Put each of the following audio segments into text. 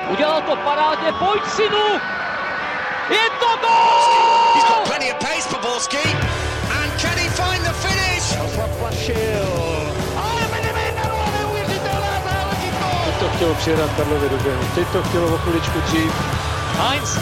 Udělal to parádně, pojď synu! Je to gól! He's got plenty of pace for Borski. And can he find the finish? Ale Benevenero, neuvěřitelná záležitost! Teď to chtělo přijedat Karlově do běhu, teď to chtělo o chviličku dřív. Heinz!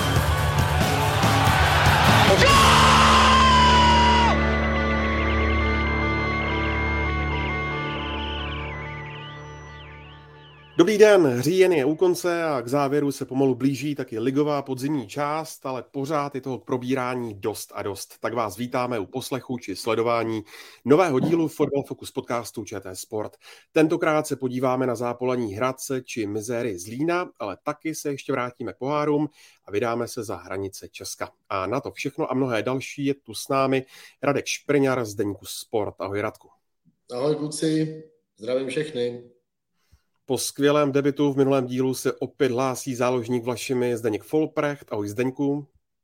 Dobrý den, říjen je u konce a k závěru se pomalu blíží taky ligová podzimní část, ale pořád je toho k probírání dost a dost. Tak vás vítáme u poslechu či sledování nového dílu Fotbal Focus podcastu ČT Sport. Tentokrát se podíváme na zápolaní Hradce či mizéry Zlína, ale taky se ještě vrátíme k pohárům a vydáme se za hranice Česka. A na to všechno a mnohé další je tu s námi Radek Šprňar z deníku Sport. Ahoj Radku. Ahoj kluci, zdravím všechny. Po skvělém debutu v minulém dílu se opět hlásí záložník Vlašimi Zdeněk Folprecht. Ahoj Zdeňku.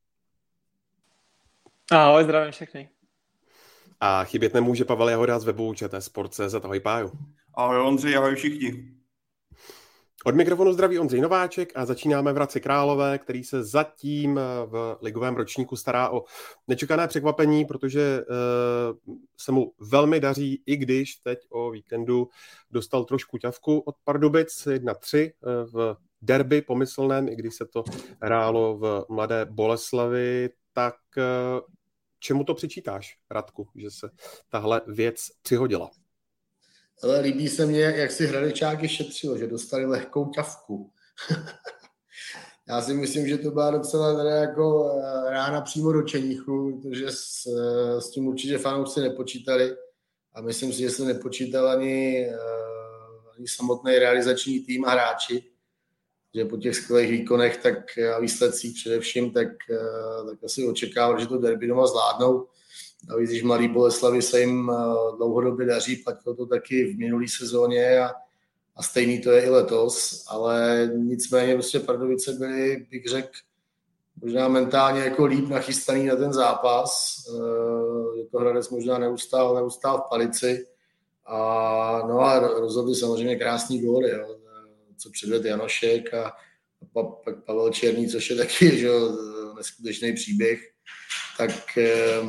Ahoj, zdravím všechny. A chybět nemůže Pavel Jahoda z webu ČT-sport.cz. Ahoj Páju. Ahoj Ondřej, ahoj všichni. Od mikrofonu zdraví Ondřej Nováček a začínáme v Hradci Králové, který se zatím v ligovém ročníku stará o nečekané překvapení, protože se mu velmi daří, i když teď o víkendu dostal trošku ťavku od Pardubic 1-3 v derby pomyslném, i když se to hrálo v Mladé Boleslavi. Tak čemu to přičítáš, Radku, že se tahle věc přihodila? Ale líbí se mně, jak si Hradečáky šetřilo, že dostali lehkou ťavku. Já si myslím, že to byla docela teda jako rána přímo do čenichu, protože s tím určitě fanoušci nepočítali a myslím si, že se nepočítal ani samotný realizační tým a hráči, že po těch skvělých výkonech tak a výsledcích především, tak asi očekával, že to derby doma zvládnou. A když Mladý Boleslavi se jim dlouhodobě daří, platilo to taky v minulý sezóně a stejný to je i letos, ale nicméně prostě Pardubice byly, bych řekl, možná mentálně jako líp nachystaný na ten zápas, že to Hradec možná neustál v palici a rozhodli samozřejmě krásný góly, jo, co předvedl Janošek a pak Pavel Černý, což je taky že, neskutečný příběh. Tak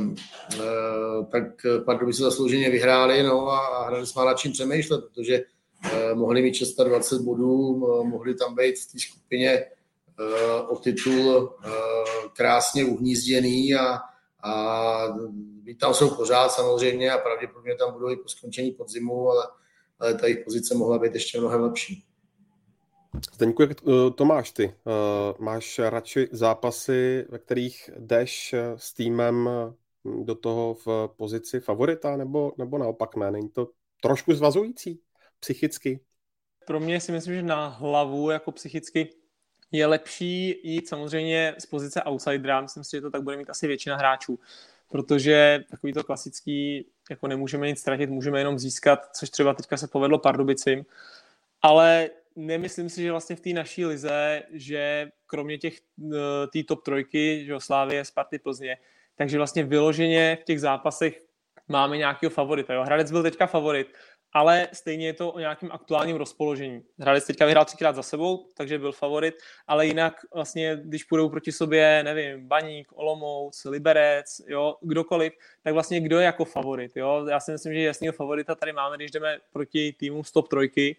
Pardubice zaslouženě vyhráli, no a Hradec má nad čím přemýšlet, protože mohli mít 620 bodů, mohli tam být v té skupině o titul krásně uhnízděný a být tam jsou pořád samozřejmě a pravděpodobně tam budou i po skončení podzimu, ale ta jejich pozice mohla být ještě mnohem lepší. Zdeňku, jak to máš ty? Máš radši zápasy, ve kterých jdeš s týmem do toho v pozici favorita, nebo naopak ne? Není to trošku zvazující psychicky? Pro mě si myslím, že na hlavu jako psychicky je lepší jít samozřejmě z pozice outsidera. Myslím si, že to tak bude mít asi většina hráčů, protože takový to klasický, jako nemůžeme nic ztratit, můžeme jenom získat, což třeba teďka se povedlo Pardubicím, ale nemyslím si, že vlastně v té naší lize, že kromě té top trojky, že Slavie, Sparty, Plzně, takže vlastně vyloženě v těch zápasech máme nějakého favorita. Jo? Hradec byl teďka favorit, ale stejně je to o nějakém aktuálním rozpoložení. Hradec teďka vyhrál 3krát za sebou, takže byl favorit, ale jinak vlastně, když půjdou proti sobě, nevím, Baník, Olomouc, Liberec, jo, kdokoliv, tak vlastně kdo je jako favorit. Jo? Já si myslím, že jasného favorita tady máme, když jdeme proti týmu z top trojky,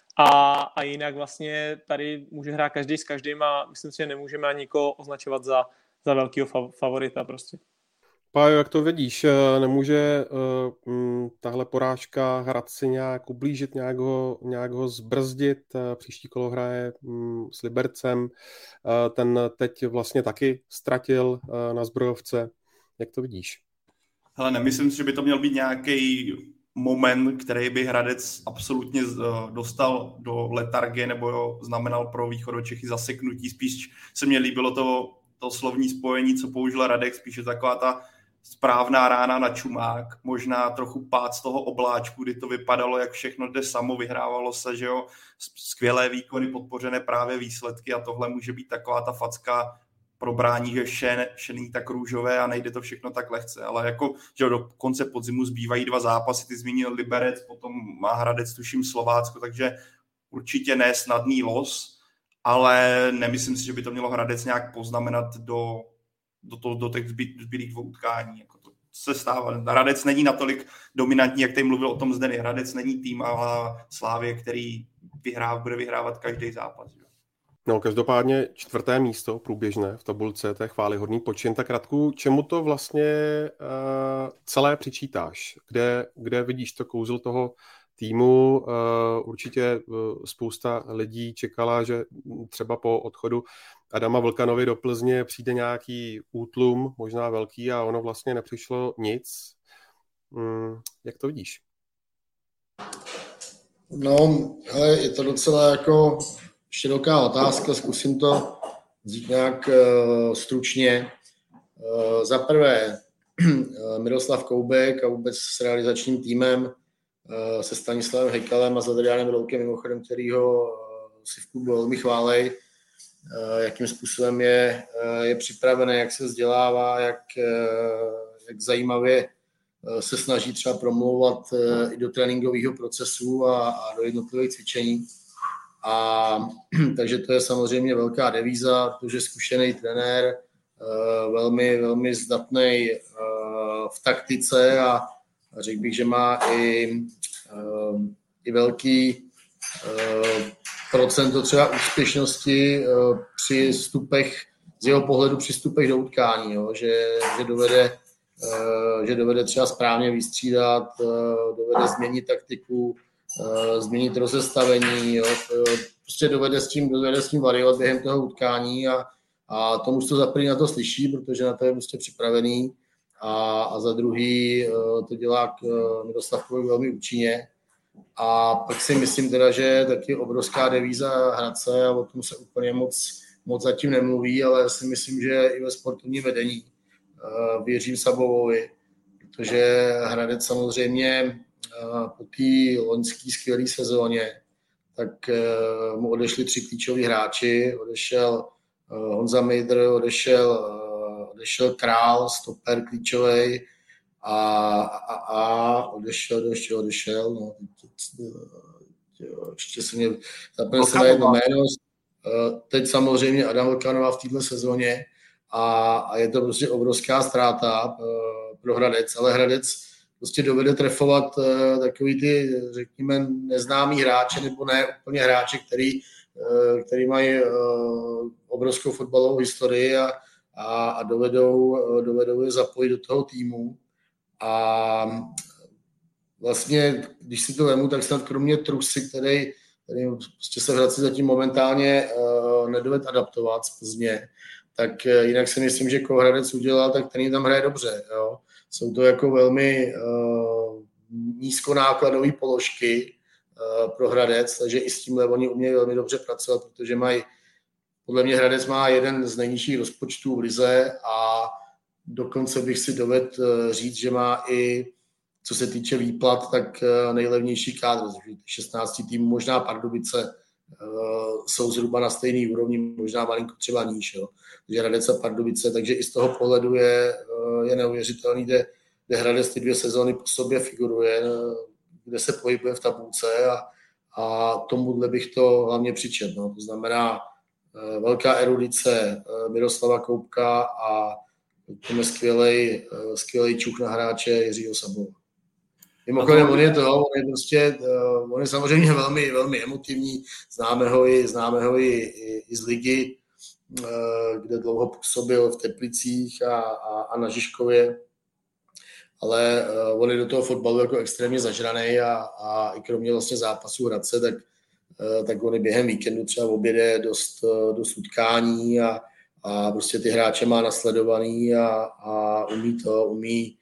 a jinak vlastně tady může hrát každý s každým a myslím si, že nemůžeme ani nikoho označovat za velkýho favorita prostě. Pájo, jak to vidíš? Nemůže tahle porážka Hradci nějak ublížit, nějak ho zbrzdit? Příští kolo hraje s Libercem. Ten teď vlastně taky ztratil na Zbrojovce. Jak to vidíš? Hele, nemyslím si, že by to měl být nějaký moment, který by Hradec absolutně dostal do letargie nebo znamenal pro Východočechy zaseknutí. Spíš se mně líbilo to slovní spojení, co použil Radek, spíš je taková ta správná rána na čumák, možná trochu pád z toho obláčku, kdy to vypadalo, jak všechno jde samo, vyhrávalo se, že jo, skvělé výkony, podpořené právě výsledky a tohle může být taková ta facka pro brání, že vše není tak růžové a nejde to všechno tak lehce, ale jako, že do konce podzimu zbývají 2 zápasy, ty zmínil Liberec, potom má Hradec, tuším Slovácko, takže určitě ne snadný los, ale nemyslím si, že by to mělo Hradec nějak poznamenat do těch zbylých 2 utkání. Jako to se stává. Hradec není natolik dominantní, jak tady mluvil o tom Zdeny. Hradec není tým a Slávě, který bude vyhrávat každý zápas. Že? No, každopádně 4. místo průběžné v tabulce, to je chvályhodný počin. Tak Radku, čemu to vlastně celé přičítáš? Kde vidíš to kouzlo toho týmu? Určitě spousta lidí čekala, že třeba po odchodu Adama Vlkanovi do Plzně přijde nějaký útlum, možná velký, a ono vlastně nepřišlo nic. Jak to vidíš? No, ale je to docela jako široká otázka, zkusím to říct nějak stručně. Za prvé, Miroslav Koubek a vůbec s realizačním týmem se Stanislavem Hejkalem a s Adriánem Loukem, mimochodem, kterýho si v klubu velmi chválej, jakým způsobem je připravený, jak se vzdělává, jak zajímavě se snaží třeba promlouvat i do tréninkového procesu a do jednotlivých cvičení. Takže to je samozřejmě velká devíza, protože zkušený trenér, velmi, velmi zdatný v taktice a řekl bych, že má i velký procento třeba úspěšnosti při vstupech, z jeho pohledu při vstupech do utkání, jo? Že dovede třeba správně vystřídat, dovede změnit taktiku, změnit rozestavení, jo? Prostě dovede s tím variovat během toho utkání a tomu to za první na to slyší, protože na to je prostě připravený a za druhý to dělá Miroslav Koubek velmi účinně. A pak si myslím teda, že je taky obrovská devíza Hradce a o tom se úplně moc zatím nemluví, ale si myslím, že i ve sportovním vedení věřím Sabovovi, protože Hradec samozřejmě po té loňské skvělé sezóně, tak mu odešli 3 klíčoví hráči, odešel Honza Mejdr, odešel Král, stoper klíčový, a odešel, no, ještě se mě zapomněl se na jedno jméno. Teď samozřejmě Adam Vlkanová v této sezóně a je to prostě obrovská ztráta pro Hradec, ale Hradec prostě dovede trefovat takový ty, řekněme, neznámý hráče, nebo ne úplně hráče, který mají obrovskou fotbalovou historii a dovedou je zapojit do toho týmu. A vlastně, když si to vemu, tak snad kromě Trusy, který prostě se v Hradci zatím momentálně nedoved adaptovat z Plzně, tak jinak si myslím, že koho Hradec udělal, tak ten tam hraje dobře. Jo. Jsou to jako velmi nízkonákladové položky pro Hradec, takže i s tímhle oni umějí velmi dobře pracovat, protože podle mě Hradec má jeden z nejnižších rozpočtů v lize a dokonce bych si dovedl říct, že má i, co se týče výplat, tak nejlevnější kádr. 16 týmů, možná Pardubice jsou zhruba na stejný úrovni, možná malinko třeba níž. Jo. Takže Hradec a Pardubice, takže i z toho pohledu je neuvěřitelný, kde Hradec ty 2 sezóny po sobě figuruje, kde se pohybuje v tabulce a tomuhle bych to hlavně přičetl. No. To znamená velká erudice Miroslava Koubka a to je skvělej čuch na hráče Jiřího Sabova. Mimochodem, on je samozřejmě velmi, velmi emotivní, známe ho i z ligy, kde dlouho působil v Teplicích a na Žižkově, ale on je do toho fotbalu jako extrémně zažraný a i kromě vlastně zápasů Hradce, tak on je během víkendu třeba objede dost utkání a prostě ty hráče má nasledovaný a umí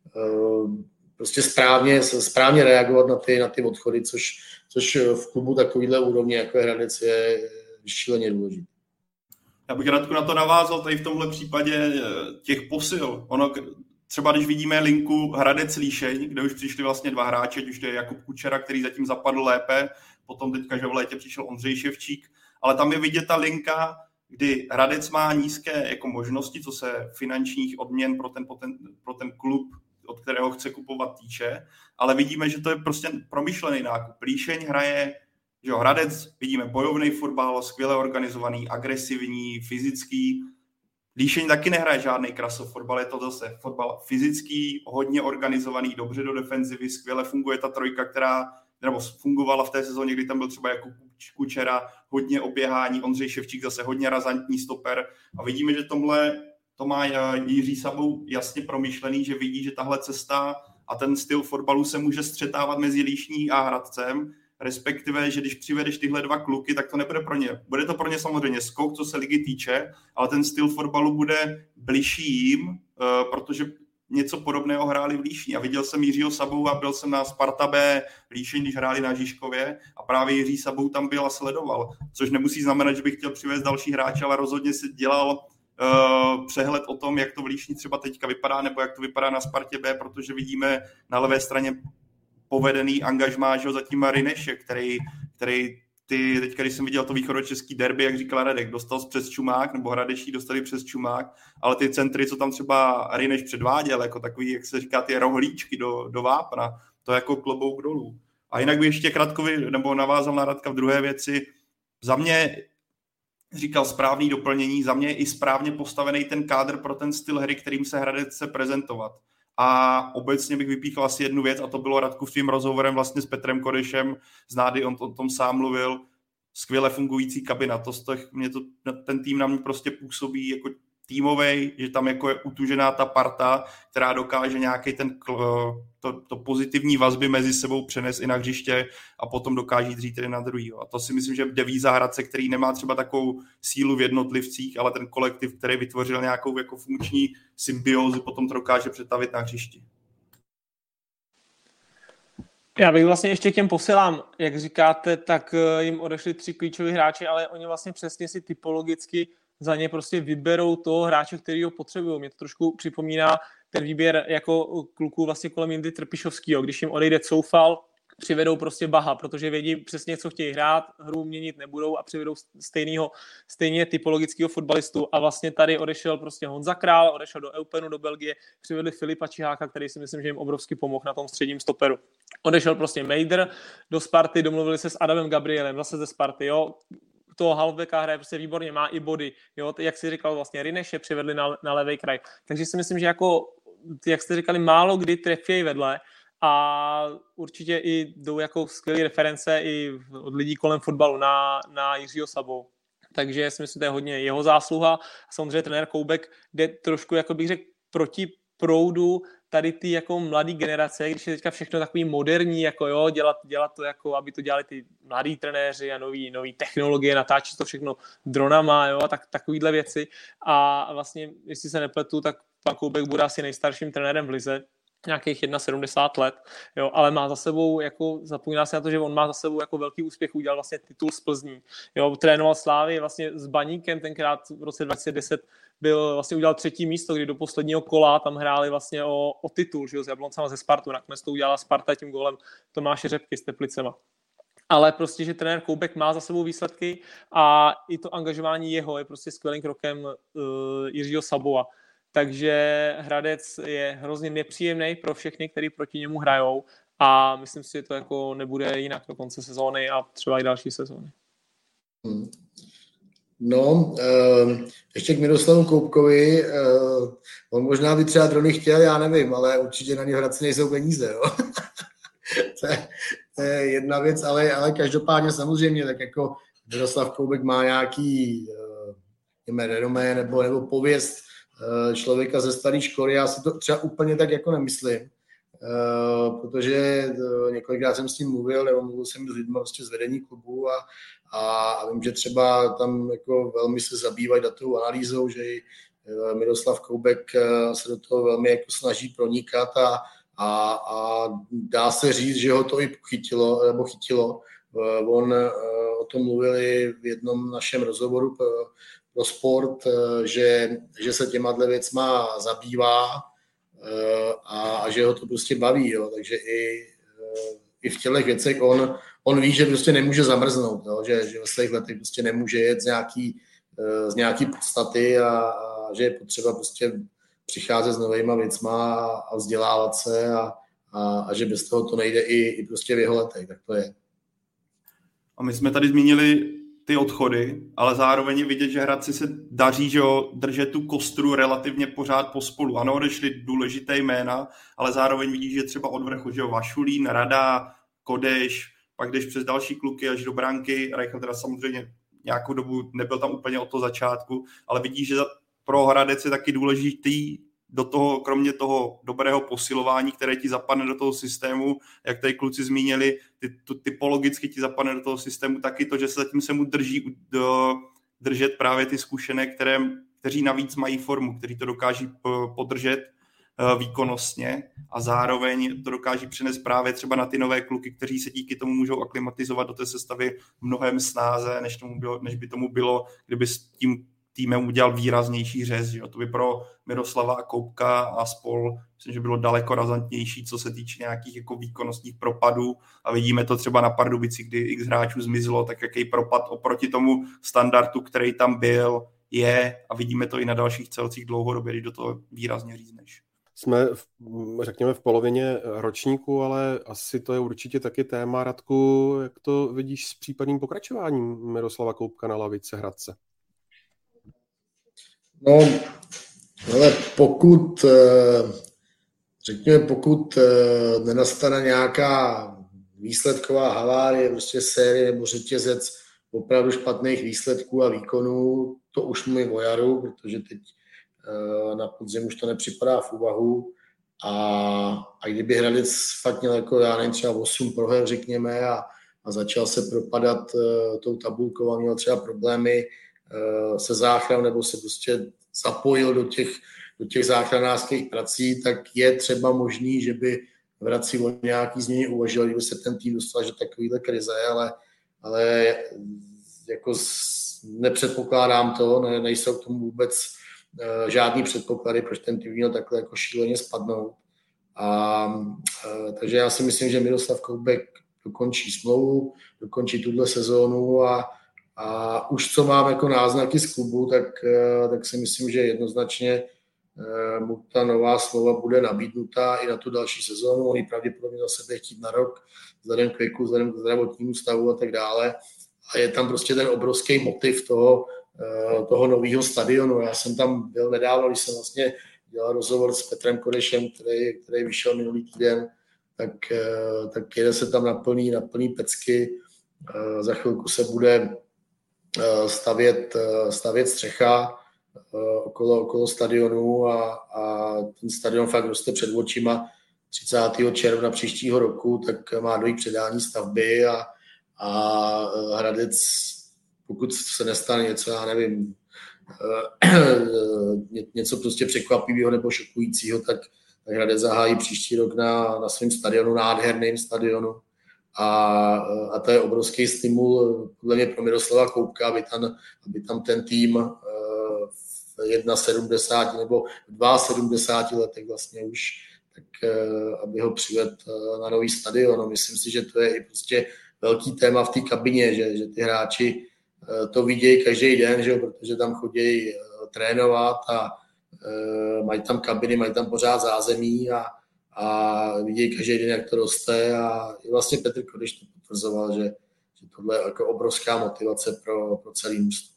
prostě správně reagovat na ty odchody, což v klubu takovýhle úrovně, jako je Hradec, je šíleně důležité. Já bych Radku na to navázal tady v tomhle případě těch posil. Ono, třeba když vidíme linku Hradec-Líšeň, kde už přišli vlastně 2 hráči, už to je Jakub Kučera, který zatím zapadl lépe, potom teďka, že v létě přišel Ondřej Ševčík, ale tam je vidět ta linka, kdy Hradec má nízké jako možnosti, co se finančních odměn pro ten klub, od kterého chce kupovat týče, ale vidíme, že to je prostě promyšlený nákup. Líšeň hraje Že Hradec, vidíme bojovný fotbal, skvěle organizovaný, agresivní, fyzický. Líšeň taky nehraje žádný krasov fotbal, je to zase fotbal fyzický, hodně organizovaný, dobře do defenzivy, skvěle funguje ta trojka, která nebo fungovala v té sezóně, kdy tam byl třeba jako Kučera, hodně oběhání, Ondřej Ševčík zase hodně razantní stoper a vidíme, že tomhle to má Jiří Sabou jasně promyšlený, že vidí, že tahle cesta a ten styl fotbalu se může střetávat mezi Líšní a Hradcem, respektive, že když přivedeš tyhle dva kluky, tak to nebude pro ně. Bude to pro ně samozřejmě skok, co se ligy týče, ale ten styl fotbalu bude bližší jim, protože něco podobného hráli v Líšni. A viděl jsem Jiřího Sabou a byl jsem na Sparta B Líšeň, když hráli na Žižkově a právě Jiří Sabou tam byl a sledoval. Což nemusí znamenat, že bych chtěl přivést další hráče, ale rozhodně si dělal přehled o tom, jak to v Líšni třeba teďka vypadá, nebo jak to vypadá na Spartě B, protože vidíme na levé straně povedený angažmá, že zatím Rineše, který ty, teďka, když jsem viděl to východočeský derby, jak říkal Radek, dostal přes Čumák, nebo Hradeští dostali přes Čumák, ale ty centry, co tam třeba Rineš předváděl, jako takový, jak se říká, ty rohlíčky do vápna, to je jako klobouk dolů. A jinak by ještě Kratkovi, nebo navázal na Radka v druhé věci, za mě říkal správný doplnění, za mě je i správně postavený ten kádr pro ten styl hry, kterým se Hradec chce prezentovat. A obecně bych vypíchl asi jednu věc, a to bylo Radku svým rozhovorem vlastně s Petrem Kodešem z Nády, on o tom sám mluvil, skvěle fungující kabina. Ten tým na mě prostě působí jako týmovej, že tam jako je utužená ta parta, která dokáže nějaký to pozitivní vazby mezi sebou přenést i na hřiště a potom dokáže dřít jeden na druhýho. A to si myslím, že devíza Hradce, který nemá třeba takovou sílu v jednotlivcích, ale ten kolektiv, který vytvořil nějakou jako funkční symbiózu, potom to dokáže přetavit na hřišti. Já bych vlastně ještě k těm posilám, jak říkáte, tak jim odešli 3 klíčoví hráči, ale oni vlastně přesně si typologicky za ně prostě vyberou toho hráče, který ho potřebují. Mě to trošku připomíná ten výběr jako kluků vlastně kolem Jindy Trpišovského. Když jim odejde Coufal, přivedou prostě Baha, protože vědí přesně, co chtějí hrát, hru měnit nebudou a přivedou stejně typologického fotbalistu. A vlastně tady odešel prostě Honza Král, odešel do Eupenu, do Belgie, přivedli Filipa Čiháka, který si myslím, že jim obrovsky pomohl na tom středním stoperu. Odešel prostě Mejdr do Sparty, domluvili se s Adamem Gabrielem, zase ze Sparty, jo. Toho halfbacka hraje prostě výborně, má i body, jo, jak si říkal, vlastně Rineše přivedli na levý kraj. Takže si myslím, že jako, jak jste říkali, málo kdy trefějí vedle a určitě i jdou jako skvělé reference i od lidí kolem fotbalu na Jiřího Sabou. Takže si myslím, že to je hodně jeho zásluha. Samozřejmě trenér Koubek jde trošku, jako bych řekl, proti proudu tady ty jako mladý generace, když je teďka všechno takový moderní, jako jo, dělat to jako, aby to dělali ty mladí trenéři a nový technologie, natáčí to všechno dronama, jo, tak takovýhle věci. A vlastně, jestli se nepletu, tak pan Koubek bude asi nejstarším trenérem v lize, nějakých 71 let, jo, ale má za sebou, jako zapomíná se na to, že on má za sebou jako velký úspěch, udělal vlastně titul z Plzní, jo, trénoval Slávy vlastně s Baníkem, tenkrát v roce 2010 vlastně udělal 3. místo, kdy do posledního kola tam hráli vlastně o titul, že jo, s Jabloncama ze Spartu, nakonec to udělala Sparta tím gólem Tomáše Řepky s Teplicema. Ale prostě, že trenér Koubek má za sebou výsledky a i to angažování jeho je prostě skvělým krokem Jiřího Sabova. Takže Hradec je hrozně nepříjemný pro všechny, kteří proti němu hrajou a myslím si, že to jako nebude jinak do konce sezóny a třeba i další sezóny. No, ještě k Miroslavu Koubkovi, on možná by třeba drony chtěl, já nevím, ale určitě na ně v Hradci nejsou peníze, jo. to je jedna věc, ale každopádně samozřejmě, tak jako Miroslav Koubek má nějaký renomé nebo pověst člověka ze staré školy, já si to třeba úplně tak jako nemyslím, protože několikrát jsem s ním mluvil jsem s lidmi prostě z vedení klubu a vím, že třeba tam jako velmi se zabývají datovou analýzou, že i Miroslav Koubek se do toho velmi jako snaží pronikat a dá se říct, že ho to i chytilo. On o tom mluvili v jednom našem rozhovoru pro Sport, že se těma věcma zabývá a že ho to prostě baví, jo. Takže i v těchto věcech on ví, že prostě nemůže zamrznout, jo. Že ve svých letech prostě nemůže jet z nějaký podstaty a že je potřeba prostě přicházet s novýma věcma a vzdělávat se a že bez toho to nejde i prostě v jeho letech, tak to je. A my jsme tady zmínili ty odchody, ale zároveň je vidět, že Hradci se daří, že jo, držet tu kostru relativně pořád pospolu. Ano, odešly důležité jména, ale zároveň vidíš, že třeba od vrchu, že jo, Vašulín, Rada, Kodeš, pak jdeš přes další kluky až do branky. Reichel teda samozřejmě nějakou dobu nebyl tam úplně od toho začátku, ale vidíš, že pro Hradec je taky důležitý do toho, kromě toho dobrého posilování, které ti zapadne do toho systému, jak tady kluci zmínili, typologicky ti zapadne do toho systému taky to, že se zatím se mu držet právě ty zkušené, kteří navíc mají formu, kteří to dokáží podržet výkonnostně a zároveň to dokáží přinést právě třeba na ty nové kluky, kteří se díky tomu můžou aklimatizovat do té sestavy mnohem snáze, než by tomu bylo, kdyby s tím týmem udělal výraznější řez. Že? To by pro Miroslava Koubka a spol, myslím, že bylo daleko razantnější, co se týče nějakých jako výkonnostních propadů a vidíme to třeba na Pardubici, kdy x hráčů zmizlo, tak jaký propad oproti tomu standardu, který tam byl, je a vidíme to i na dalších celcích dlouhodobě, když do toho výrazně řízneš. Jsme, řekněme, v polovině ročníku, ale asi to je určitě taky téma. Radku, jak to vidíš s případným pokračováním Miroslava Koubka na lavice Hradce? No, ale pokud nenastane nějaká výsledková havárie, prostě série nebo řetězec opravdu špatných výsledků a výkonů, to už mluví o jaru, protože teď na podzim už to nepřipadá v úvahu a kdyby Hradec fakt měl jako, já nevím, třeba 8 proher, řekněme, a začal se propadat tou tabulkou a měl třeba problémy se záchranou nebo se prostě zapojil do těch záchranářských prací, tak je třeba možný, že by v Hradci o nějaký změně uvažoval, kdyby se ten tým dostal, že takovýhle krize, ale jako nepředpokládám to, nejsou k tomu vůbec žádný předpoklady, proč ten tým měl takhle jako šíleně spadnout. Takže já si myslím, že Miroslav Koubek dokončí smlouvu, dokončí tuhle sezónu a už co mám jako náznaky z klubu, tak si myslím, že jednoznačně mu ta nová smlouva bude nabídnutá i na tu další sezónu. Oni pravděpodobně za sebe chtít na rok, vzhledem k věku, vzhledem k zdravotnímu stavu a tak dále. A je tam prostě ten obrovský motiv toho nového stadionu. Já jsem tam byl nedávno, když jsem vlastně dělal rozhovor s Petrem Kodešem, který vyšel minulý týden, tak jede se tam na plný pecky. Za chvilku se bude stavět střecha okolo stadionu a ten stadion fakt roste před očima. 30. června příštího roku, tak má dojít předání stavby a Hradec, pokud se nestane něco, já nevím, něco prostě překvapivého nebo šokujícího, tak Hradec zahájí příští rok na svém stadionu, nádherném stadionu. A to je obrovský stimul podle mě pro Miroslava Koubka, aby tam ten tým v 71 nebo v 72 letech vlastně už, tak aby ho přivedl na nový stadion. No, myslím si, že to je i prostě velký téma v té kabině, že ty hráči to vidějí každý den, že jo, protože tam chodí trénovat a mají tam kabiny, mají tam pořád zázemí a vidějí každý den, jak to roste a vlastně Petr Kodeš to potvrzoval, že tohle je jako obrovská motivace pro celý mužstvo.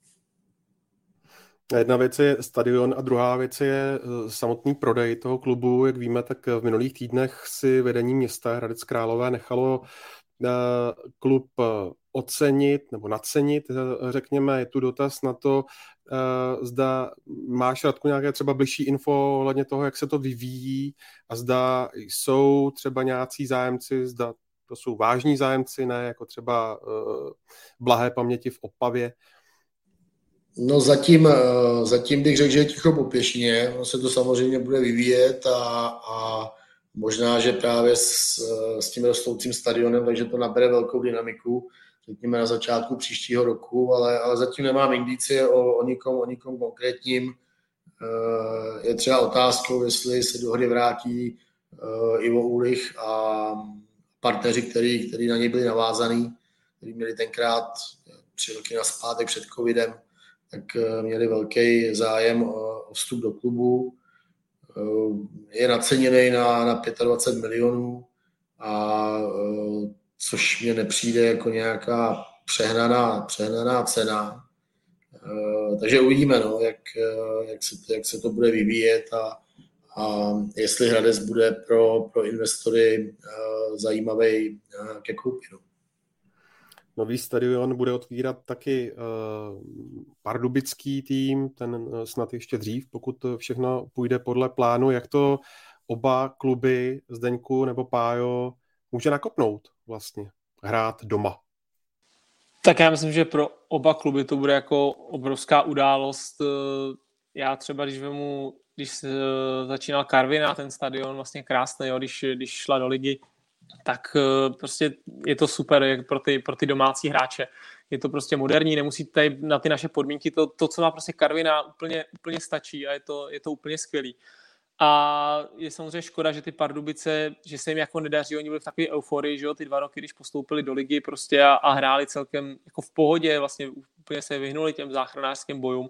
Jedna věc je stadion a druhá věc je samotný prodej toho klubu. Jak víme, tak v minulých týdnech si vedení města Hradec Králové nechalo klub ocenit nebo nacenit, řekněme. Je tu dotaz na to, zda máš, Radku, nějaké třeba bližší info ohledně toho, jak se to vyvíjí a zda jsou třeba nějací zájemci, zda to jsou vážní zájemci, ne jako třeba blahé paměti v Opavě. No zatím bych řekl, že je ticho po pěšině. Ono se to samozřejmě bude vyvíjet a možná, že právě s tím rostoucím stadionem, takže to nabere velkou dynamiku, řekněme na začátku příštího roku, ale zatím nemám indicie o nikom konkrétním. Je třeba otázkou, jestli se do hry vrátí Ivo Úlich a partneři, který na něj byli navázaný, kteří měli tenkrát 3 roky nazpátek před covidem, tak měli velký zájem o vstup do klubu. Je naceněný na 25 milionů a což mně nepřijde jako nějaká přehnaná cena. Takže uvidíme, no, jak se to bude vyvíjet a jestli Hradec bude pro investory zajímavý ke koupi. No. Nový stadion bude otvírat taky pardubický tým, ten snad ještě dřív, pokud všechno půjde podle plánu. Jak to oba kluby, Zdeňku nebo Pájo, může nakopnout vlastně hrát doma? Tak já myslím, že pro oba kluby to bude jako obrovská událost. Já třeba, když začínal Karviná, ten stadion vlastně krásný, jo, když šla do ligy, tak prostě je to super jak pro ty domácí hráče. Je to prostě moderní, nemusí tady na ty naše podmínky, to co má prostě Karviná, úplně stačí a je to úplně skvělý. A je samozřejmě škoda, že ty Pardubice, že se jim jako nedaří, oni byli v takové euforii, že jo, ty 2 roky, když postoupili do ligy prostě a hráli celkem jako v pohodě, vlastně úplně se vyhnuli těm záchranářským bojům.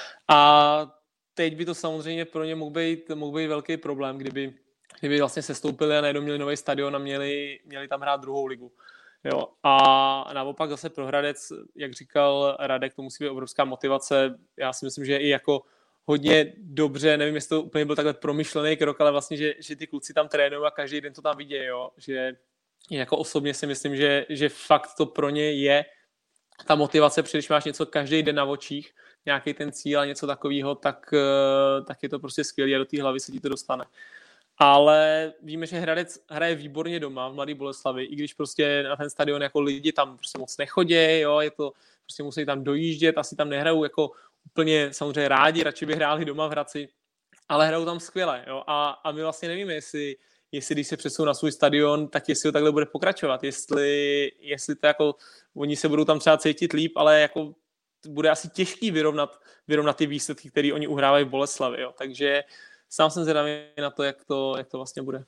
A teď by to samozřejmě pro ně mohl být velký problém, kdyby vlastně sestoupili a najednou měli nový stadion a měli tam hrát druhou ligu. Jo. A naopak zase pro Hradec, jak říkal Radek, to musí být obrovská motivace. Já si myslím, že i jako hodně dobře, nevím, jestli to úplně byl takhle promyšlený krok, ale vlastně, že ty kluci tam trénují a každý den to tam vidí, jo. Že jako osobně si myslím, že fakt to pro ně je ta motivace, protože když máš něco každý den na očích, nějaký ten cíl a něco takového, tak je to prostě skvělé a do té hlavy se ti to dostane. Ale víme, že Hradec hraje výborně doma v Mladé Boleslavi, i když prostě na ten stadion jako lidi tam prostě moc nechodí, jo, je to, prostě musí tam dojíždět, asi tam nehrajou jako úplně samozřejmě rádi, radši by hráli doma v Hradci, ale hrajou tam skvěle, jo, a my vlastně nevíme, jestli když se přesunou na svůj stadion, tak jestli ho takhle bude pokračovat, jestli to jako, oni se budou tam třeba cítit líp, ale jako bude asi těžký vyrovnat ty výsledky, které oni uhrávají v Boleslavi, jo, takže sám jsem zvědavý na to, jak to vlastně bude.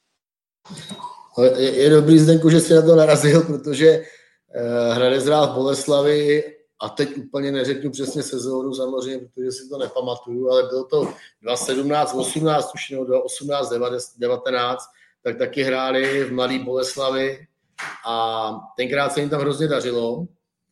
Je dobrý, Zdenku, že jsi na to narazil, protože Hradec hrál v Boleslavi a teď úplně neřeknu přesně sezónu samozřejmě, protože si to nepamatuju, ale bylo to 2017, 18, už 2018, 19, tak taky hráli v Mladé Boleslavi a tenkrát se jim tam hrozně dařilo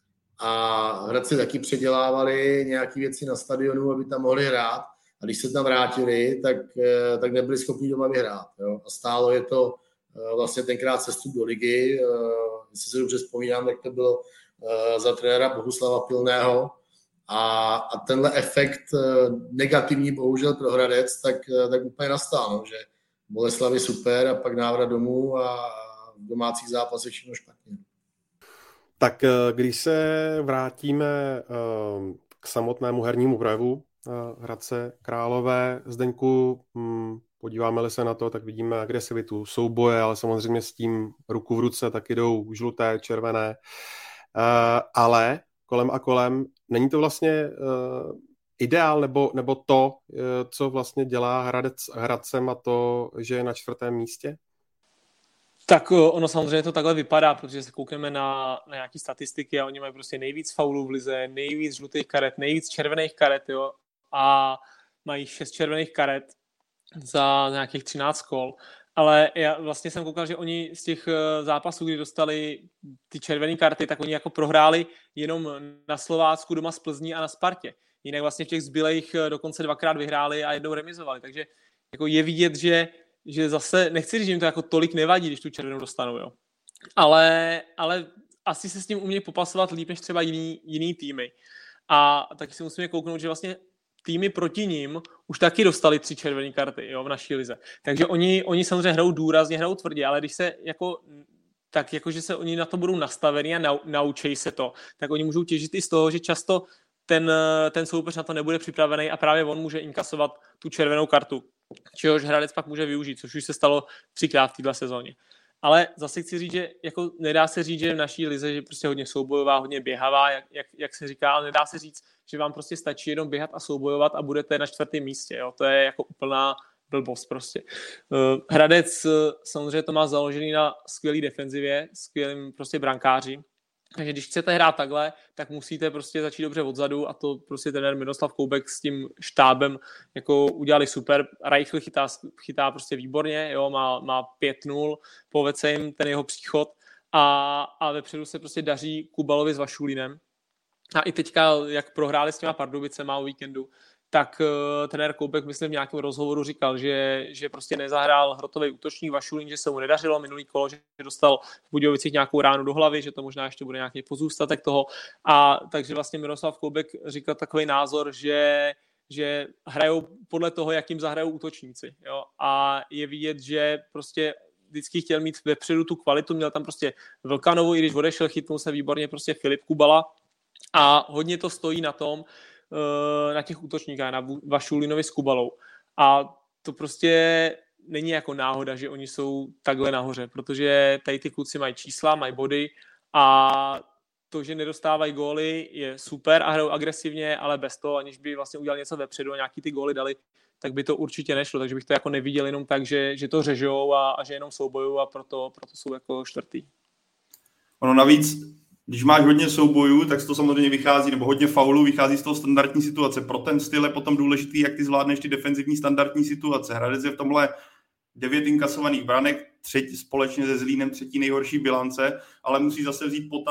a Hradci taky předělávali nějaké věci na stadionu, aby tam mohli hrát. A když se tam vrátili, tak nebyli schopni doma vyhrát. Jo? A stálo je to vlastně tenkrát sestup do ligy. Jestli se dobře vzpomínám, tak to bylo za trenéra Bohuslava Pilného. A tenhle efekt negativní bohužel pro Hradec, tak úplně nastal. No? Že Boleslav je super a pak návrat domů a v domácích zápasech všechno špatně. Tak když se vrátíme k samotnému hernímu projevu Hradce Králové, Zdeňku, podíváme-li se na to, tak vidíme agresivitu, souboje, ale samozřejmě s tím ruku v ruce tak jdou žluté, červené, ale kolem a kolem není to vlastně ideál nebo to, co vlastně dělá Hradec Hradcem a to, že je na 4. místě? Tak ono samozřejmě to takhle vypadá, protože se koukneme na nějaké statistiky a oni mají prostě nejvíc faulů v lize, nejvíc žlutých karet, nejvíc červených karet, jo, a mají 6 červených karet za nějakých 13 kol. Ale já vlastně jsem koukal, že oni z těch zápasů, kdy dostali ty červené karty, tak oni jako prohráli jenom na Slovácku, doma z Plzní a na Spartě. Jinak vlastně v těch zbylejch dokonce 2krát vyhráli a 1 remizovali. Takže jako je vidět, že zase, nechci říct, že jim to jako tolik nevadí, když tu červenou dostanou, jo. Ale asi se s tím umějí popasovat líp než třeba jiný týmy. A taky si musíme kouknout, že vlastně týmy proti ním už taky dostali 3 červené karty, jo, v naší lize. Takže oni samozřejmě hrajou důrazně, hrajou tvrdě, ale když se tak že se oni na to budou nastavení a naučí se to, tak oni můžou těžit i z toho, že často ten soupeř na to nebude připravený a právě on může inkasovat tu červenou kartu, čehož Hradec pak může využít, což už se stalo 3krát v této sezóně. Ale zase chci říct, že jako nedá se říct, že v naší lize je prostě hodně soubojová, hodně běhavá, jak se říká, ale nedá se říct, že vám prostě stačí jenom běhat a soubojovat a budete na 4. místě. Jo? To je jako úplná blbost prostě. Hradec samozřejmě to má založený na skvělý defenzivě, skvělým prostě brankáři. Takže když chcete hrát takhle, tak musíte prostě začít dobře odzadu a to prostě trenér Miroslav Koubek s tím štábem jako udělali super. Reichl chytá prostě výborně, jo, má 5-0, povedl se jim ten jeho příchod a vepředu se prostě daří Kubalovi s Vašulínem. A i teďka, jak prohráli s těma Pardubicema o víkendu, tak trenér Koubek, myslím, v nějakém rozhovoru říkal, že prostě nezahrál hrotový útočník Vašulín, že se mu nedařilo minulý kolo, že dostal v Budějovicích nějakou ránu do hlavy, že to možná ještě bude nějaký pozůstatek toho. A takže vlastně Miroslav Koubek říkal takový názor, že hrajou podle toho, jak jim zahrajou útočníci. Jo? A je vidět, že prostě vždycky chtěl mít vepředu tu kvalitu, měl tam prostě Vlkanovu, i když odešel, chytnul se výborně prostě Filip Kubala a hodně to stojí na tom, na těch útočníkách, na Vašulínovi s Kubalou. A to prostě není jako náhoda, že oni jsou takhle nahoře, protože tady ty kluci mají čísla, mají body a to, že nedostávají góly, je super a hrajou agresivně, ale bez toho, aniž by vlastně udělali něco vepředu a nějaký ty góly dali, tak by to určitě nešlo. Takže bych to jako neviděl jenom tak, že to řežou a že jenom soubojou a proto jsou jako čtvrtý. Ono navíc, když máš hodně soubojů, tak to samozřejmě vychází, nebo hodně faulů, vychází z toho standardní situace. Pro ten styl je potom důležitý, jak ty zvládneš ty defenzivní standardní situace. Hradec je v tomhle 9 inkasovaných branek, společně se Zlínem 3. nejhorší bilance, ale musí zase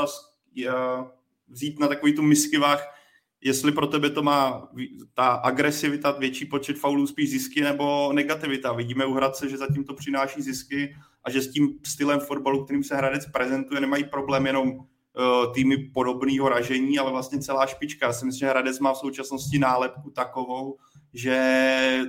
vzít na takový tu miskyvách, jestli pro tebe to má ta agresivita, větší počet faulů spíš zisky nebo negativita. Vidíme u Hradce, že zatím to přináší zisky a že s tím stylem fotbalu, kterým se Hradec prezentuje, nemají problém jenom týmy podobného ražení, ale vlastně celá špička. Já si myslím, že Hradec má v současnosti nálepku takovou, že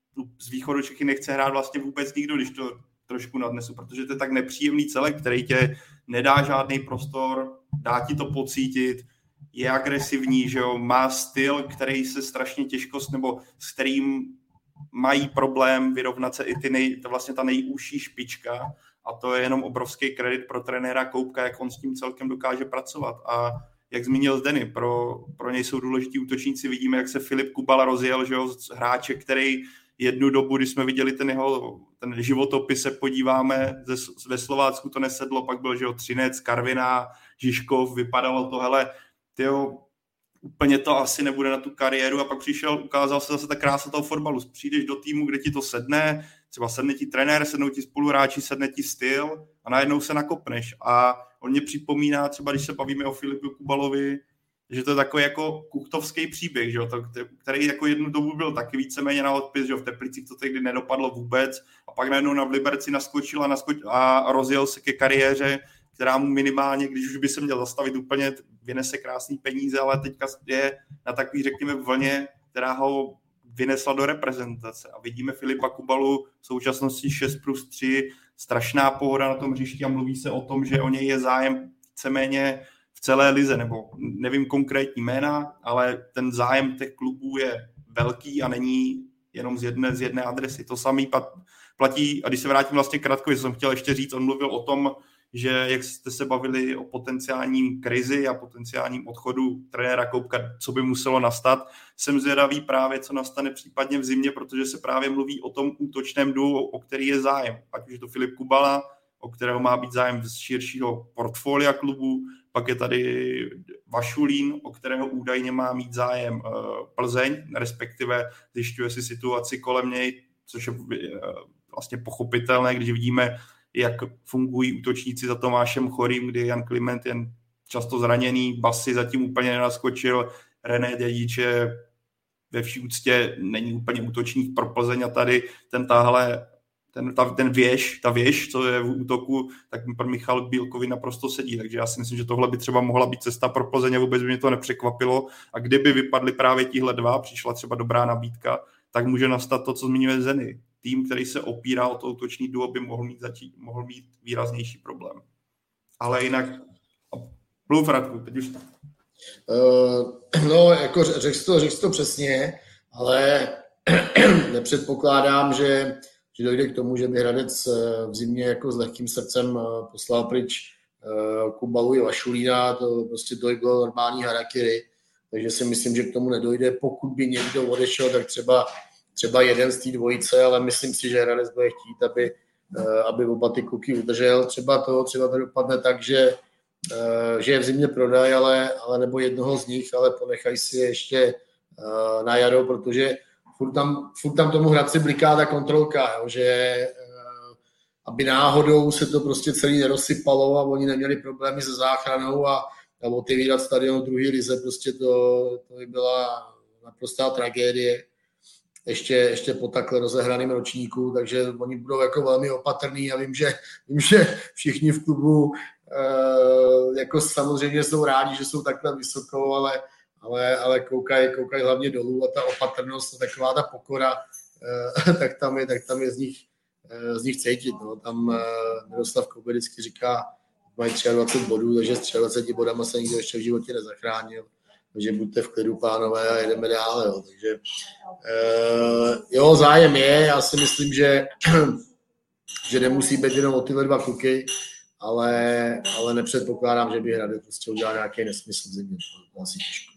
z východu Čechy nechce hrát vlastně vůbec nikdo, když to trošku nadnesu, protože to je tak nepříjemný celek, který tě nedá žádný prostor, dá ti to pocítit, je agresivní, že jo, má styl, který se strašně těžko, nebo s kterým mají problém vyrovnat se i vlastně ta nejúžší špička a to je jenom obrovský kredit pro trenéra Koubka, jak on s tím celkem dokáže pracovat a jak zmínil Zdeny, pro něj jsou důležití útočníci, vidíme, jak se Filip Kubala rozjel, že jo, hráče, který jednu dobu, když jsme viděli ten životopis, se podíváme, ve Slovácku to nesedlo, pak byl, že jo, Třinec, Karviná, Žižkov, vypadalo to, hele, tyjo, úplně to asi nebude na tu kariéru a pak ukázal se zase ta krása toho fotbalu. Přijdeš do týmu, kde ti to sedne, třeba sedne ti trenér, sednou ti spoluhráči, sedne ti styl a najednou se nakopneš. A on mě připomíná, třeba když se bavíme o Filipu Kubalovi, že to je takový jako kuchtovský příběh, že jo, který jako jednu dobu byl taky víceméně na odpis, že jo, v Teplicích to tehdy nedopadlo vůbec a pak najednou na Liberci naskočil a rozjel se ke kariéře, která mu minimálně, když už by se měl zastavit úplně, vynese krásný peníze, ale teďka je na takový, řekněme, vlně, která ho vynesla do reprezentace. A vidíme Filipa Kubalu v současnosti 6+3, strašná pohoda na tom hřišti a mluví se o tom, že o něj je zájem víceméně v celé lize, nebo nevím konkrétní jména, ale ten zájem těch klubů je velký a není jenom z jedné adresy. To samý platí, a když se vrátím vlastně krátko, jsem chtěl ještě říct, on mluvil o tom, že jak jste se bavili o potenciálním krizi a potenciálním odchodu trenéra Koubka, co by muselo nastat, jsem zvědavý právě, co nastane případně v zimě, protože se právě mluví o tom útočném duo, o který je zájem. Ať už je to Filip Kubala, o kterého má být zájem z širšího portfolia klubu, pak je tady Vašulín, o kterého údajně má mít zájem Plzeň, respektive zjišťuje si situaci kolem něj, což je vlastně pochopitelné, když vidíme, jak fungují útočníci za Tomášem Chorým, kdy Jan Kliment je často zraněný, Basy zatím úplně nenaskočil, René Dědíče ve vší úctě není úplně útočník pro Plzeň a tady ta věž, co je v útoku, tak pro Michal Bílkovi naprosto sedí, takže já si myslím, že tohle by třeba mohla být cesta pro Plzeň a vůbec by mě to nepřekvapilo a kdyby vypadly právě tihle dva, přišla třeba dobrá nabídka, tak může nastat to, co zmiňuje Zeny. Tým, který se opírá o to útočný duo, by mohl mít výraznější problém. Ale jinak mluv, Radku, teď už tak. No, jako řekl to přesně, ale nepředpokládám, že dojde k tomu, že by Hradec v zimě jako s lehkým srdcem poslal pryč Kubalu i Vašulína, to prostě to bylo normální harakiri, takže si myslím, že k tomu nedojde. Pokud by někdo odešel, tak třeba jeden z té dvojice, ale myslím si, že Hradec bude chtít, aby oba ty kluky udržel. Třeba to dopadne tak, že je v zimě prodaj, ale nebo jednoho z nich, ale ponechají si je ještě na jaro, protože furt tam tomu Hradci bliká ta kontrolka, jo, že aby náhodou se to prostě celý nerozsypalo a oni neměli problémy se záchranou a otevírat stadion druhé lize, prostě to by byla naprostá tragédie. Ještě po takhle rozehraném ročníku, takže oni budou jako velmi opatrní a vím, že všichni v klubu jako samozřejmě jsou rádi, že jsou takhle vysoko, ale koukají hlavně dolů a ta opatrnost, taková ta pokora, tak tam je z nich cítit. No. Tam Miroslav Koube vždycky říká, mají 23 bodů, takže s 23 bodama se nikdo ještě v životě nezachránil. Takže buďte v klidu, pánové, a jedeme dál. Jo. Takže jo, zájem je. Já si myslím, že nemusí být jenom o tyhle dva kluky, ale nepředpokládám, že by Hradec prostě udělal nějaký nesmysl v zimě. To asi těžko.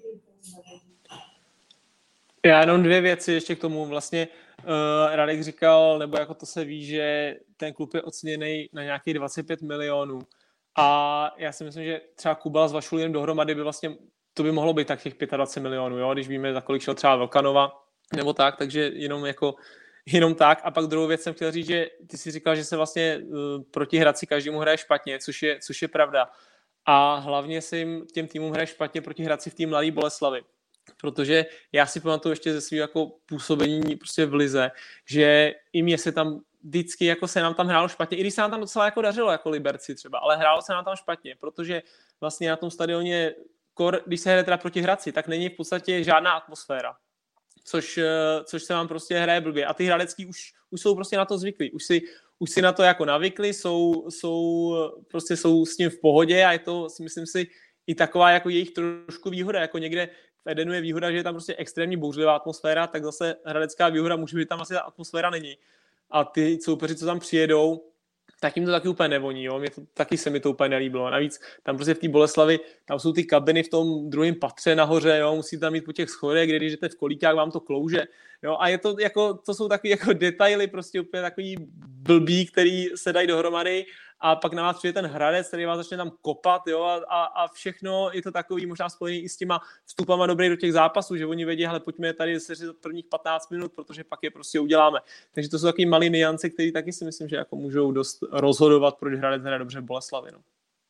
Já jenom 2 věci ještě k tomu. Vlastně Radek říkal, nebo jako to se ví, že ten klub je oceněný na nějakých 25 milionů. A já si myslím, že třeba Kubal s Vašuliem dohromady by vlastně to by mohlo být tak těch 25 milionů, jo? Když víme, za kolik šel třeba Velkanova, nebo tak, takže jenom tak. A pak druhou věc jsem chtěl říct, že ty si říkal, že se vlastně proti Hradci každému hraje špatně, což je pravda. A hlavně se jim těm týmům hraje špatně proti Hradci v tým Mladý Boleslavi. Protože já si pamatuju ještě ze svého jako působení prostě v lize, že i mě se tam vždycky jako se nám tam hrálo špatně, i když se nám tam docela jako dařilo jako Liberci třeba, ale hrálo se nám tam špatně, protože vlastně na tom stadioně když se hraje teda proti Hradci, tak není v podstatě žádná atmosféra, což se vám prostě hraje blbě. A ty hradecký už jsou prostě na to zvyklí, už si na to jako navykli, jsou s tím v pohodě a je to, myslím si, i taková jako jejich trošku výhoda, jako někde v Edenu je výhoda, že je tam prostě extrémně bouřlivá atmosféra, tak zase hradecká výhoda může být tam asi ta atmosféra není. A ty soupeři, co tam přijedou, tak jim to taky úplně nevoní, jo? Taky se mi to úplně nelíbilo. Navíc tam prostě v té Boleslavi, tam jsou ty kabiny v tom druhém patře nahoře, jo? Musíte tam mít po těch schodech, kde když jdete v kolíkách, vám to klouže. Jo? A je to jako, to jsou takový jako detaily, prostě úplně takový blbý, který se dají dohromady a pak na vás přijde ten Hradec, který vás začne tam kopat, jo? A všechno je to takový možná spojený i s těma vstupama dobrý do těch zápasů, že oni vědí, hele, pojďme tady seřezat prvních 15 minut, protože pak je prostě uděláme. Takže to jsou takový malý nuance, které taky si myslím, že jako můžou dost rozhodovat, proč Hradec hraje dobře v Boleslavi. No.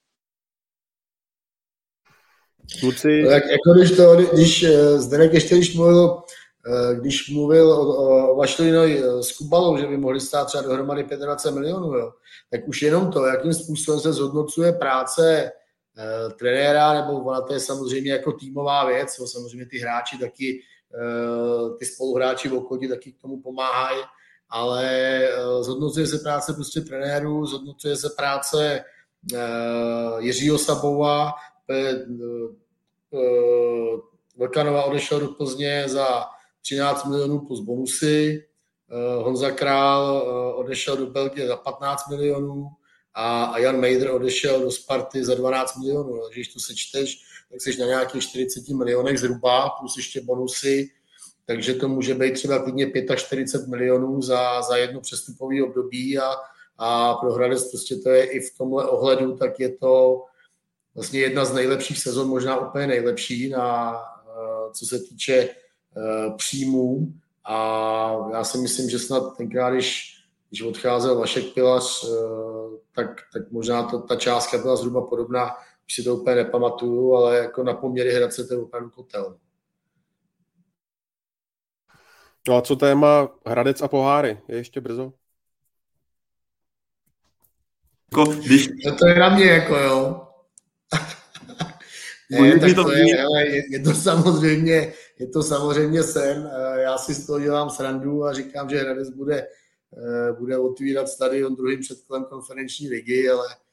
Kluci... Tak jako když Zdeněk ještě když mluvil o Vašlinovi s Kubalou, že by mohli stát třeba dohromady 25 milionů, jo, tak už jenom to, jakým způsobem se zhodnocuje práce trenéra, nebo ona to je samozřejmě jako týmová věc, jo, samozřejmě ty hráči taky, ty spoluhráči v okolí taky k tomu pomáhají, ale zhodnocuje se práce prostě trenérů, zhodnocuje se práce Jiřího Sabova, Velkanova odešel do Plzně za 13 milionů plus bonusy, Honza Král odešel do Belgie za 15 milionů a Jan Mejdr odešel do Sparty za 12 milionů. Takže když to sečteš, tak jsi na nějakých 40 milionech zhruba, plus ještě bonusy, takže to může být třeba klidně 45 milionů za jedno přestupové období a pro Hradec prostě to je i v tomhle ohledu, tak je to vlastně jedna z nejlepších sezon, možná úplně nejlepší, co se týče příjmů. A já si myslím, že snad tenkrát, když odcházel Vašek Pilař, tak možná ta částka byla zhruba podobná, už si to úplně nepamatuju, ale jako na poměry Hradce to je opravdu kotel. No a co téma Hradec a poháry? Je ještě brzo? To je na mě, jako jo. Ne, tak to je to samozřejmě sen. Já si z toho dělám srandu a říkám, že Hradec bude otvírat stadion druhým předkolem konferenční ligy,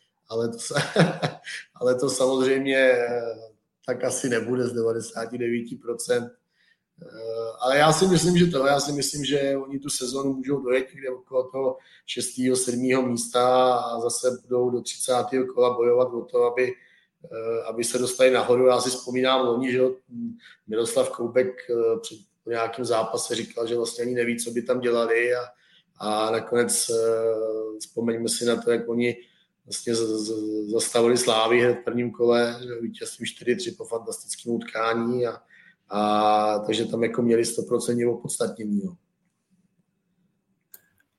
ale to samozřejmě tak asi nebude z 99%. Ale já si myslím, že oni tu sezonu můžou dojet někde okolo toho 6. 7. místa a zase budou do 30. kola bojovat o to, aby se dostali nahoru. Já si vzpomínám loni, že Miroslav Koubek před nějakým zápase říkal, že vlastně ani neví, co by tam dělali a nakonec vzpomeňme si na to, jak oni vlastně zastavili Slávy v prvním kole vítězstvím 4-3 po fantastickém utkání a takže tam jako měli 100% opodstatnění.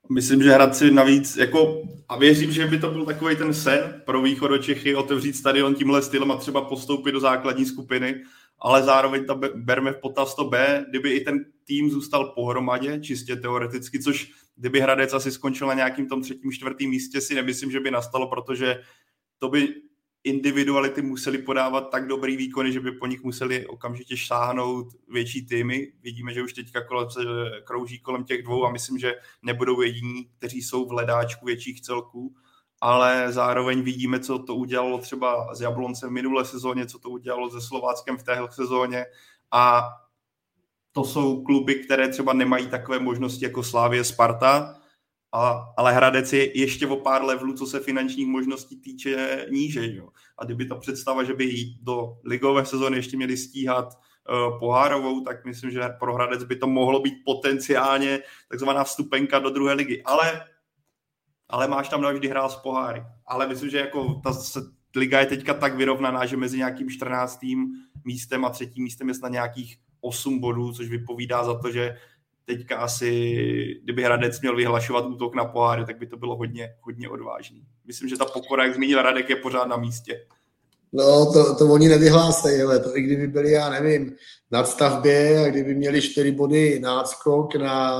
Myslím, že Hradci navíc, jako, a věřím, že by to byl takový ten sen pro Východočechy otevřít stadion tímhle stylem a třeba postoupit do základní skupiny, ale zároveň tam berme v potaz to B, kdyby i ten tým zůstal pohromadě, čistě teoreticky, což kdyby Hradec asi skončil na nějakým tom 3., 4. místě, si nemyslím, že by nastalo, protože to by individuality museli podávat tak dobrý výkony, že by po nich museli okamžitě šáhnout větší týmy. Vidíme, že už teďka krouží kolem těch 2 a myslím, že nebudou jediní, kteří jsou v hledáčku větších celků, ale zároveň vidíme, co to udělalo třeba s Jabloncem v minulé sezóně, co to udělalo se Slováckem v téhle sezóně a to jsou kluby, které třeba nemají takové možnosti jako Slavie, Sparta, ale Hradec je ještě o pár levelů, co se finančních možností týče níže. Jo. A kdyby ta představa, že by do ligové sezóny ještě měli stíhat pohárovou, tak myslím, že pro Hradec by to mohlo být potenciálně takzvaná vstupenka do 2. ligy. Ale máš tam navždy hrát s poháry. Ale myslím, že jako ta liga je teďka tak vyrovnaná, že mezi nějakým 14. místem a 3. místem je snad nějakých 8 bodů, což vypovídá za to, že teďka asi, kdyby Hradec měl vyhlašovat útok na poháry, tak by to bylo hodně, hodně odvážný. Myslím, že ta pokora, jak zmínil Radek, je pořád na místě. No, to oni nevyhlásejí, ale to i kdyby byli, já nevím, nad stavbě a kdyby měli 4 body náskok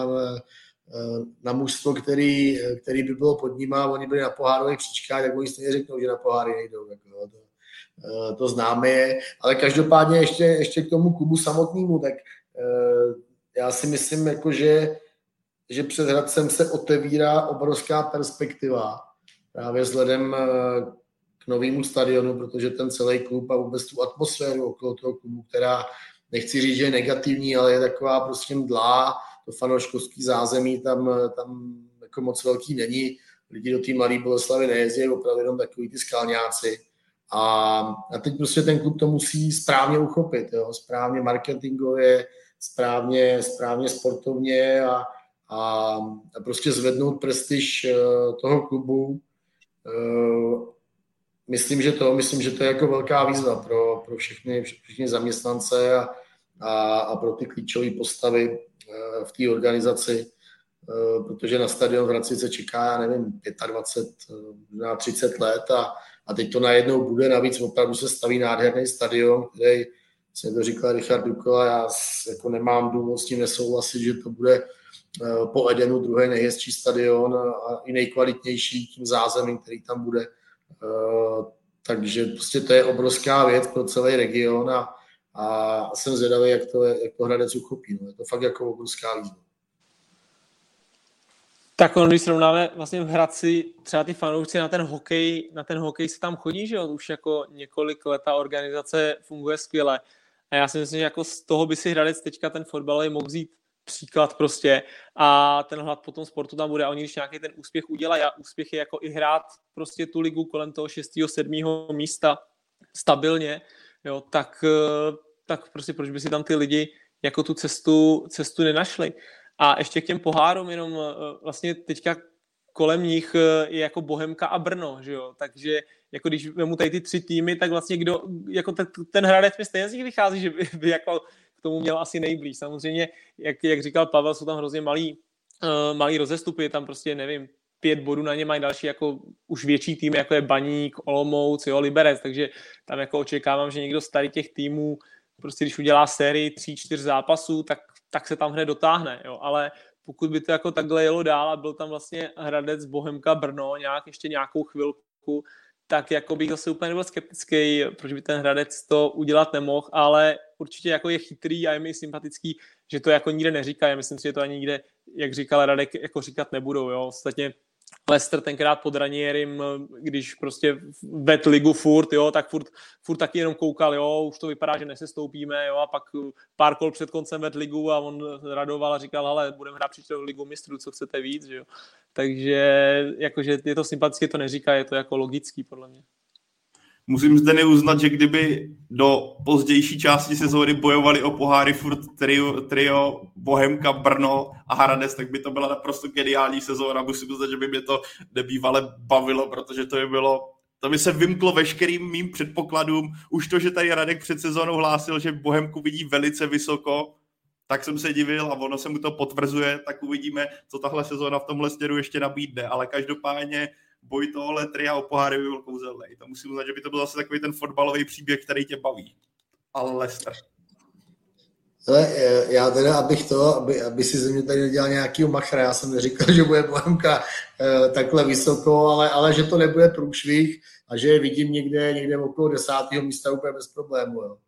na mužstvo, který by bylo pod nima, oni byli na pohárových příčkách, tak oni stejně řeknou, že na poháry nejdou. To známe je. Ale každopádně ještě k tomu klubu samotnému, tak já si myslím, jako, že před Hradcem se otevírá obrovská perspektiva právě vzhledem k novému stadionu, protože ten celý klub a vůbec tu atmosféru okolo toho klubu, která nechci říct, že je negativní, ale je taková prostě mdlá, to fanouškovský zázemí tam jako moc velký není. Lidi do té Mladé Boleslavi nejezdí, opravdu jenom takový ty skalňáci. A teď prostě ten klub to musí správně uchopit, jo? Správně marketingově, správně sportovně a prostě zvednout prestiž toho klubu. Myslím, že to je jako velká výzva pro všechny zaměstnance a pro ty klíčové postavy v té organizaci, protože na stadion v Hradci se čeká, já nevím, 25, na 30 let a teď to najednou bude, navíc opravdu se staví nádherný stadion, který jsem to říkal Richard Dukla, já jako nemám důvod s tím nesouhlasit, že to bude po Edenu druhý nejhezčí stadion a i nejkvalitnější tím zázemím, který tam bude. Takže prostě to je obrovská věc pro celý region a jsem zvědavý, jak to Hradec uchopí. No. Je to fakt jako obrovská výzva. Tak když srovnáme vlastně v Hradci, třeba ty fanoušci na ten hokej se tam chodí, že jo? Už jako několik let ta organizace funguje skvěle. A já si myslím, že jako z toho by si Hradec teďka ten fotbalový mohl vzít příklad prostě a ten hlad po tom sportu tam bude a oni když nějaký ten úspěch udělají a úspěch je jako i hrát prostě tu ligu kolem toho 6. 7. místa stabilně, jo, tak prostě proč by si tam ty lidi jako tu cestu nenašli. A ještě k těm pohárům jenom vlastně teďka kolem nich je jako Bohemka a Brno, že jo, takže jako když vemu tady ty 3 týmy, tak vlastně jako ten Hradec mi stejně z nich vychází, že by jako k tomu měl asi nejblíž. Samozřejmě, jak říkal Pavel, jsou tam hrozně malý rozestupy, tam prostě nevím, 5 bodů na ně mají další jako už větší týmy, jako je Baník, Olomouc, jo, Liberec, takže tam jako očekávám, že někdo z tady těch týmů prostě když udělá sérii 3-4 zápasů, tak se tam hned dotáhne, jo, ale pokud by to jako takhle jelo dál a byl tam vlastně Hradec, Bohemka, Brno ještě nějakou chvilku, tak jako bych zase úplně nebyl skeptický, proč by ten Hradec to udělat nemohl, ale určitě jako je chytrý a je mi sympatický, že to jako nikde neříká. Já myslím si, že to ani nikde, jak říkal Radek, jako říkat nebudou. Jo. Ostatně Leicester tenkrát pod Ranierim, když prostě vedl ligu furt, jo, tak furt taky jenom koukal, jo, už to vypadá, že nesestoupíme, jo, a pak pár kol před koncem vedl ligu a on radoval a říkal, hele, budeme hrát příště ligu mistrů, co chcete víc, že jo. Takže jakože je to sympatické, to neříká, je to jako logický podle mě. Musím zde neuznat, že kdyby do pozdější části sezóny bojovali o poháry furt trio Bohemka, Brno a Hradec, tak by to byla naprosto geniální sezóna. Musím uznat, že by mě to nebývale bavilo, protože to by se vymklo veškerým mým předpokladům. Už to, že tady Radek před sezónou hlásil, že Bohemku vidí velice vysoko, tak jsem se divil a ono se mu to potvrzuje, tak uvidíme, co tahle sezóna v tomhle směru ještě nabídne, ale každopádně boj tohle tria o poháry by byl kouzelnej. To musím uznat, že by to byl zase takový ten fotbalový příběh, který tě baví. Ale Leicester. Já teda, aby si ze mě tady nedělal nějakýho machra, já jsem neříkal, že bude Bohemka takhle vysoko, ale že to nebude průšvih a že je vidím někde okolo 10. místa úplně bez problému. Jo.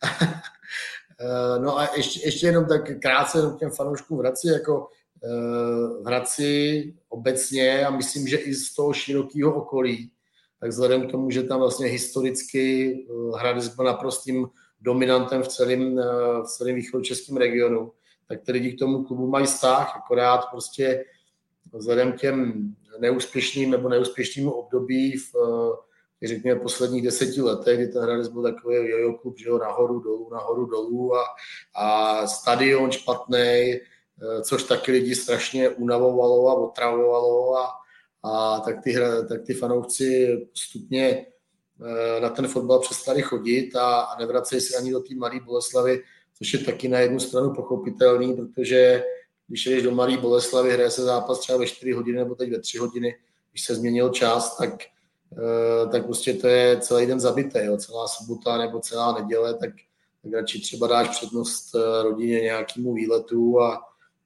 No a ještě jenom tak krátce k těm fanouškům v Hradci, jako v Hradci obecně a myslím, že i z toho širokého okolí, tak vzhledem k tomu, že tam vlastně historicky Hradec byl naprostým dominantem v celém východočeském regionu, tak ty lidi k tomu klubu mají vztah, akorát prostě vzhledem k těm neúspěšnému období v řekněme posledních 10 letech, kdy ten Hradec byl takový jojo klub, že jo, nahoru dolů a stadion špatnej, což taky lidi strašně unavovalo a otravovalo a tak ty fanoušci postupně na ten fotbal přestali chodit a nevracejí se ani do té Mladé Boleslavy, což je taky na jednu stranu pochopitelný, protože když jdeš do Mladé Boleslavy, hraje se zápas třeba ve 4 hodiny nebo teď ve 3 hodiny, když se změnil čas, tak prostě to je celý den zabité, jo, celá sobota nebo celá neděle, tak radši třeba dáš přednost rodině nějakému výletu a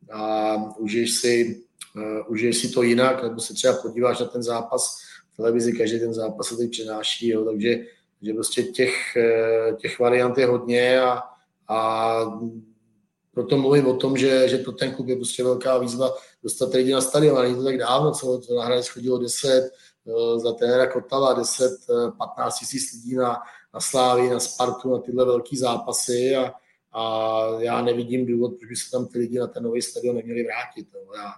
užiješ si to jinak, nebo se třeba podíváš na ten zápas v televizi, každý ten zápas se teď přenáší, jo, takže prostě těch variant je hodně a proto mluvím o tom, že pro ten klub je prostě velká výzva dostat lidi na stadion. A není to tak dávno, co na Hradec chodilo 10, za trenéra Kotala 10-15 tisíc lidí na Slávii, na Spartu, na tyhle velký zápasy a já nevidím důvod, proč by se tam ty lidi na ten nový stadion neměli vrátit. No. Já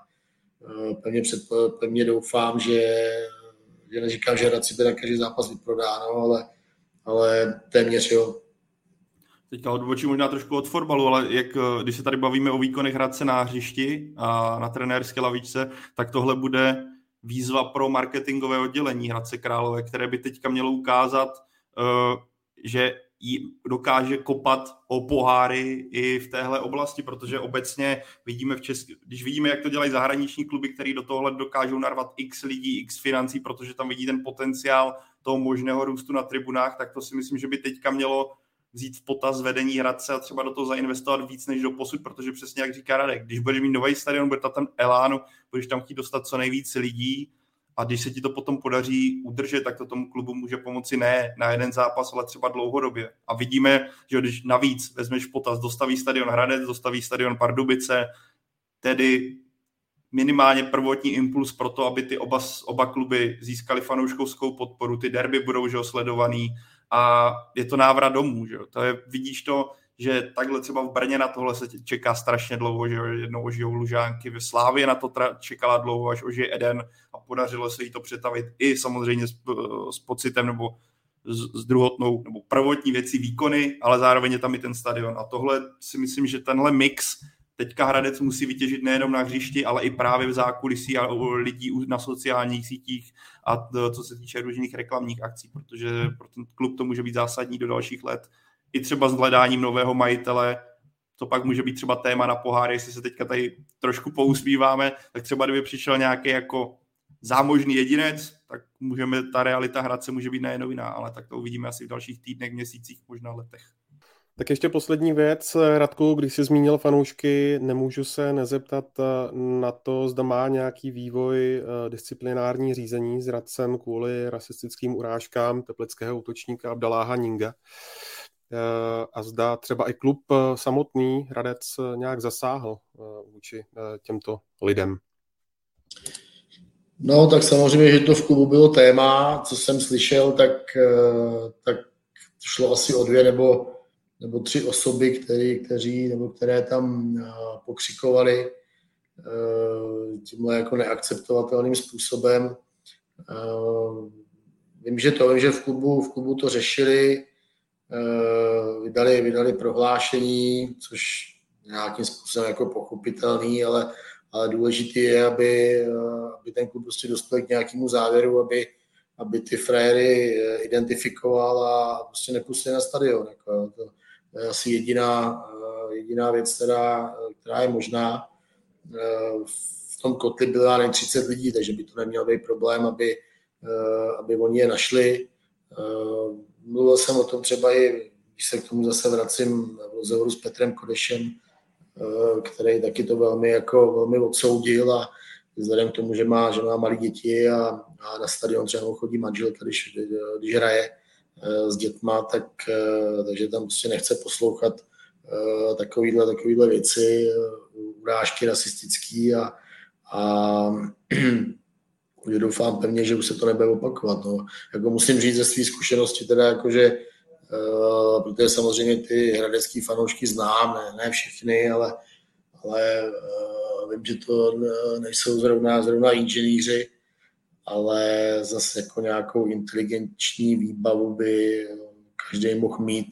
pevně doufám, že neříkám, že Hradci by na každý zápas vyprodáno, ale téměř jo. Teďka odbočím možná trošku od fotbalu, ale když se tady bavíme o výkonech Hradce na hřišti a na trenérské lavičce, tak tohle bude výzva pro marketingové oddělení Hradce Králové, které by teďka mělo ukázat, že dokáže kopat o poháry i v téhle oblasti, protože obecně vidíme když vidíme, jak to dělají zahraniční kluby, který do tohohle dokážou narvat x lidí, x financí, protože tam vidí ten potenciál toho možného růstu na tribunách, tak to si myslím, že by teďka mělo vzít v potaz vedení Hradce a třeba do toho zainvestovat víc než do posud, protože přesně jak říká Radek, když budeš mít nový stadion, bude tam elánu, budeš tam chtít dostat co nejvíc lidí a když se ti to potom podaří udržet, tak to tomu klubu může pomoci ne na jeden zápas, ale třeba dlouhodobě. A vidíme, že když navíc vezmeš v potaz, dostaví stadion Hradec, dostaví stadion Pardubice, tedy minimálně prvotní impuls pro to, aby ty oba kluby získali fanouškovskou podporu, ty derby budou že sledovaný, a je to návrat domů, že jo. Vidíš to, že takhle třeba v Brně na tohle se čeká strašně dlouho, že jednou ožijou Lužánky, ve Slávě na to čekala dlouho, až ožije Eden a podařilo se jí to přetavit i samozřejmě s pocitem nebo s druhotnou nebo prvotní věcí výkony, ale zároveň je tam i ten stadion. A tohle si myslím, že tenhle mix teďka Hradec musí vytěžit nejenom na hřišti, ale i právě v zákulisí a u lidí na sociálních sítích a co se týče různých reklamních akcí, protože pro ten klub to může být zásadní do dalších let. I třeba s hledáním nového majitele, to pak může být třeba téma na poháry, jestli se teďka tady trošku pousmíváme, tak třeba kdyby přišel nějaký jako zámožný jedinec, tak ta realita Hradce může být nejen jiná, ale tak to uvidíme asi v dalších týdnech, měsících, možná letech. Tak ještě poslední věc, Radku, když jsi zmínil fanoušky, nemůžu se nezeptat na to, zda má nějaký vývoj disciplinární řízení s Hradcem kvůli rasistickým urážkám teplického útočníka Abdaláha Ninga. A zda třeba i klub samotný Hradec nějak zasáhl vůči těmto lidem. No, tak samozřejmě, že to v klubu bylo téma, co jsem slyšel, tak šlo asi o 2 nebo 3 osoby, které tam pokřikovali tímhle jako neakceptovatelným způsobem. Vím, že v klubu to řešili, vydali prohlášení, což nějakým způsobem jako pochopitelný, ale důležité je, aby ten klub prostě dospěl k nějakému závěru, aby ty frajery identifikoval a prostě nepustil na stadion. To je asi jediná věc, která je možná, v tom kotli byla jen 30 lidí, takže by to neměl být problém, aby oni je našli. Mluvil jsem o tom třeba i, když se k tomu zase vracím v rozhovoru s Petrem Kodešem, který taky to velmi odsoudil a vzhledem k tomu, že má malé děti a na stadion třeba chodí manželka, když hraje s dětma, takže tam prostě nechce poslouchat takovýhle věci, urážky rasistický a doufám pevně, že už se to nebude opakovat. No. Jako musím říct ze své zkušenosti, teda jakože, protože samozřejmě ty hradecký fanoušky znám, ne všechny, ale vím, že to nejsou zrovna inženýři, ale zase jako nějakou inteligenční výbavu by každý mohl mít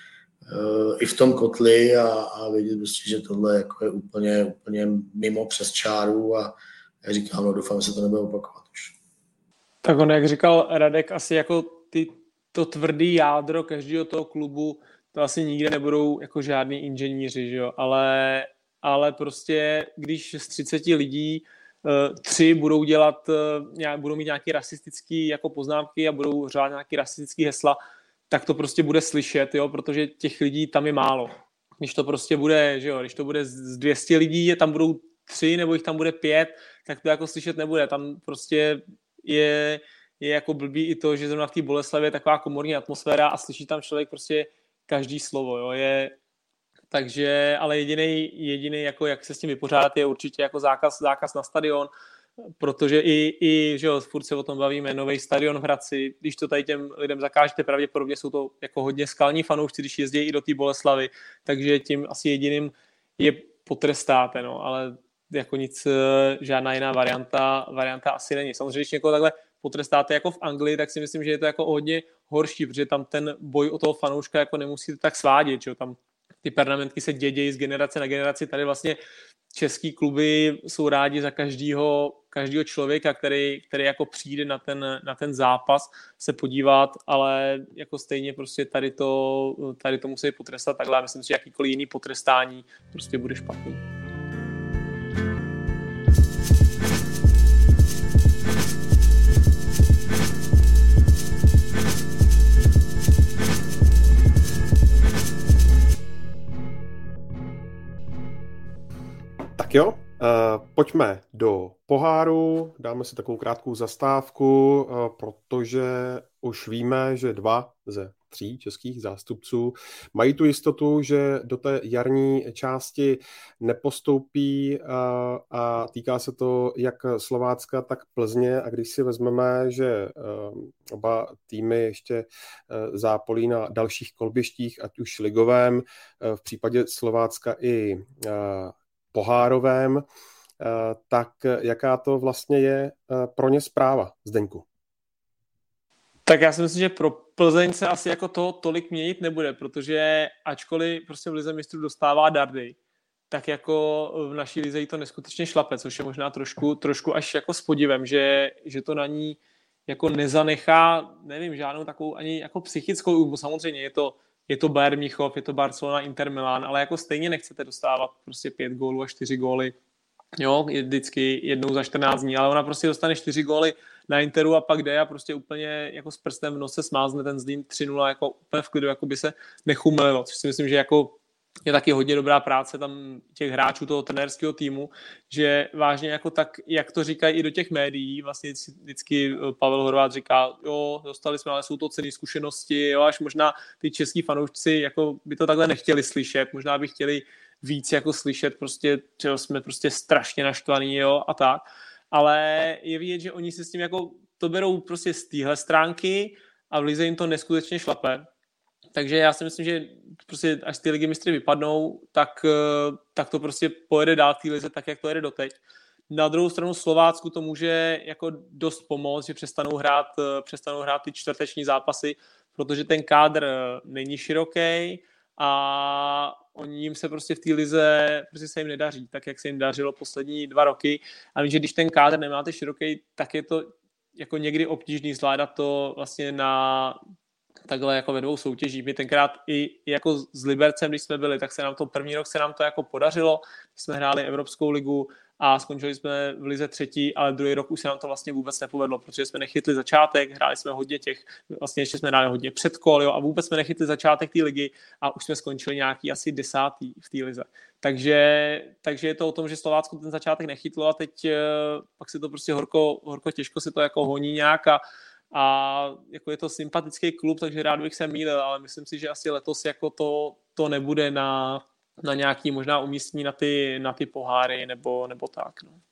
i v tom kotli a vědět prostě, že tohle jako je úplně mimo přes čáru a já říkám, no doufám, že se to nebude opakovat už. Tak on, jak říkal Radek, asi jako to tvrdý jádro každého toho klubu, to asi nikde nebudou jako žádný inženýři, že jo? Ale prostě, když z 30 lidí 3 budou budou mít nějaké rasistické jako poznámky a budou řvát nějaké rasistické hesla, tak to prostě bude slyšet, jo? Protože těch lidí tam je málo. Když to prostě bude, že jo? Když to bude z 200 lidí, tam budou 3 nebo jich tam bude 5, tak to jako slyšet nebude. Tam prostě je jako blbý i to, že zrovna v té Boleslavě je taková komorní atmosféra a slyší tam člověk prostě každý slovo, jo? Takže, ale jediný jako jak se s tím vypořádat, je určitě jako zákaz na stadion, protože i že jo, furt se o tom bavíme, nový stadion v Hradci, když to tady těm lidem zakážete, pravděpodobně jsou to jako hodně skalní fanoušci, když jezdí i do té Boleslavy, takže tím asi jediným je potrestáte, no, ale jako nic, žádná jiná varianta asi není. Samozřejmě, když někoho takhle potrestáte jako v Anglii, tak si myslím, že je to jako hodně horší, protože tam ten boj o toho fanouška jako nemusíte tak svádět, že jo, tam ty pernamentky se dědějí z generace na generaci, tady vlastně český kluby jsou rádi za každého člověka, který jako přijde na ten zápas se podívat, ale jako stejně prostě tady to musí potrestat takhle. Myslím si, že jakýkoliv jiný potrestání prostě bude špatný. Tak jo, pojďme do poháru, dáme si takovou krátkou zastávku, protože už víme, že 2 ze 3 českých zástupců mají tu jistotu, že do té jarní části nepostoupí a týká se to jak Slovácka, tak Plzně a když si vezmeme, že oba týmy ještě zápolí na dalších kolbištích, ať už ligovém, v případě Slovácka i pohárovém, tak jaká to vlastně je pro ně zpráva, Zdeňku? Tak já si myslím, že pro Plzeň se asi jako to tolik měnit nebude, protože ačkoliv prostě v lize mistrů dostává dardy, tak jako v naší lize jí to neskutečně šlape, což je možná trošku až jako s podivem, že to na ní jako nezanechá, nevím, žádnou takovou ani jako psychickou újmu. Samozřejmě je to Bayern Mnichov, je to Barcelona, Inter Milan, ale jako stejně nechcete dostávat prostě 5 gólů a 4 góly, jo, vždycky jednou za 14 dní, ale ona prostě dostane 4 góly na Interu a pak jde a prostě úplně jako s prstem v nose smázne ten Zlín 3-0 jako úplně v klidu, jako by se nechumelilo, což si myslím, že jako je taky hodně dobrá práce tam těch hráčů toho trenérského týmu, že vážně jako tak, jak to říkají i do těch médií, vlastně vždycky Pavel Horváth říká, jo, dostali jsme, ale jsou to cenné zkušenosti, jo, až možná ty český fanoušci jako by to takhle nechtěli slyšet, možná by chtěli víc jako slyšet, prostě, že jsme prostě strašně naštvaný, jo, a tak, ale je vidět, že oni se s tím jako to berou prostě z téhle stránky a v lize jim to neskutečně šlape. Takže já si myslím, že prostě až ty ligy mistry vypadnou, tak to prostě pojede dál v té lize tak, jak to jede doteď. Na druhou stranu Slovácku to může jako dost pomoct, že přestanou hrát ty čtvrteční zápasy, protože ten kádr není široký a jim se prostě v té lize prostě se jim nedaří, tak jak se jim dařilo poslední 2 roky. A vím, že když ten kádr nemáte široký, tak je to jako někdy obtížný zvládat to vlastně takhle jako ve 2 soutěžích. My tenkrát i jako s Libercem, když jsme byli, tak se nám to první rok se nám to jako podařilo, když jsme hráli Evropskou ligu a skončili jsme v lize 3, ale druhý rok už se nám to vlastně vůbec nepovedlo, protože jsme nechytli začátek, hráli jsme hodně vlastně ještě jsme hráli hodně předkol, jo, a vůbec jsme nechytli začátek té ligy a už jsme skončili nějaký asi 10. v té lize. Takže je to o tom, že Slovácko ten začátek nechytlo a teď pak se to prostě horko těžko se to jako honí nějak a jako je to sympatický klub, takže rád bych se mýlil, ale myslím si, že asi letos jako to nebude na nějaký možná umístění na ty poháry nebo tak.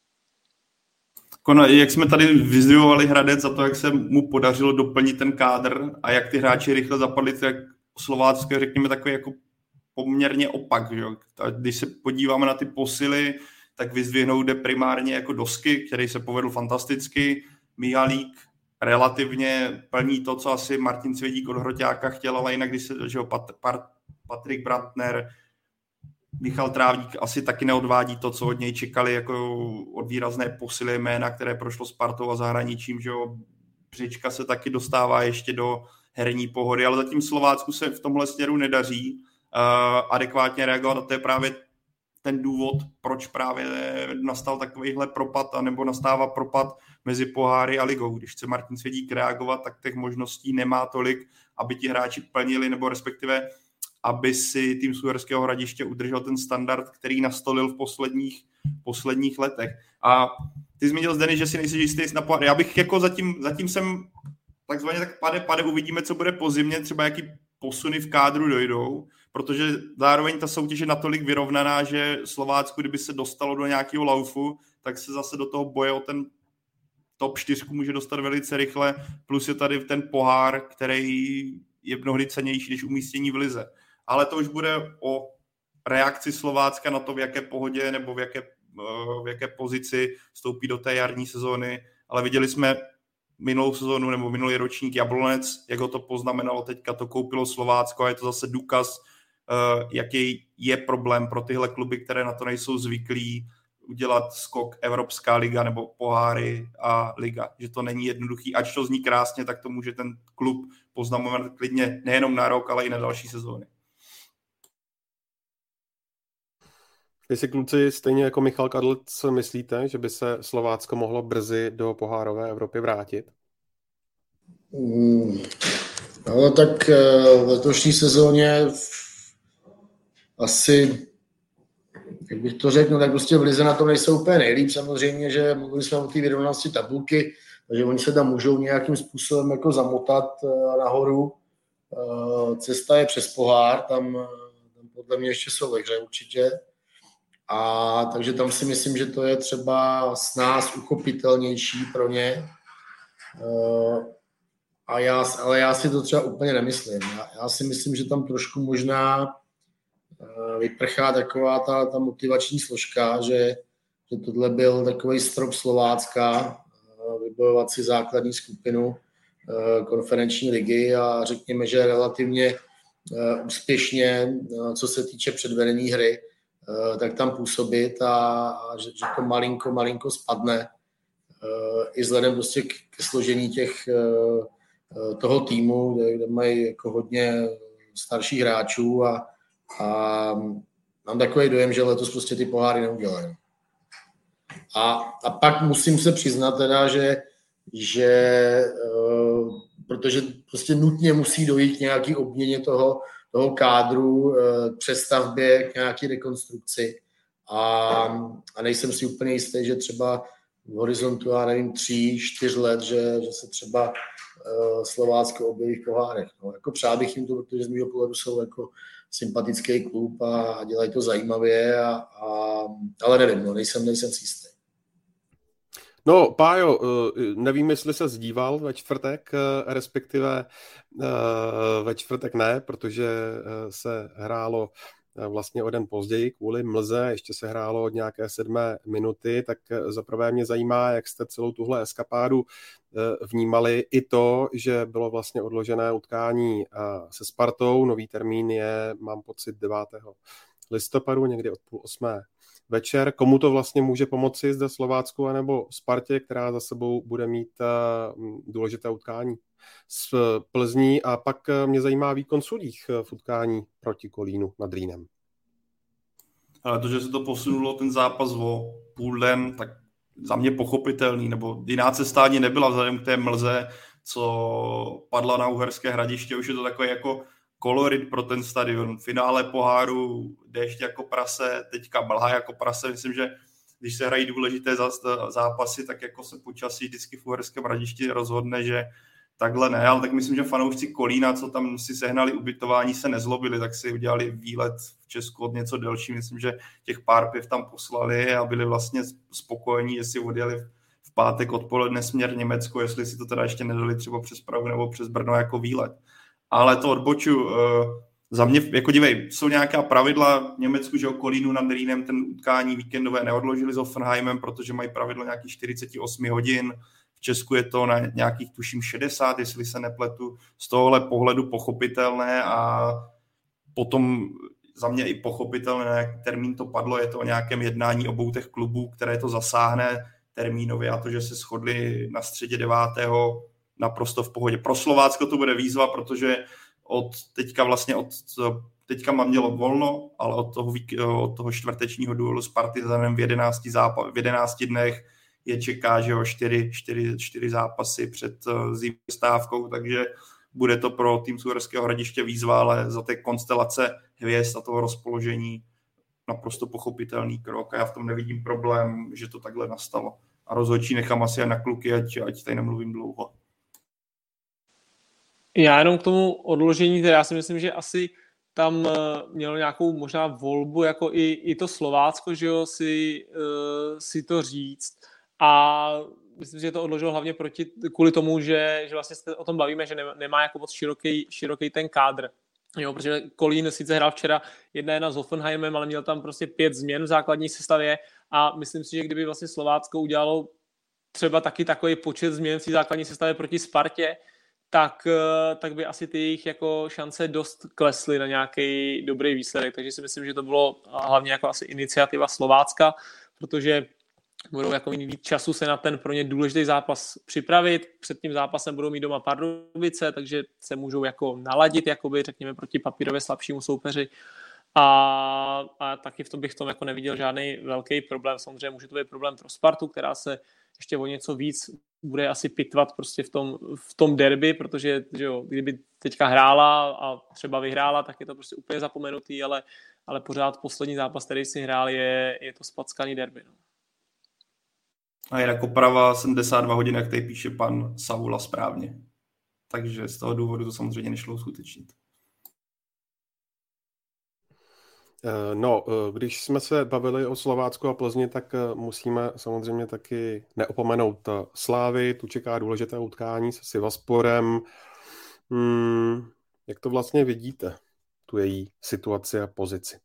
No. Jak jsme tady vyzdvihovali Hradec za to, jak se mu podařilo doplnit ten kádr a jak ty hráči rychle zapadli, tak Slovácko, řekněme, takový jako poměrně opak. Že? Když se podíváme na ty posily, tak vyzdvihnout jde primárně jako Dosky, který se povedl fantasticky, Mihalík relativně plní to, co asi Martin Svědík od Hroťáka chtěl, ale jinak, když se Patrik Brantner, Michal Trávník asi taky neodvádí to, co od něj čekali, jako od výrazné posily jména, které prošlo Spartou a zahraničím, že jo. Břička se taky dostává ještě do herní pohody, ale zatím Slovácku se v tomhle směru nedaří adekvátně reagovat a to je právě ten důvod, proč právě nastal takovýhle propad, anebo nastává propad mezi poháry a ligou. Když chce Martin Svědík reagovat, tak těch možností nemá tolik, aby ti hráči plnili, nebo respektive aby si tým z Uherského Hradiště udržel ten standard, který nastolil v posledních letech. A ty zmínil, Zdeny, že si nejsi jistý na pohár. Já bych jako zatím jsem takzvaně tak pade, uvidíme, co bude po zimě, třeba jaký posuny v kádru dojdou, protože zároveň ta soutěž je natolik vyrovnaná, že Slovácku, kdyby se dostalo do nějakého laufu, tak se zase do toho boje o ten top 4 může dostat velice rychle, plus je tady ten pohár, který je mnohdy cennější než umístění v lize. Ale to už bude o reakci Slovácka na to, v jaké pohodě nebo v jaké pozici vstoupí do té jarní sezóny. Ale viděli jsme minulou sezónu nebo minulý ročník Jablonec, jak ho to poznamenalo, teďka to koupilo Slovácko a je to zase důkaz, jaký je problém pro tyhle kluby, které na to nejsou zvyklí, udělat skok Evropská liga nebo poháry a liga. Že to není jednoduchý. Ač to zní krásně, tak to může ten klub poznamenat klidně nejenom na rok, ale i na další sezóny. Vy si, kluci, stejně jako Michal Kadlec, myslíte, že by se Slovácko mohlo brzy do pohárové Evropy vrátit? No tak v letošní sezóně asi, jak bych to řekl, tak prostě v lize na tom nejsou úplně nejlíp. Samozřejmě, že mluvili jsme o té vyrovnanosti tabulky, takže oni se tam můžou nějakým způsobem jako zamotat nahoru. Cesta je přes pohár, tam podle mě ještě jsou ve hře určitě. A takže tam si myslím, že to je třeba s nás uchopitelnější pro ně. Ale já si to třeba úplně nemyslím. Já si myslím, že tam trošku možná vyprchá taková ta motivační složka, že tohle byl takový strop Slovácka, vybojovat si základní skupinu konferenční ligy a řekněme, že relativně úspěšně, co se týče předvedení hry, tak tam působit a že to malinko spadne i vzhledem prostě ke složení toho týmu, kde mají jako hodně starších hráčů a mám takový dojem, že letos prostě ty poháry neudělají. A pak musím se přiznat teda, že protože prostě nutně musí dojít k nějaký obměně toho kádru, k přestavbě, k nějaké rekonstrukci. A nejsem si úplně jistý, že třeba v horizontu, já nevím, 3-4 let, že se třeba Slovácko objeví v pohárech. No, jako přál bych jim to, protože z mého pohledu jsou jako sympatický klub a dělají to zajímavě, ale nevím, no, nejsem si jistý. No, Pájo, nevím, jestli se zdíval ve čtvrtek, respektive ve čtvrtek ne, protože se hrálo vlastně o den později kvůli mlze, ještě se hrálo od nějaké 7. minuty, tak zaprvé mě zajímá, jak jste celou tuhle eskapádu vnímali, i to, že bylo vlastně odložené utkání se Spartou, nový termín je, mám pocit, 9. listopadu, někdy od 7:30 večer. Komu to vlastně může pomoci, zde Slovácku anebo Spartě, která za sebou bude mít důležité utkání s Plzní, a pak mě zajímá výkon sudích v utkání proti Kolínu nad Rýnem. Ale to, že se to posunulo ten zápas o půl den, tak za mě pochopitelný, nebo jiná cesta ani nebyla vzhledem k té mlze, co padla na Uherské Hradiště. Už je to takový jako kolorit pro ten stadion. Finále poháru, déšť jako prase, teďka mlha jako prase. Myslím, že když se hrají důležité zápasy, tak jako se počasí vždycky v Uherském Hradišti rozhodne, že takhle ne, ale tak myslím, že fanoušci Kolína, co tam si sehnali ubytování, se nezlobili, tak si udělali výlet v Česku od něco delší. Myslím, že těch pár piv tam poslali a byli vlastně spokojení, že si odjeli v pátek odpoledne směr Německo, jestli si to teda ještě nedali třeba přes Prahu nebo přes Brno jako výlet. Ale to odboču. Za mě, jako dívej, jsou nějaká pravidla v Německu, že o Kolínu nad Rýnem ten utkání víkendové neodložili s Hoffenheimem, protože mají pravidlo nějakých 48 hodin. V Česku je to na nějakých, tuším, 60, jestli se nepletu. Z tohohle pohledu pochopitelné a potom za mě i pochopitelné, na jaký termín to padlo. Je to o nějakém jednání obou těch klubů, které to zasáhne termínově, a to, že se shodli na středě 9. naprosto v pohodě. Pro Slovácko to bude výzva, protože teďka mám mělo volno, ale od toho čtvrtečního duelu s Partizanem v 11 dnech je čeká, že jo, 4 zápasy před zimní stávkou, takže bude to pro tým z Uherského Hradiště výzva, ale za té konstelace hvězd a toho rozpoložení naprosto pochopitelný krok a já v tom nevidím problém, že to takhle nastalo. A rozhodčí nechám asi na kluky, ať tady nemluvím dlouho. Já jenom k tomu odložení, teda já si myslím, že asi tam mělo nějakou možná volbu, jako i to Slovácko, že jo, si to říct. A myslím, že to odložilo hlavně kvůli tomu, že vlastně se o tom bavíme, že nemá jako moc široký ten kádr. Jo, protože Kolín sice hrál včera 1-1 s Hoffenheimem, ale měl tam prostě 5 změn v základní sestavě a myslím si, že kdyby vlastně Slovácko udělalo třeba taky takový počet změn v té základní sestavě proti Spartě, tak by asi ty jejich jako šance dost klesly na nějaký dobrý výsledek. Takže si myslím, že to bylo hlavně jako asi iniciativa Slovácka, protože budou jako mít víc času se na ten pro ně důležitý zápas připravit. Před tím zápasem budou mít doma Pardubice, takže se můžou jako naladit, jakoby, řekněme, proti papírově slabšímu soupeři. A taky v tom bych jako neviděl žádný velký problém. Samozřejmě může to být problém pro Spartu, která se ještě o něco víc bude asi pitvat prostě v tom derby, protože že jo, kdyby teďka hrála a třeba vyhrála, tak je to prostě úplně zapomenutý, ale pořád poslední zápas, který si hrál, je to spackaný derby. No. A je jako prava 72 hodin, jak tady píše pan Savula správně. Takže z toho důvodu to samozřejmě nešlo uskutečnit. No, když jsme se bavili o Slovácku a Plzni, tak musíme samozřejmě taky neopomenout Slávy. Tu čeká důležité utkání se Sivassporem. Jak to vlastně vidíte, tu její situaci a pozici?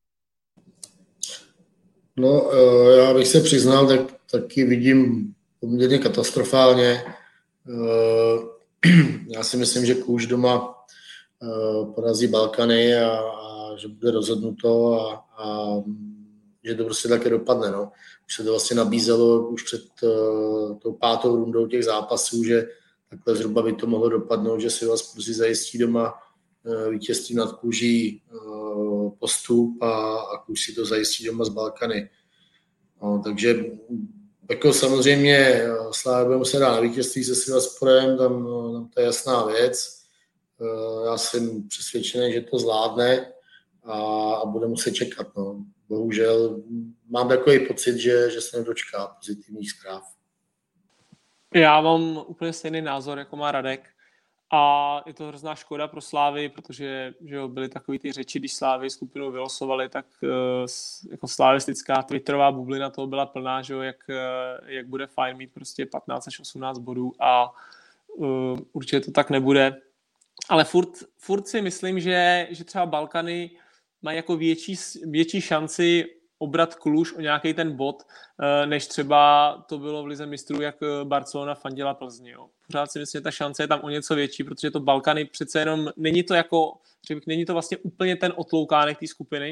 No, já bych se přiznal, tak taky vidím poměrně katastrofálně. Já si myslím, že Kůž doma porazí Balkany a že bude rozhodnuto a že to prostě také dopadne. No. Už se to vlastně nabízelo už před tou 5. rundou těch zápasů, že takhle zhruba by to mohlo dopadnout, že si vás prostě zajistí doma vítězství nad Kůží postup a Kůž si to zajistí doma z Balkany. No, takže jako samozřejmě Slávě bude muset dát na vítězství se Sivassporem, tam to je jasná věc. Já jsem přesvědčený, že to zvládne a bude muset čekat. No. Bohužel mám takový pocit, že se nedočká pozitivních zpráv. Já mám úplně stejný názor, jako má Radek. A je to hrozná škoda pro Slávy, protože že jo, byly takový ty řeči, když Slávy skupinu vylosovali, tak jako slavistická twitterová bublina toho byla plná, že jo, jak bude fajn mít prostě 15 až 18 bodů a určitě to tak nebude. Ale furt si myslím, že třeba Balkany mají jako větší šanci obrat Kluž o nějaký ten bod, než třeba to bylo v Lize mistrů, jak Barcelona fandila Plzni. Jo. Pořád si myslím, že ta šance je tam o něco větší, protože to Balkany přece jenom není to jako, není to vlastně úplně ten otloukánek té skupiny,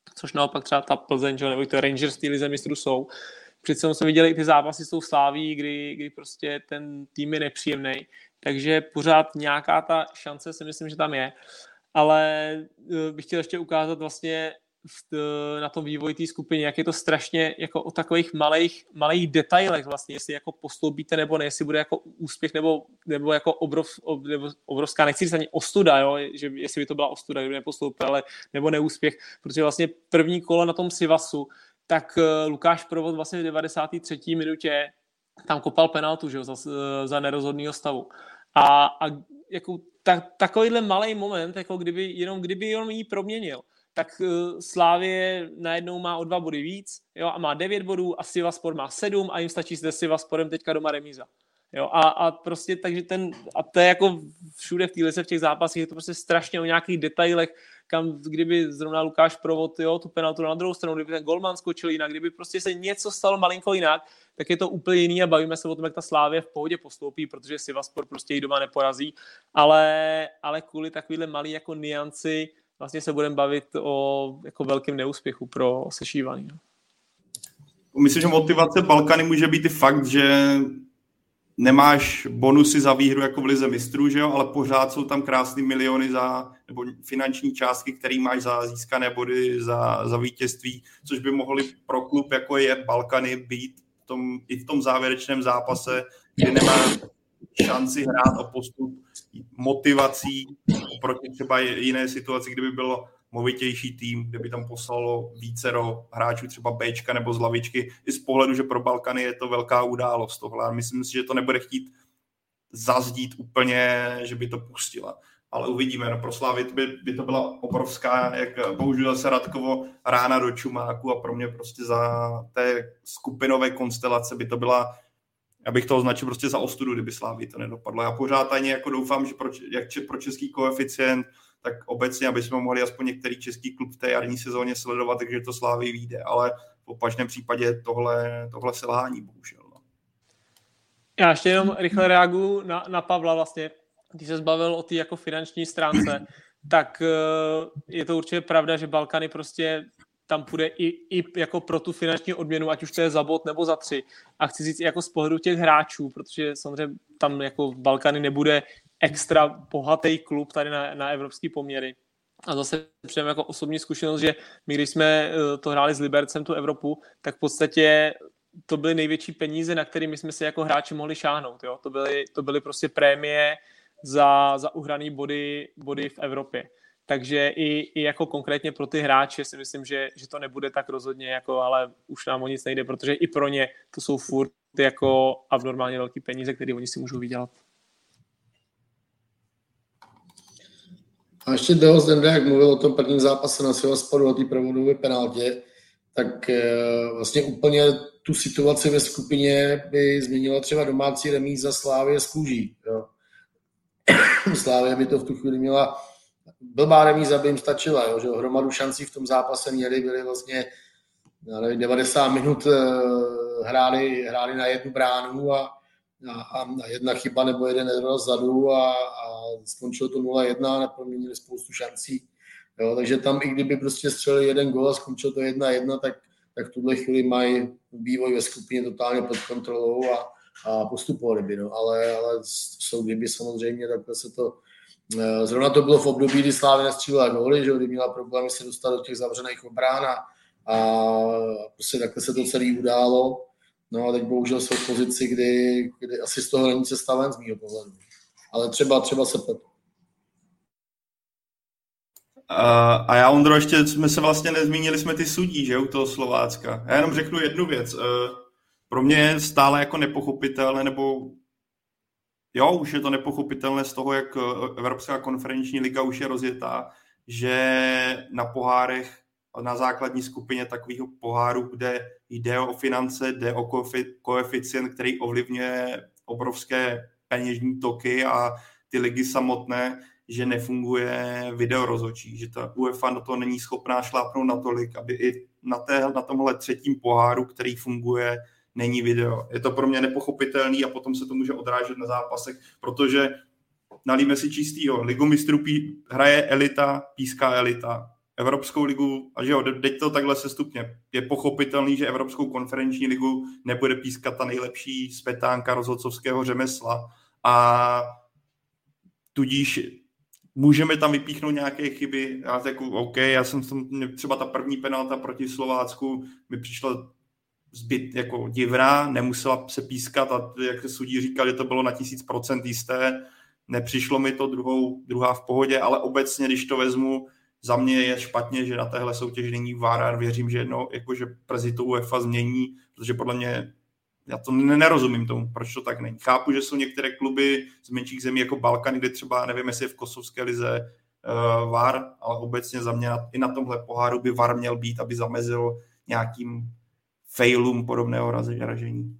což naopak třeba ta Plzeň, nebo i to Rangers ty lize mistrů jsou. Přece jsme viděli i ty zápasy s tou Slaví, kdy prostě ten tým je nepříjemný, takže pořád nějaká ta šance si myslím, že tam je, ale bych chtěl ještě ukázat vlastně na tom vývoji té skupiny, jak je to strašně jako o takových malých detailech vlastně, jestli jako postoupíte nebo ne, jestli bude jako úspěch nebo jako obrovská, nechci říct ani ostuda, jo, že jestli by to byla ostuda, kdyby nepostoupil, ale nebo neúspěch, protože vlastně první kolo na tom Sivasu, tak Lukáš Provod vlastně v 93. minutě tam kopal penaltu, že jo, za nerozhodného stavu. A jako takovýhle malý moment, jako kdyby jenom ji proměnil, tak Slavie najednou má o 2 body víc, jo, a má 9 bodů a Sivaspor má 7 a jim stačí se Sivasporem teďka doma remíza. Jo, a prostě takže to je jako všude v té lize v těch zápasech, je to prostě strašně o nějakých detailech, kam kdyby zrovna Lukáš Provod, jo, tu penaltu na druhou stranu, kdyby ten golman skočil jinak, kdyby prostě se něco stalo malinko jinak, tak je to úplně jiný a bavíme se o tom, jak ta Slavie v pohodě postoupí, protože Sivaspor prostě ji doma neporazí, ale kvůli takovýhle malý jako nianci vlastně se budeme bavit o jako velkém neúspěchu pro sešívaný. No. Myslím, že motivace Balkany může být i fakt, že nemáš bonusy za výhru jako v lize mistrů, že jo? Ale pořád jsou tam krásný miliony nebo finanční částky, které máš za získané body, za vítězství, což by mohly pro klub, jako je Balkany, být i v tom závěrečném zápase, kdy nemá šanci hrát o postup motivací oproti třeba jiné situaci, kdyby bylo movitější tým, kde by tam poslalo vícero hráčů třeba Bčka nebo z lavičky, i z pohledu, že pro Balkany je to velká událost tohle. Myslím si, že to nebude chtít zazdít úplně, že by to pustila. Ale uvidíme, no pro Slavii by to byla obrovská, jak bohužel se Radkovo, rána do čumáku a pro mě prostě za té skupinové konstelace by to byla, já bych to označil prostě za ostudu, kdyby Slavii to nedopadlo. Já pořád ani jako doufám, že pro český koeficient, tak obecně, aby jsme mohli aspoň některý český klub v té jarní sezóně sledovat, takže to Slavii vyjde, ale v opačném případě tohle selhání, bohužel. No. Já ještě jenom rychle reaguju na Pavla vlastně, když se zbavil o té jako finanční stránce, tak je to určitě pravda, že Balkany prostě tam půjde i jako pro tu finanční odměnu, ať už to je za bod nebo za 3. A chci říct jako z pohledu těch hráčů, protože samozřejmě tam jako Balkany nebude extra bohatý klub tady na evropský poměry. A zase přijeme jako osobní zkušenost, že my, když jsme to hráli s Libercem, tu Evropu, tak v podstatě to byly největší peníze, na kterými jsme si jako hráči mohli šáhnout. Jo? To byly prostě prémie za uhraný body v Evropě. Takže i jako konkrétně pro ty hráče si myslím, že to nebude tak rozhodně, jako, ale už nám o nic nejde, protože i pro ně to jsou furt jako abnormálně velký peníze, které oni si můžou vydělat. A ještě Deos Dende, jak mluvil o tom prvním zápase na Sivasporu, o té provodové penaltě, tak vlastně úplně tu situaci ve skupině by změnila třeba domácí remíza Slávie s Kluží. Jo. Slávie by to v tu chvíli měla, blbá remíza by jim stačila, jo, že hromadu šancí v tom zápase měli, byli vlastně 90 minut hráli na jednu bránu a jedna chyba nebo jeden nedoraz zadu a skončilo to 0-1, neproměnili spoustu šancí. Jo, takže tam i kdyby prostě střelili jeden gól a skončilo to 1-1, tak v tuhle chvíli mají vývoj ve skupině totálně pod kontrolou a postupovali by. No. Ale jsou kdyby samozřejmě, takhle se to... Zrovna to bylo v období, kdy Slavia nestřílela góly, že kdy měla problémy se dostat do těch zavřených obrán a prostě takhle se to celé událo. No a teď bohužel jsou v pozici, kdy asi z toho není cesta ven z mýho pohledu. Ale třeba se pletu. A já, Ondro, ještě jsme se vlastně nezmínili jsme ty sudí, že u toho Slovácka. Já jenom řeknu jednu věc. Pro mě je stále jako nepochopitelné, nebo jo, už je to nepochopitelné z toho, jak Evropská konferenční liga už je rozjetá, že na pohárech, na základní skupině takového poháru, kde jde o finance, jde o koeficient, který ovlivňuje obrovské peněžní toky a ty ligy samotné, že nefunguje videorozhodčí, že ta UEFA na to není schopná šlápnout natolik, aby i na tomhle třetím poháru, který funguje, není video. Je to pro mě nepochopitelný a potom se to může odrážet na zápasech, protože nalíme si čistýho. Ligu mistrů hraje elita, píská elita. Evropskou ligu, a že jo, teď to takhle sestupně. Je pochopitelný, že Evropskou konferenční ligu nebude pískat ta nejlepší smetánka rozhodcovského řemesla a tudíž můžeme tam vypíchnout nějaké chyby. Já řeknu, OK, třeba ta první penalta proti Slovácku mi přišla zbyt jako divná, nemusela se pískat a jak sudí říkali, to bylo na 1000% jisté. Nepřišlo mi to, druhá v pohodě, ale obecně, když to vezmu, za mě je špatně, že na téhle soutěži není VAR a věřím, že jednou jakože brzy to UEFA změní, protože podle mě já to nerozumím tomu, proč to tak není. Chápu, že jsou některé kluby z menších zemí jako Balkán, kde třeba, nevím, jestli je v kosovské lize VAR, ale obecně za mě i na tomhle poháru by VAR měl být, aby zamezil nějakým failům podobného ražení.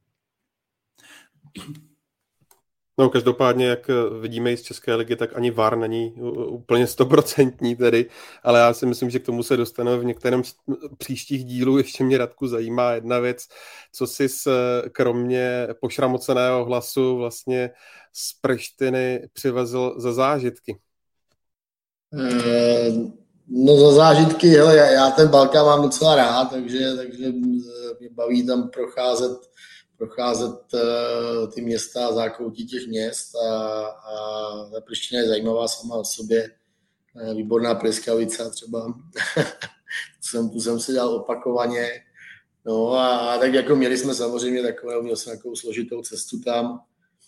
No, každopádně, jak vidíme i z České ligy, tak ani VAR není úplně 100% tedy, ale já si myslím, že k tomu se dostaneme v některém z příštích dílů. Ještě mě, Radku, zajímá jedna věc, co jsi kromě pošramoceného hlasu vlastně z Prištiny přivezl za zážitky? No za zážitky, hele, já ten Balkán mám docela rád, takže mě baví tam procházet ty města a zákoutí těch měst a ta Priština je zajímavá sama o sobě. Výborná Pliskavica třeba. tu jsem si dal opakovaně. No a tak jako měli jsme samozřejmě měl jsem takovou složitou cestu tam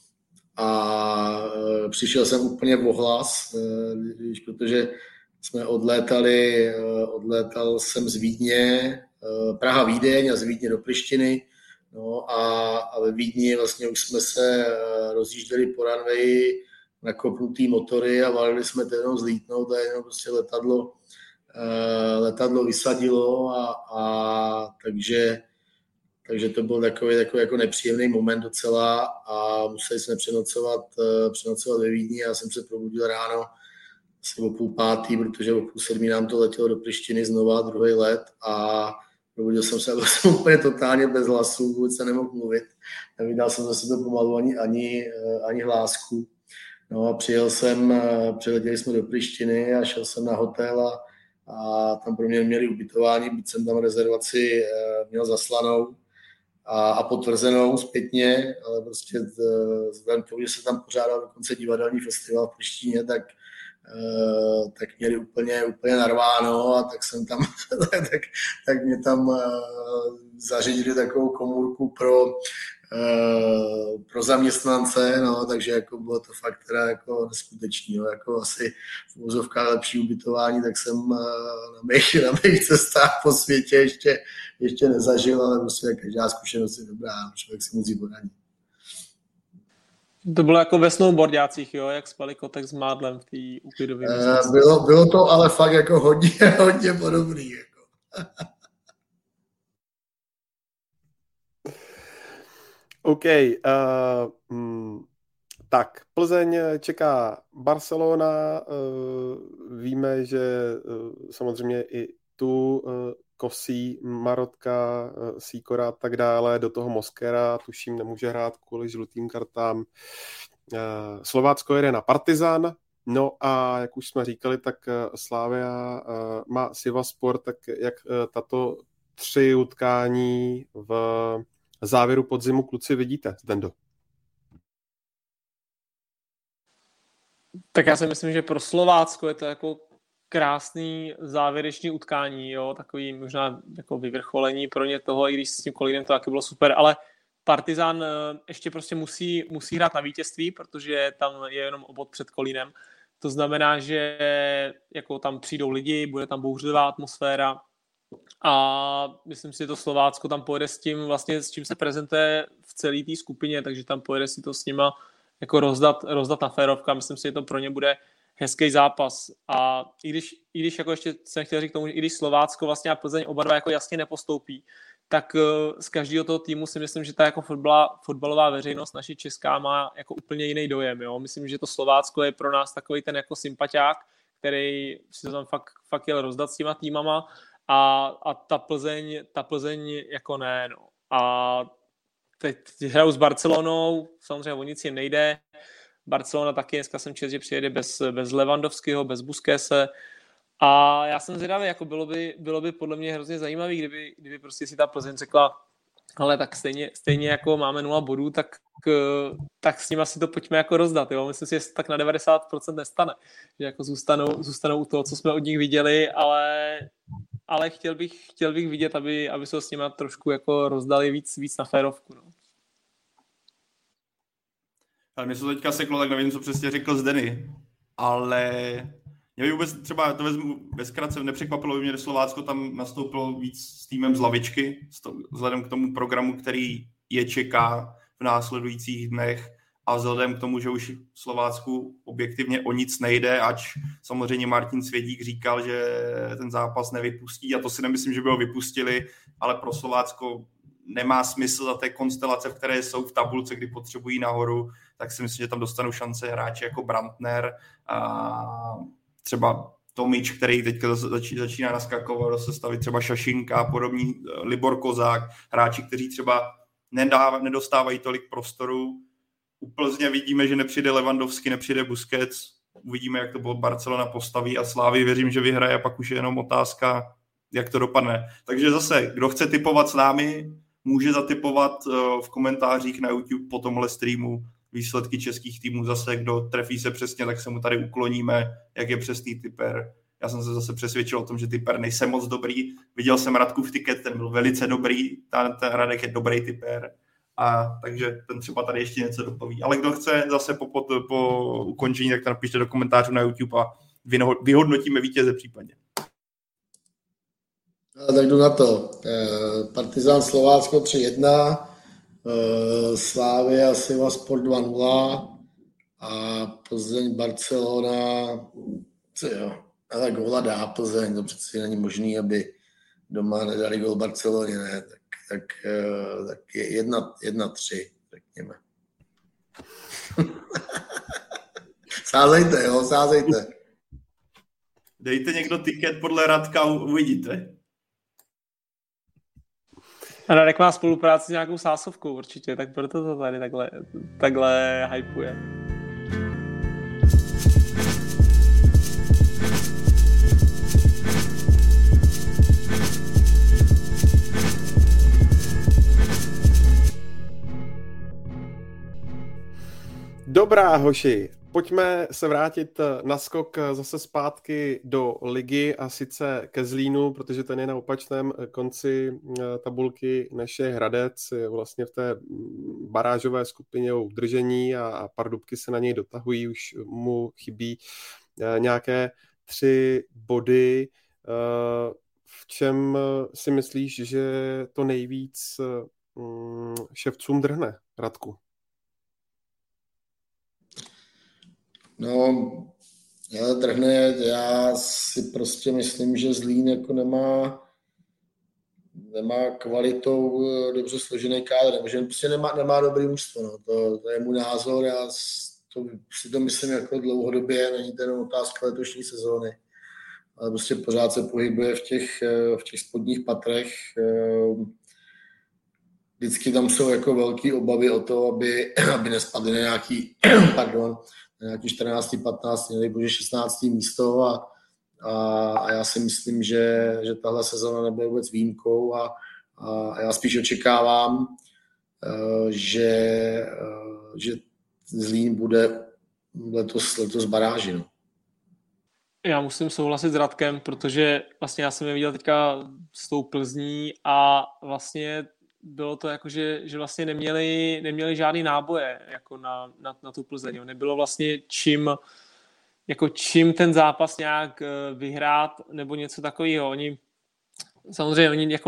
a přišel jsem úplně v ohlas, protože jsme odlétal jsem z Vídně, Praha-Vídeň a z Vídně do Prištiny. No a ve Vídni vlastně už jsme se rozjížděli po runwayi, nakopnutý motory a valili jsme to jenom zlítnout a jenom prostě letadlo vysadilo a takže to byl takový jako nepříjemný moment docela a museli jsme přenocovat ve Vídni. Já jsem se probudil ráno asi o 6:30, protože o 6:30 nám to letělo do Prištiny znova, druhý let a probudil jsem se úplně totálně bez hlasu, vůbec se nemohl mluvit. Nevydal jsem zase to pomalu ani hlásku. No a přiletěli jsme do Prištiny a šel jsem na hotel a tam pro mě měli ubytování, byť jsem tam rezervaci měl zaslanou a potvrzenou zpětně, ale prostě vzhledem k tomu, že se tam pořádal dokonce divadelní festival v Prištině, tak měli úplně narváno a tak jsem tam tak mě tam zařídili takovou komůrku pro zaměstnance, no, takže jako bylo to fakt teda jako neskutečný, no, jako asi v uvozovkách lepší ubytování, tak jsem na mých cestách po světě ještě nezažil, ale prostě každá zkušenost je dobrá, člověk si musí poradit. To bylo jako ve snowboardácích, jo, jak spali kotek s mádlem v té uklidové místnosti. Bylo to ale fakt jako hodně podobný. Jako. OK. Tak, Plzeň čeká Barcelona. Víme, že samozřejmě i tu Kosí, Marotka, Sýkora a tak dále, do toho Moskera, tuším, nemůže hrát kvůli žlutým kartám. Slovácko jede na Partizan, no a jak už jsme říkali, tak Slavia má Sivaspor, tak jak tato 3 utkání v závěru podzimu kluci vidíte, Zdendo? Tak já si myslím, že pro Slovácko je to jako krásný závěrečný utkání, jo, takový možná jako vyvrcholení pro ně toho, i když s tím Kolínem to taky bylo super, ale Partizan ještě prostě musí hrát na vítězství, protože tam je jenom o bod před Kolínem. To znamená, že jako tam přijdou lidi, bude tam bouřlivá atmosféra a myslím si, že to Slovácko tam pojede s tím vlastně, s čím se prezentuje v celé té skupině, takže tam pojede si to s nima jako rozdat na férovka. Myslím si, že to pro ně bude hezký zápas. A i když jako ještě jsem chtěl říct k tomu, že i když Slovácko vlastně a Plzeň oba dva jako jasně nepostoupí, tak z každého toho týmu si myslím, že ta jako fotbalová veřejnost naši česká má jako úplně jiný dojem. Jo? Myslím, že to Slovácko je pro nás takový ten jako sympatiák, který si to tam fakt jel rozdat s těma týmama a ta Plzeň jako ne. No. A teď hrajou s Barcelonou, samozřejmě o nic jim nejde. Barcelona taky, dneska jsem četl, že přijede bez Lewandowského, bez Busquetse A já jsem zvědavý, jako bylo by podle mě hrozně zajímavý, kdyby prostě si ta Plzeň řekla, ale tak stejně jako máme 0 bodů, tak s nima si to pojďme jako rozdat. Jo? Myslím si, že se tak na 90% nestane. Že jako zůstanou u toho, co jsme od nich viděli, ale chtěl bych vidět, aby se s nima trošku jako rozdali víc na férovku. No. Ale mě se to teďka seklo, tak nevím, co přesně řekl Zdeny, ale mě by vůbec třeba, to vezmu ve zkratce, nepřekvapilo by mě, že Slovácko tam nastoupilo víc s týmem z lavičky, vzhledem k tomu programu, který je čeká v následujících dnech a vzhledem k tomu, že už Slovácku objektivně o nic nejde, ač samozřejmě Martin Svědík říkal, že ten zápas nevypustí a to si nemyslím, že by ho vypustili, ale pro Slovácko nemá smysl za té konstelace, v které jsou v tabulce, kdy potřebují nahoru, tak si myslím, že tam dostanou šance hráči jako Brandner a třeba Tomič, který teďka začíná naskakovat do sestavy, třeba Šašinka a podobný, Libor Kozák, hráči, kteří třeba nedostávají tolik prostoru. U Plzně vidíme, že nepřijde Lewandowski, nepřijde Busquets, uvidíme, jak to Barcelona postaví a Slávy věřím, že vyhraje a pak už je jenom otázka, jak to dopadne. Takže zase, kdo chce tipovat s námi, může zatipovat v komentářích na YouTube po tomhle streamu výsledky českých týmů. Zase, kdo trefí se přesně, tak se mu tady ukloníme, jak je přesný tipper. Já jsem se zase přesvědčil o tom, že tipper nejsem moc dobrý. Viděl jsem Radkův tiket, ten byl velice dobrý. Ten Radek je dobrý tipper. A takže ten třeba tady ještě něco dopoví. Ale kdo chce zase po ukončení, tak to napište do komentářů na YouTube a vyhodnotíme vítěze případně. Tak jdu na to. Partizán Slovácko 3-1, Slavia Sivaspor 2-0 a Plzeň Barcelona, ale góla dá Plzeň, to přeci není možný, aby doma nedali gól Barceloně, ne? Tak je 1-3, řekněme. Sázejte. Dejte někdo tiket podle Radka, uvidíte. Radek má spolupráci s nějakou sásovkou určitě, tak proto to tady takhle hypuje. Dobrá, hoši, pojďme se vrátit na skok zase zpátky do ligy a sice ke Zlínu, protože ten je na opačném konci tabulky než je Hradec, je vlastně v té barážové skupině o udržení a Pardubky se na něj dotahují, už mu chybí nějaké 3 body. V čem si myslíš, že to nejvíc ševcům drhne, Radku? No, trhne, já si prostě myslím, že Zlín jako nemá kvalitou dobře složený kádr, že prostě nemá dobrý mužstvo, no. To je můj názor, já si to myslím jako dlouhodobě, není to jenom otázka letošní sezóny, ale prostě pořád se pohybuje v těch spodních patrech. Vždycky tam jsou jako velké obavy o to, aby nespadly na nějaký, nějaký 14., 15., nebo 16. místo a já si myslím, že tahle sezona nebude vůbec výjimkou a já spíš očekávám, že Zlín bude letos baráži. No. Já musím souhlasit s Radkem, protože vlastně já jsem je viděl teďka s tou Plzní a vlastně bylo to jako, že vlastně neměli žádný náboje jako na tu Plzeň. Nebylo vlastně čím ten zápas nějak vyhrát nebo něco takového. Oni jako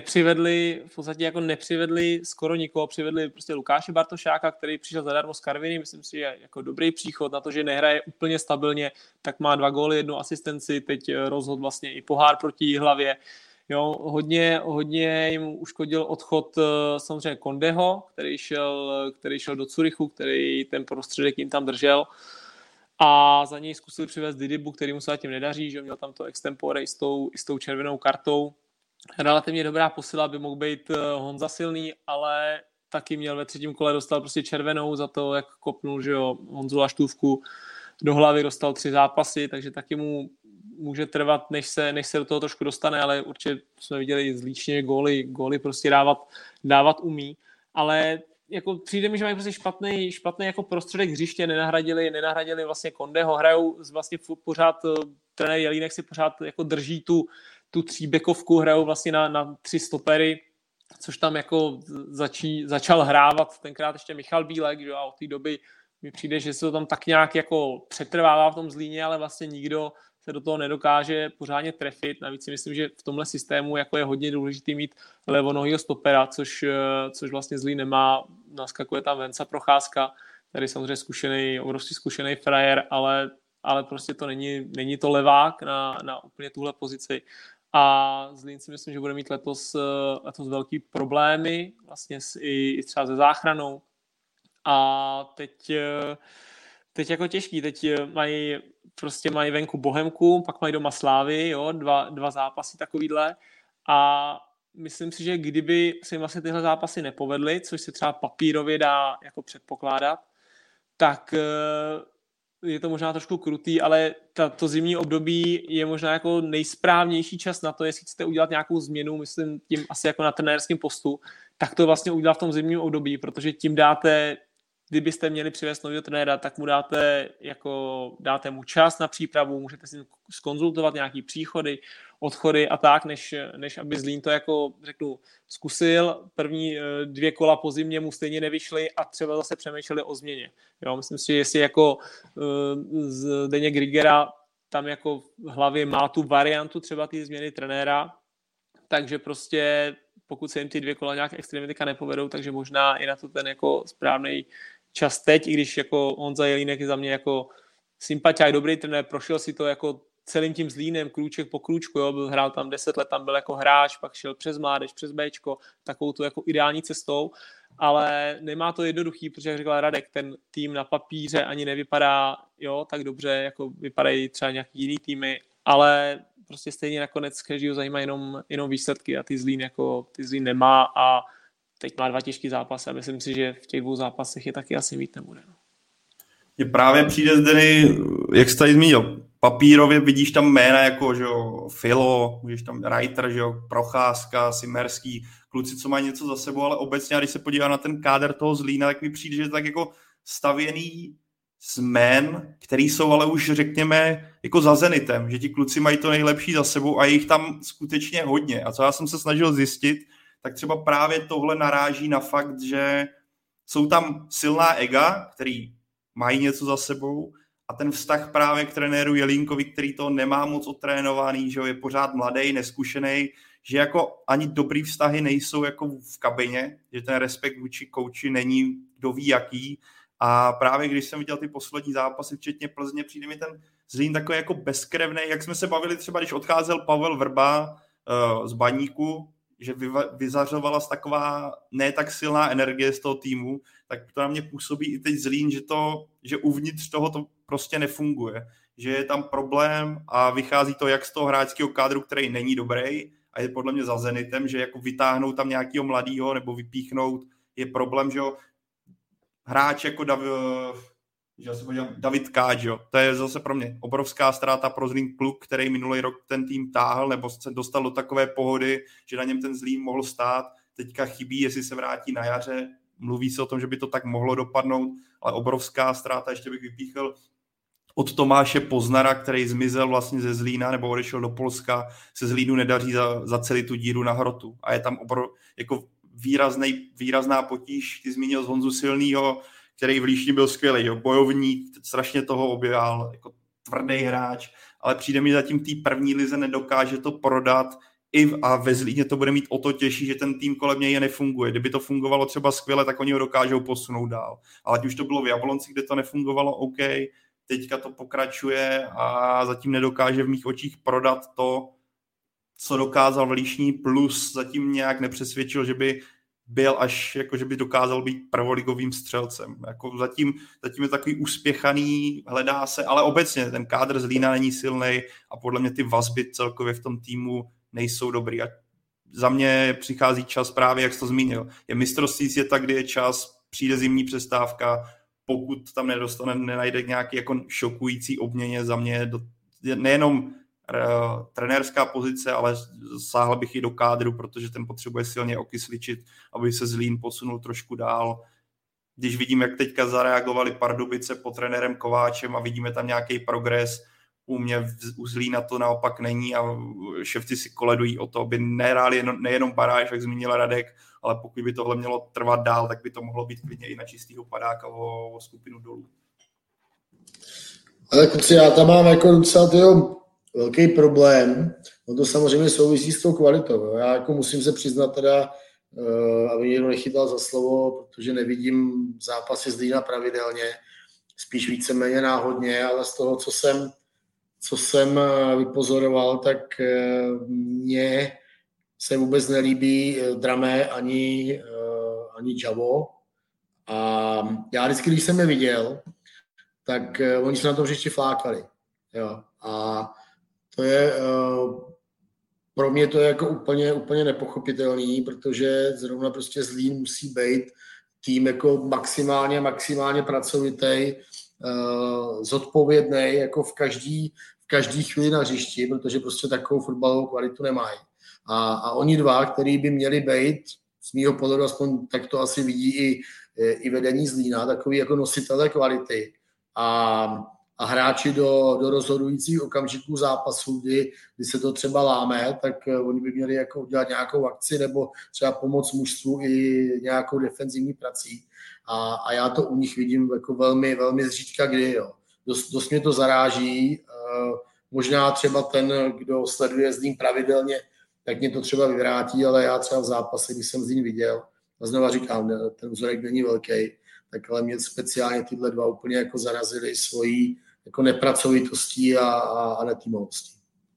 nepřivedli skoro nikoho, přivedli prostě Lukáše Bartošáka, který přišel zadarmo z Karviny, myslím si, že jako dobrý příchod na to, že nehraje úplně stabilně, tak má 2 góly, 1 asistenci, teď rozhodl vlastně i pohár proti Jihlavě. Jo, hodně jim uškodil odchod samozřejmě Kondeho, který šel do Curychu, který ten prostředek jim tam držel a za něj zkusili přivést Didybu, který mu se zatím nedaří, že měl tam to extempore i s tou červenou kartou. Relativně dobrá posila by mohl být Honza Silný, ale taky měl ve 3. kole dostal prostě červenou za to, jak kopnul, že jo, Honzu Laštůvku do hlavy, dostal 3 zápasy, takže taky mu může trvat, než se do toho trošku dostane, ale určitě jsme viděli z Líčně góly prostě dávat umí, ale jako přijde mi, že mají prostě špatný jako prostředek hřiště, nenahradili vlastně Kondeho, hrajou vlastně pořád, trenér Jelínek si pořád jako drží tu tříbekovku, hrajou vlastně na 3 stopery, což tam jako začal hrávat tenkrát ještě Michal Bílek, že? A od té doby mi přijde, že se to tam tak nějak jako přetrvává v tom Zlíně, ale vlastně nikdo se do toho nedokáže pořádně trefit. Navíc si myslím, že v tomhle systému jako je hodně důležitý mít levonohýho stopera, což vlastně Zlín nemá. Naskakuje tam Venca Procházka, tady samozřejmě obrovský zkušený frajer, ale prostě to není to levák na úplně tuhle pozici. A Zlín si myslím, že bude mít letos velký problémy, vlastně i třeba se záchranou. A teď jako těžký, teď mají venku Bohemku, pak mají doma Slávy, jo, dva zápasy takovýhle a myslím si, že kdyby se jim vlastně tyhle zápasy nepovedly, což se třeba papírově dá jako předpokládat, tak je to možná trošku krutý, ale to zimní období je možná jako nejsprávnější čas na to, jestli chcete udělat nějakou změnu, myslím tím asi jako na trenérském postu, tak to vlastně udělat v tom zimním období, protože tím kdybyste měli přivést nového trenéra, tak mu dáte mu čas na přípravu, můžete si zkonzultovat nějaký příchody, odchody a tak, než aby Zlín to jako řeknu zkusil. První 2 kola po zimě mu stejně nevyšly a třeba zase přemýšleli o změně. Jo, myslím si, že jestli jako Zdeněk Grigera tam jako v hlavě má tu variantu třeba té změny trenéra, takže prostě pokud se jim ty 2 kola nějak extrémně nepovedou, takže možná i na to ten jako správný čas teď, i když jako Honza Jelínek je za mě jako sympatiák, dobrý trenér, prošel si to jako celým tím Zlínem, krůček po krůčku, jo, hrál tam 10 let, tam byl jako hráč, pak šel přes mládež, přes Bčko, takovou tu jako ideální cestou, ale nemá to jednoduchý, protože jak řekl Radek, ten tým na papíře ani nevypadá tak dobře, jako vypadají třeba nějaký jiný týmy, ale prostě stejně nakonec každýho zajímá jenom výsledky a ty Zlín nemá a teď má 2 těžký zápasy a myslím si, že v těch 2 zápasech je taky asi mít nebude. No. Je právě přijde Zdeny, jak jsi tady zmínil, papírově vidíš tam jména jako že jo, Filo, můžeš tam Reiter, že jo, Procházka, Simerský, kluci, co mají něco za sebou, ale obecně, když se podívá na ten kádr toho Zlína, tak mi přijde, že je tak jako stavěný z jmén, který jsou ale už řekněme jako za Zenitem, že ti kluci mají to nejlepší za sebou a je jich tam skutečně hodně. A co já jsem se snažil zjistit, tak třeba právě tohle naráží na fakt, že jsou tam silná ega, který mají něco za sebou a ten vztah právě k trenéru Jelínkovi, který to nemá moc otrénovaný, že je pořád mladý, neskušený, že jako ani dobrý vztahy nejsou jako v kabině, že ten respekt vůči kouči není kdo ví jaký. A právě když jsem viděl ty poslední zápasy, včetně Plzně, přijde mi ten Zlín takový jako bezkrevný, jak jsme se bavili třeba, když odcházel Pavel Vrba z Baníku, že vyzařovala taková ne tak silná energie z toho týmu, tak to na mě působí i teď Zlín, že uvnitř toho to prostě nefunguje. Že je tam problém a vychází to jak z toho hráčského kádru, který není dobrý a je podle mě za Zenitem, že jako vytáhnout tam nějakého mladýho nebo vypíchnout je problém, že jo, hráč jako David Káč, jo. To je zase pro mě obrovská ztráta pro Zlín, kluk, který minulý rok ten tým táhl nebo se dostal do takové pohody, že na něm ten Zlín mohl stát. Teďka chybí, jestli se vrátí na jaře. Mluví se o tom, že by to tak mohlo dopadnout, ale obrovská ztráta. Ještě bych vypíchl od Tomáše Poznara, který zmizel vlastně ze Zlína nebo odešel do Polska. Se Zlínu nedaří za celý tu díru na hrotu. A je tam jako výrazná potíž. Ty zmínil z Honzu Silnýho, který v Líšni byl skvělý, jo, bojovník, strašně toho objevil, jako tvrdý hráč, ale přijde mi zatím té první lize nedokáže to prodat a ve Zlíně to bude mít o to těžší, že ten tým kolem něj nefunguje. Kdyby to fungovalo třeba skvěle, tak oni ho dokážou posunout dál. Ale ať už to bylo v Jablonci, kde to nefungovalo, OK, teďka to pokračuje a zatím nedokáže v mých očích prodat to, co dokázal v Líšni, plus zatím nějak nepřesvědčil, že by byl až, jako že by dokázal být prvoligovým střelcem. Jako zatím je takový uspěchaný, hledá se, ale obecně ten kádr Zlína není silný a podle mě ty vazby celkově v tom týmu nejsou dobrý. A za mě přichází čas právě, jak jsi to zmínil. Je mistrovství světa, kdy je čas, přijde zimní přestávka, pokud tam nenajde nějaký jako šokující obměně, za mě nejenom trenérská pozice, ale sáhl bych i do kádru, protože ten potřebuje silně okysličit, aby se Zlín posunul trošku dál. Když vidím, jak teďka zareagovali Pardubice pod trenérem Kováčem a vidíme tam nějaký progres, u mě u Zlína to naopak není a šefci si koledují o to, aby nehráli nejenom baráž, jak zmínil Radek, ale pokud by tohle mělo trvat dál, tak by to mohlo být klidně i na čistýho padáka o skupinu dolů. Ale kluci, já tam mám jako docela velký problém. No to samozřejmě souvisí s tou kvalitou. Já jako musím se přiznat teda, aby někdo nechytal za slovo, protože nevidím zápasy Zlína pravidelně, spíš víceméně náhodně, ale z toho, co jsem vypozoroval, tak mně se vůbec nelíbí Dramé ani Javo. A já vždycky, když jsem je viděl, tak oni se na tom hřišti flákali. Jo. A to je pro mě to je jako úplně nepochopitelný, protože zrovna prostě Zlín musí být tým jako maximálně pracovitý, zodpovědný jako v každý chvíli na hřišti, protože prostě takovou fotbalovou kvalitu nemají. A oni dva, který by měli být, z mýho pohledu aspoň tak to asi vidí i vedení Zlína, takový jako nositelé kvality a hráči do rozhodujících okamžiků zápasů, kdy se to třeba láme, tak oni by měli jako udělat nějakou akci nebo třeba pomoct mužstvu i nějakou defenzivní prací. A já to u nich vidím jako velmi, velmi zřídka kdy. Jo. Dost mě to zaráží. Možná třeba ten, kdo sleduje Zlín pravidelně, tak mě to třeba vyvrátí, ale já třeba v zápase, když jsem Zlín viděl, a znova říkám, ten vzorek není velký, tak ale mě speciálně tyhle dva úplně jako zarazily svojí jako nepracovitostí a netýmovostí.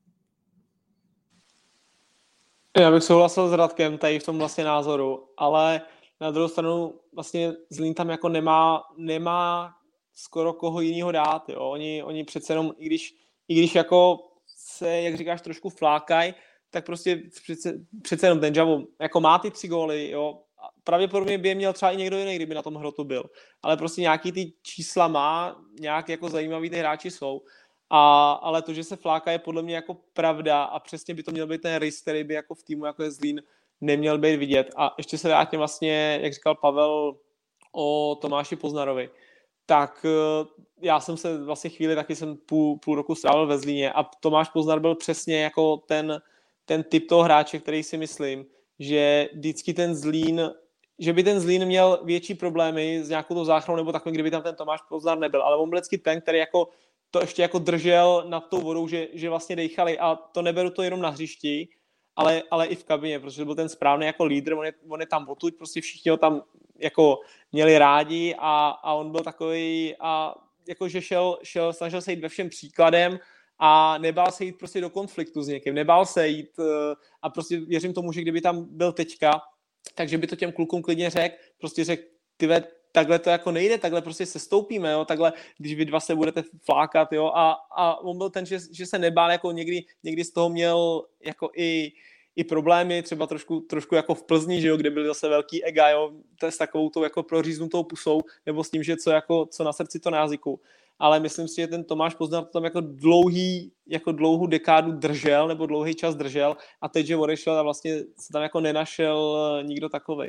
Já bych souhlasil s Radkem tady v tom vlastně názoru, ale na druhou stranu vlastně Zlín tam jako nemá skoro koho jinýho dát. Jo? Oni přece jenom, i když jako se, jak říkáš, trošku flákají, tak prostě přece jenom ten Javo jako má ty 3 góly, jo? Pravděpodobně by je měl třeba i někdo jiný, kdyby na tom hrotu byl. Ale prostě nějaký ty čísla má, nějak jako zajímavý ty hráči jsou. Ale to, že se fláká, je podle mě jako pravda a přesně by to měl být ten rys, který by jako v týmu jako je Zlín neměl být vidět. A ještě se vrátím vlastně, jak říkal Pavel o Tomáši Poznarovi, tak já jsem se vlastně chvíli, taky jsem půl roku strávil ve Zlíně a Tomáš Poznar byl přesně jako ten typ toho hráče, který si myslím, že vždycky ten Zlín, že by ten Zlín měl větší problémy s nějakou tou záchranou nebo takovým, kdyby tam ten Tomáš Poznar nebyl, ale on byl vždycky ten, který jako to ještě jako držel nad tou vodou, že vlastně dejchali a to neberu to jenom na hřišti, ale i v kabině, protože byl ten správný jako lídr, on je tam odtud, prostě všichni ho tam jako měli rádi a on byl takový a jakože snažil se jít ve všem příkladem a nebál se jít prostě do konfliktu s někým, nebál se jít a prostě věřím tomu, že kdyby tam byl teďka, takže by to těm klukům klidně řekl, tyve, takhle to jako nejde, takhle prostě se stoupíme, jo, takhle, když vy dva se budete flákat, jo, a on byl ten, že se nebál, jako někdy z toho měl jako i problémy, třeba trošku jako v Plzni, že jo, kde byly zase velký ega, jo, to je s takovou tou jako proříznutou pusou, nebo s tím, že co na srdci, to na jazyku. Ale myslím si, že ten Tomáš Poznar to tam jako dlouhou dekádu držel, nebo dlouhý čas držel a teď, že odešel a vlastně se tam jako nenašel nikdo takovej.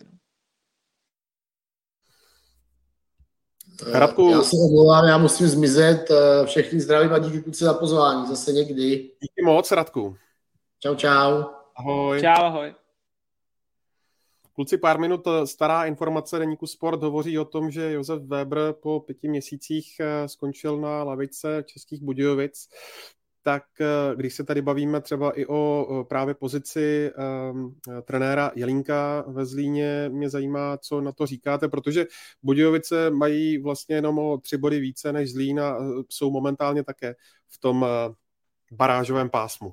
Radku. Já se omlouvám, já musím zmizet. Všechny zdravím a díky kluci za pozvání. Zase někdy. Díky moc, Radku. Čau. Ahoj. Čau, ahoj. Kluci, pár minut stará informace deníku Sport hovoří o tom, že Josef Weber po 5 měsících skončil na lavičce Českých Budějovic. Tak když se tady bavíme třeba i o právě pozici trenéra Jelínka ve Zlíně, mě zajímá, co na to říkáte, protože Budějovice mají vlastně jenom o 3 body více než Zlín a jsou momentálně také v tom barážovém pásmu.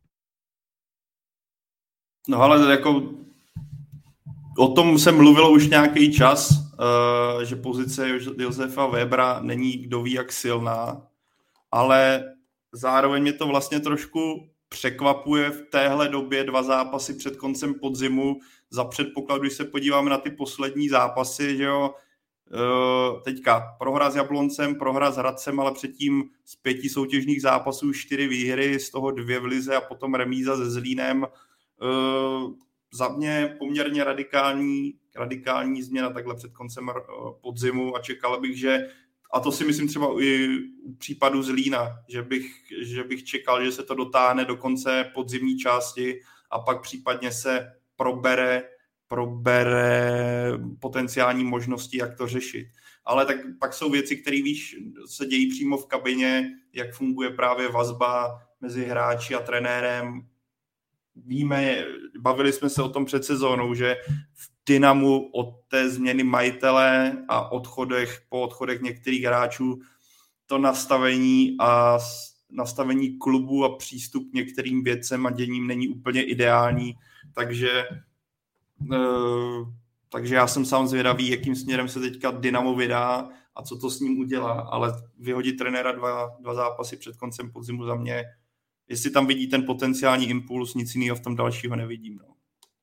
No ale jako o tom se mluvilo už nějaký čas, že pozice Josefa Webera není kdo ví jak silná, ale zároveň mě to vlastně trošku překvapuje v téhle době 2 zápasy před koncem podzimu za předpokladu, když se podíváme na ty poslední zápasy, že jo, Teďka prohra s Jabloncem, prohra s Hradcem, ale předtím z 5 soutěžních zápasů 4 výhry, z toho 2 v lize a potom remíza se Zlínem. Za mě poměrně radikální změna takhle před koncem podzimu a čekal bych, že, a to si myslím třeba i u případu Zlína, že bych čekal, že se to dotáhne do konce podzimní části a pak případně se probere potenciální možnosti, jak to řešit. Ale tak pak jsou věci, které víš, se dějí přímo v kabině, jak funguje právě vazba mezi hráči a trenérem. Víme, bavili jsme se o tom před sezónou, že v Dynamu od té změny majitele a po odchodech některých hráčů to nastavení klubu a přístup k některým věcem a děním není úplně ideální, takže já jsem sám zvědavý, jakým směrem se teďka Dynamo vydá a co to s ním udělá, ale vyhodit trenéra 2 zápasy před koncem podzimu za mě, jestli tam vidí ten potenciální impuls, nic jiného v tom dalšího nevidím. No.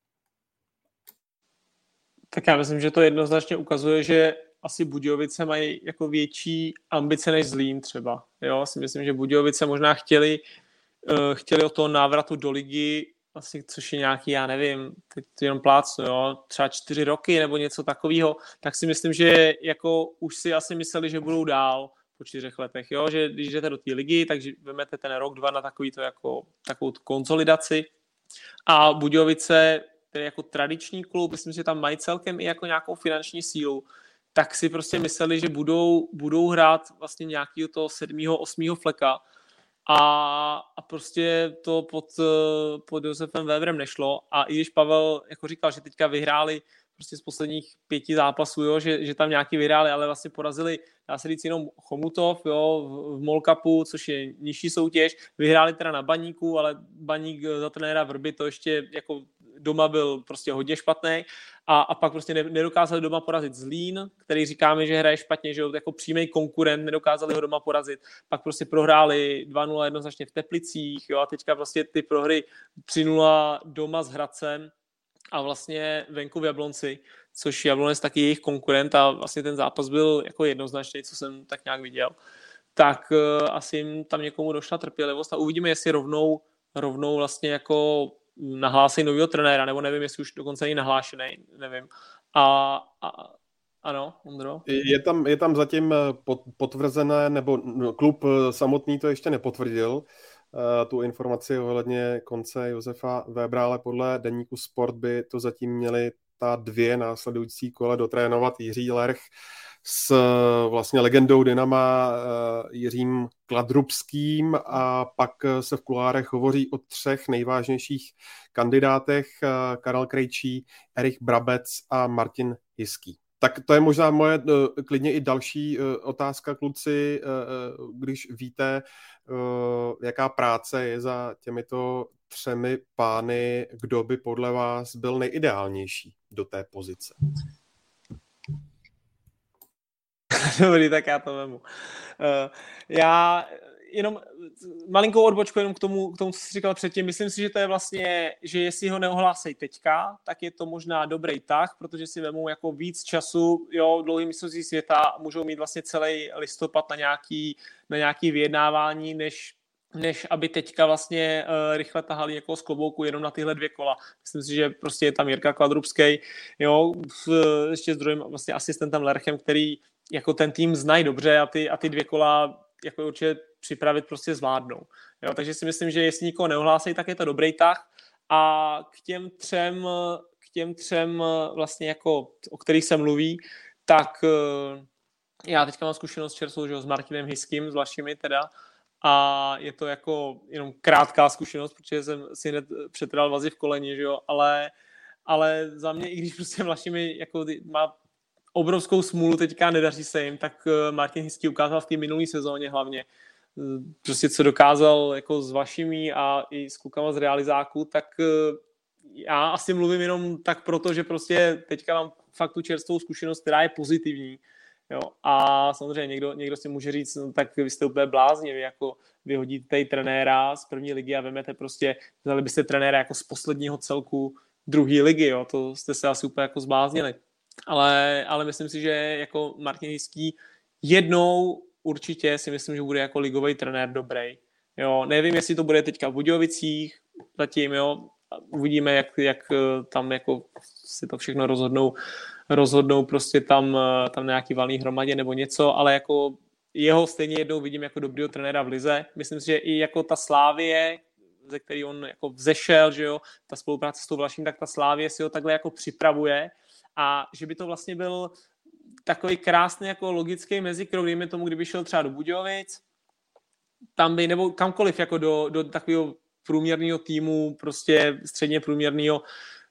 Tak já myslím, že to jednoznačně ukazuje, že asi Budějovice mají jako větší ambice než Zlín třeba. Jo, si myslím, že Budějovice možná chtěli od toho návratu do ligy asi, což je nějaký, já nevím, teď jenom plácnu, jo, třeba 4 roky nebo něco takového, tak si myslím, že jako už si asi mysleli, že budou dál po 4 letech, jo, že když jdete do té ligy, takže vezmete ten rok, 2 na takovou konsolidaci a Budějovice, tedy jako tradiční klub, myslím, že tam mají celkem i jako nějakou finanční sílu, tak si prostě mysleli, že budou hrát vlastně nějakého toho 7., 8. fleka a prostě to pod Josefem Weberem nešlo a i když Pavel jako říkal, že teďka vyhráli prostě z posledních 5 zápasů, jo, že tam nějaký vyhráli, ale vlastně porazili, dá se říct, jenom Chomutov, jo, v MOL Cupu, což je nižší soutěž, vyhráli teda na Baníku, ale Baník za trenéra Vrby to ještě jako doma byl prostě hodně špatný a pak prostě nedokázali doma porazit Zlín, který říkáme, že hraje špatně, že jako přímý konkurent, nedokázali ho doma porazit, pak prostě prohráli 2-0 jednoznačně v Teplicích, jo, a teďka prostě ty prohry 3-0 doma s Hradcem a vlastně venku v Jablonci, což Jablonec taky jejich konkurent a vlastně ten zápas byl jako jednoznačný, co jsem tak nějak viděl. Tak asi jim tam někomu došla trpělivost a uvidíme, jestli rovnou vlastně jako nahlásí nového trenéra, nebo nevím, jestli už dokonce ani nahlášený, nevím. Ano, Ondro? Je tam zatím potvrzené, nebo klub samotný to ještě nepotvrdil, tu informaci ohledně konce Josefa Webera, ale podle deníku Sport by to zatím měli ta 2 následující kola dotrénovat Jiří Lerch s vlastně legendou Dynama Jiřím Kladrubským a pak se v kulárech hovoří o 3 nejvážnějších kandidátech: Karel Krejčí, Erich Brabec a Martin Hiský. Tak to je možná moje klidně i další otázka, kluci, když víte, jaká práce je za těmito 3 pány, kdo by podle vás byl nejideálnější do té pozice? Dobrý, tak já to vemu. Já jenom malinkou odbočku jenom k tomu, co jsi říkal předtím. Myslím si, že to je vlastně, že jestli ho neohlásej teďka, tak je to možná dobrý tah, protože si vemou jako víc času, jo, dlouhý mistrovství světa, můžou mít vlastně celý listopad na nějaký vyjednávání, než aby teďka vlastně rychle tahali někoho z klobouku jenom na tyhle 2 kola. Myslím si, že prostě je tam Jirka Kladrubský, jo, ještě s druhým vlastně asistentem Lerchem, který jako ten tým znají dobře a ty 2 kola jako určitě připravit prostě zvládnou. Jo, takže si myslím, že jestli nikoho neohlásí, tak je to dobrý tah. A k těm třem vlastně jako, o kterých se mluví, tak já teďka mám zkušenost čerstvou, že s Martinem Hiským, s vašimi teda, a je to jako jenom krátká zkušenost, protože jsem si hned přetral vazy v koleni, že jo, ale za mě, i když prostě Vlašimi jako má obrovskou smůlu, teďka nedaří se jim, tak Martin Hiský ukázal v té minulé sezóně hlavně, prostě co dokázal jako s vašimi a i s klukama z realizáku, tak já asi mluvím jenom tak proto, že prostě teďka mám fakt tu čerstvou zkušenost, která je pozitivní. Jo, a samozřejmě někdo si může říct, no, tak vy jste úplně blázni, vy jako vyhodíte trenéra z první ligy a vemete prostě, vzali byste trenéra jako z posledního celku druhé ligy, jo, to jste se asi úplně jako zbláznili. ale myslím si, že jako Martin Hiský jednou určitě si myslím, že bude jako ligový trenér dobrý. Jo, nevím, jestli to bude teďka v Budějovicích, zatím, jo, uvidíme, jak tam jako si to všechno rozhodnou prostě tam nějaký valný hromadě nebo něco, ale jako jeho stejně jednou vidím jako dobrýho trenéra v lize. Myslím si, že i jako ta Slavie, ze který on jako vzešel, že jo, ta spolupráce s tou Vlaším, tak ta Slavie si ho takhle jako připravuje a že by to vlastně byl takový krásný jako logický mezikrok, dejme tomu, kdyby šel třeba do Budějovic, tam by, nebo kamkoliv jako do takového průměrného týmu, prostě středně průměrného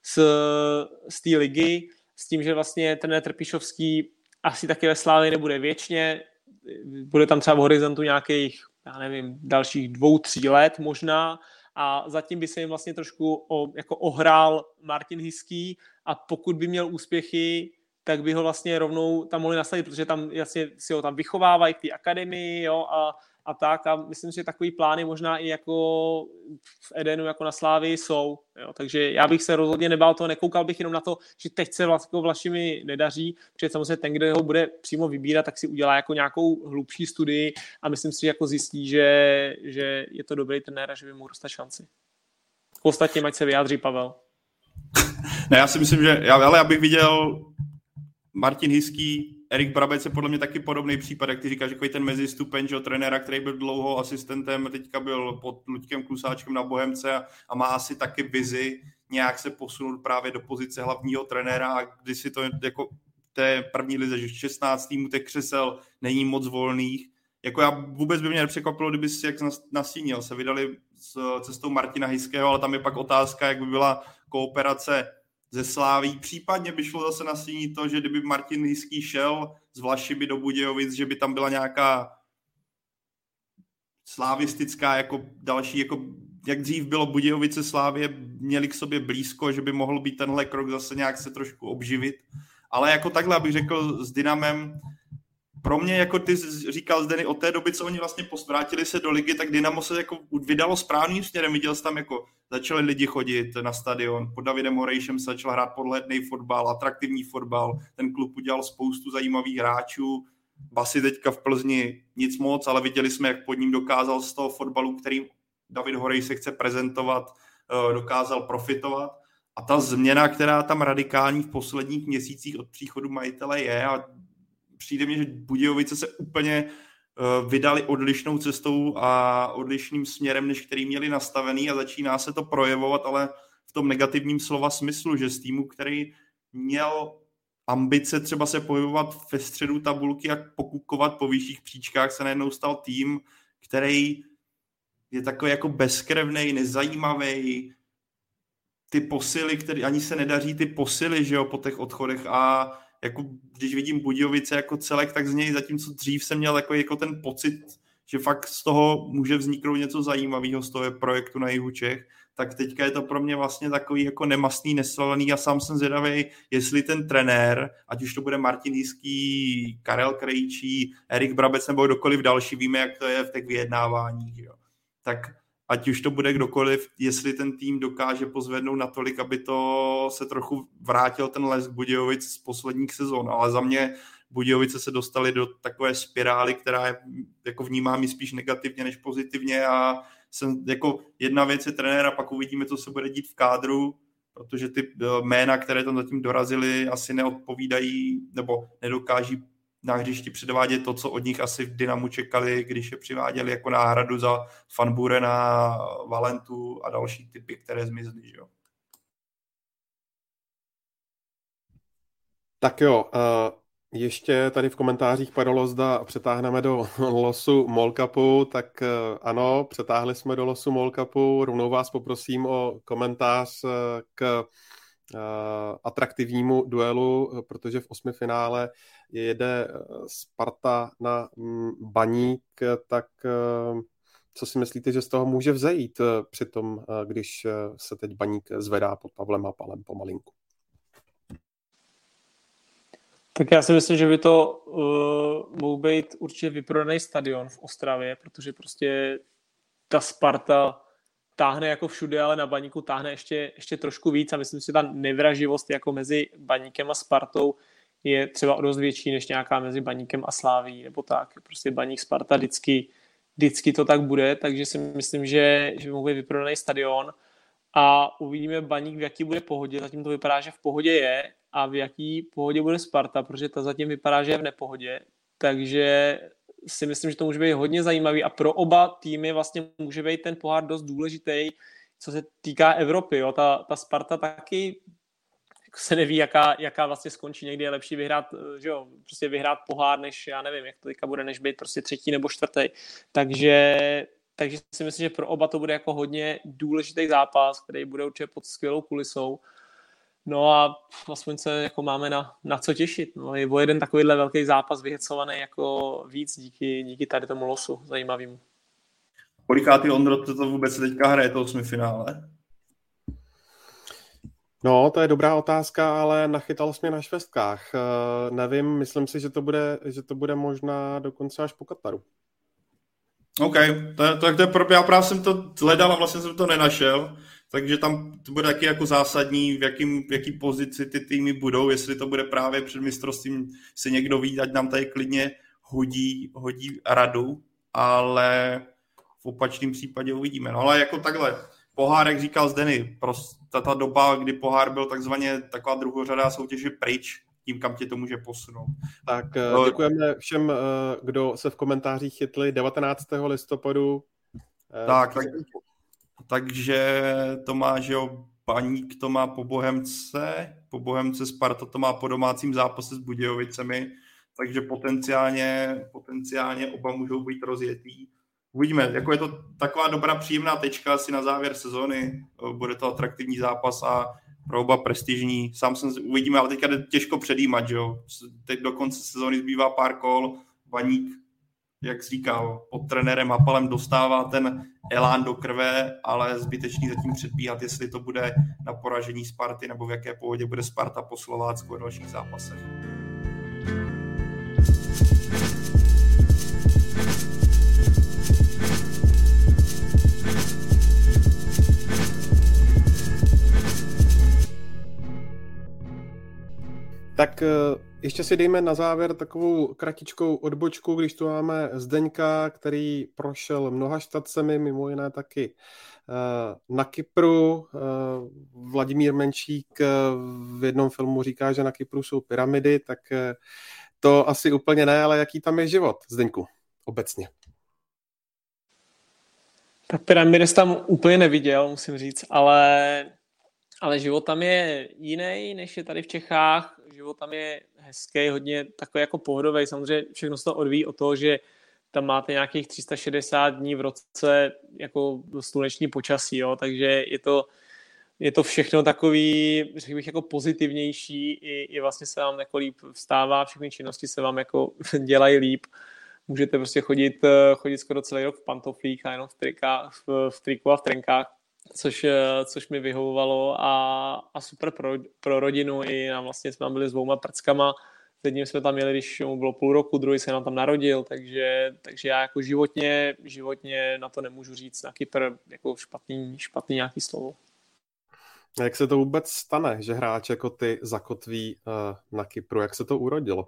z té ligy, s tím, že vlastně trenér Trpišovský asi taky ve Slávii nebude věčně, bude tam třeba v horizontu nějakých, já nevím, dalších 2-3 let možná a zatím by se jim vlastně trošku jako ohrál Martin Hiský a pokud by měl úspěchy, tak by ho vlastně rovnou tam mohli nasadit, protože tam jasně si ho tam vychovávají k té akademii, jo, a tak a myslím, že takový plány možná i jako v Edenu, jako na Slávii jsou, jo, takže já bych se rozhodně nebál toho, nekoukal bych jenom na to, že teď se vlastně Vlašimi nedaří, protože samozřejmě ten, kdo ho bude přímo vybírat, tak si udělá jako nějakou hlubší studii a myslím si, že jako zjistí, že je to dobrý trenér a že by mu dostat šanci. Ostatně ať se vyjádří Pavel. Ne, já si myslím, že já bych viděl Martin Hiský, Erik Brabec je podle mě taky podobný případ, jak ty říkáš, jako ten mezistupeň, že trenéra, který byl dlouho asistentem, teďka byl pod Luďkem Klusáčkem na Bohemce a má asi taky vizi nějak se posunout právě do pozice hlavního trenéra a když si to jako té první lize, že 16 týmů těch křesel není moc volných. Jako já vůbec by mě nepřekvapilo, kdyby si jak nastínil, se vydali s cestou Martina Hiského, ale tam je pak otázka, jak by byla kooperace ze Sláví. Případně by šlo zase nastínit to, že kdyby Martin Hiský šel z Vlašimi do Budějovic, že by tam byla nějaká slavistická jako další, jako jak dřív bylo Budějovice Slávě, měli k sobě blízko, že by mohl být tenhle krok zase nějak se trošku obživit. Ale jako takhle, abych řekl, s Dynamem, pro mě, jako ty říkal Zdeny, od té doby, co oni vlastně vrátili se do ligy, tak Dynamo se jako vydalo správným směrem. Viděl jsi tam, jako začali lidi chodit na stadion, pod Davidem Horejšem se začal hrát podhledný fotbal, atraktivní fotbal, ten klub udělal spoustu zajímavých hráčů, Basy teďka v Plzni nic moc, ale viděli jsme, jak pod ním dokázal z toho fotbalu, který David Horej se chce prezentovat, dokázal profitovat. A ta změna, která tam radikální v posledních měsících od příchodu majitele je, a přijde mně, že Budějovice se úplně vydali odlišnou cestou a odlišným směrem, než který měli nastavený a začíná se to projevovat, ale v tom negativním slova smyslu, že z týmu, který měl ambice třeba se pohybovat ve středu tabulky a pokukovat po vyšších příčkách, se najednou stal tým, který je takový jako bezkrevnej, nezajímavý, ty posily, které ani se nedaří ty posily, že jo, po těch odchodech a jako když vidím Budějovice jako celek, tak z něj zatímco dřív jsem měl jako ten pocit, že fakt z toho může vzniknout něco zajímavého z toho projektu na jihu Čech, tak teďka je to pro mě vlastně takový jako nemastný, neslavený a sám jsem zvědavý, jestli ten trenér, ať už to bude Martin Hiský, Karel Krejčí, Erik Brabec nebo kdokoliv další, víme, jak to je v těch vyjednáváních, jo. Tak ať už to bude kdokoliv, jestli ten tým dokáže pozvednout natolik, aby to se trochu vrátil ten lesk Budějovic z posledních sezon. Ale za mě Budějovice se dostali do takové spirály, která je, jako vnímám ji spíš negativně než pozitivně a jsem, jako jedna věc je trenér a pak uvidíme, co se bude dít v kádru, protože ty jména, které tam zatím dorazily, asi neodpovídají nebo nedokáží na hřišti předvádět to, co od nich asi v Dynamu čekali, když je přiváděli jako náhradu za Van Burena, Valentu a další typy, které zmizly. Jo? Tak jo, ještě tady v komentářích padalo, zda přetáhneme do losu MOL Cupu, tak ano, přetáhli jsme do losu MOL Cupu, rovnou vás poprosím o komentář k atraktivnímu duelu, protože v 8. finále jede Sparta na Baník, tak co si myslíte, že z toho může vzejít při tom, když se teď Baník zvedá pod Pavlem Hapalem pomalinku? Tak já si myslím, že by to mohl být určitě vyprodaný stadion v Ostravě, protože prostě ta Sparta táhne jako všude, ale na Baníku táhne ještě trošku víc a myslím si, že ta nevraživost jako mezi Baníkem a Spartou je třeba o dost větší než nějaká mezi Baníkem a Sláví nebo tak. Prostě Baník Sparta vždycky to tak bude, takže si myslím, že by mohl být vyprodaný stadion a uvidíme Baník, v jaký bude pohodě. Zatím to vypadá, že v pohodě je a v jaký pohodě bude Sparta, protože ta zatím vypadá, že je v nepohodě. Takže si myslím, že to může být hodně zajímavý a pro oba týmy vlastně může být ten pohár dost důležitý, co se týká Evropy. Jo. Ta Sparta taky jako se neví, jaká vlastně skončí. Někdy je lepší vyhrát, že jo, prostě vyhrát pohár, než já nevím, jak to teďka bude, než být prostě 3. nebo 4. Takže si myslím, že pro oba to bude jako hodně důležitý zápas, který bude určitě pod skvělou kulisou. No a aspoň se jako máme na co těšit. No, je o jeden takovýhle velký zápas vyhecovaný jako víc díky tady tomu losu zajímavýmu. Kolikátý, Ondro, to vůbec teďka hraje to 8finále? No, to je dobrá otázka, ale nachytal jsi mě na švestkách. Nevím, myslím si, že to bude možná dokonce až po Kataru. OK, to je já právě jsem to hledal a vlastně jsem to nenašel, takže tam to bude taky jako zásadní, v jaký pozici ty týmy budou, jestli to bude právě před mistrovstvím, si někdo ví, ať nám tady klidně hodí radu, ale v opačném případě uvidíme. No ale jako takhle, pohár, jak říkal Zdeny, ta doba, kdy pohár byl takzvaně taková druhořadá soutěž je pryč, tím, kam tě to může posunout. Tak děkujeme všem, kdo se v komentářích chytli 19. listopadu. Takže to má, že jo, Baník to má po Bohemce Sparta to má po domácím zápase s Budějovicemi, takže potenciálně oba můžou být rozjetý. Uvidíme, jako je to taková dobrá příjemná tečka asi na závěr sezóny, bude to atraktivní zápas a pro oba prestižní. Uvidíme, ale teďka jde těžko předjímat, že jo. Teď do konce sezóny zbývá pár kol, Baník, jak jsi říkal, pod trenérem Hapalem dostává ten elán do krve, ale zbytečný zatím předbíhat, jestli to bude na poražení Sparty nebo v jaké pohodě bude Sparta po Slovácku a dalších zápasech. Tak ještě si dejme na závěr takovou kratičkou odbočku, když tu máme Zdeňka, který prošel mnoha štacemi, mimo jiné taky na Kypru. Vladimír Menšík v jednom filmu říká, že na Kypru jsou pyramidy, tak to asi úplně ne, ale jaký tam je život, Zdeňku, obecně? Tak pyramidy jsem tam úplně neviděl, musím říct, ale život tam je jiný, než je tady v Čechách. Život tam je hezký, hodně takový jako pohodový. Samozřejmě všechno se to odvíjí od toho, že tam máte nějakých 360 dní v roce jako sluneční počasí, jo? Takže je to všechno takový, řekl bych, jako pozitivnější i vlastně se vám jako líp vstává, všechny činnosti se vám jako dělají líp. Můžete prostě chodit skoro celý rok v pantoflích a jenom v triku a v trenkách. Což mi vyhovovalo a super pro rodinu i nám vlastně jsme tam byli s 2 prckama. S jedním jsme tam jeli, když mu bylo půl roku, druhý se nám tam narodil, takže já jako životně na to nemůžu říct na Kypr jako špatný nějaký slovo. Jak se to vůbec stane, že hráč jako ty zakotví na Kypru? Jak se to urodilo?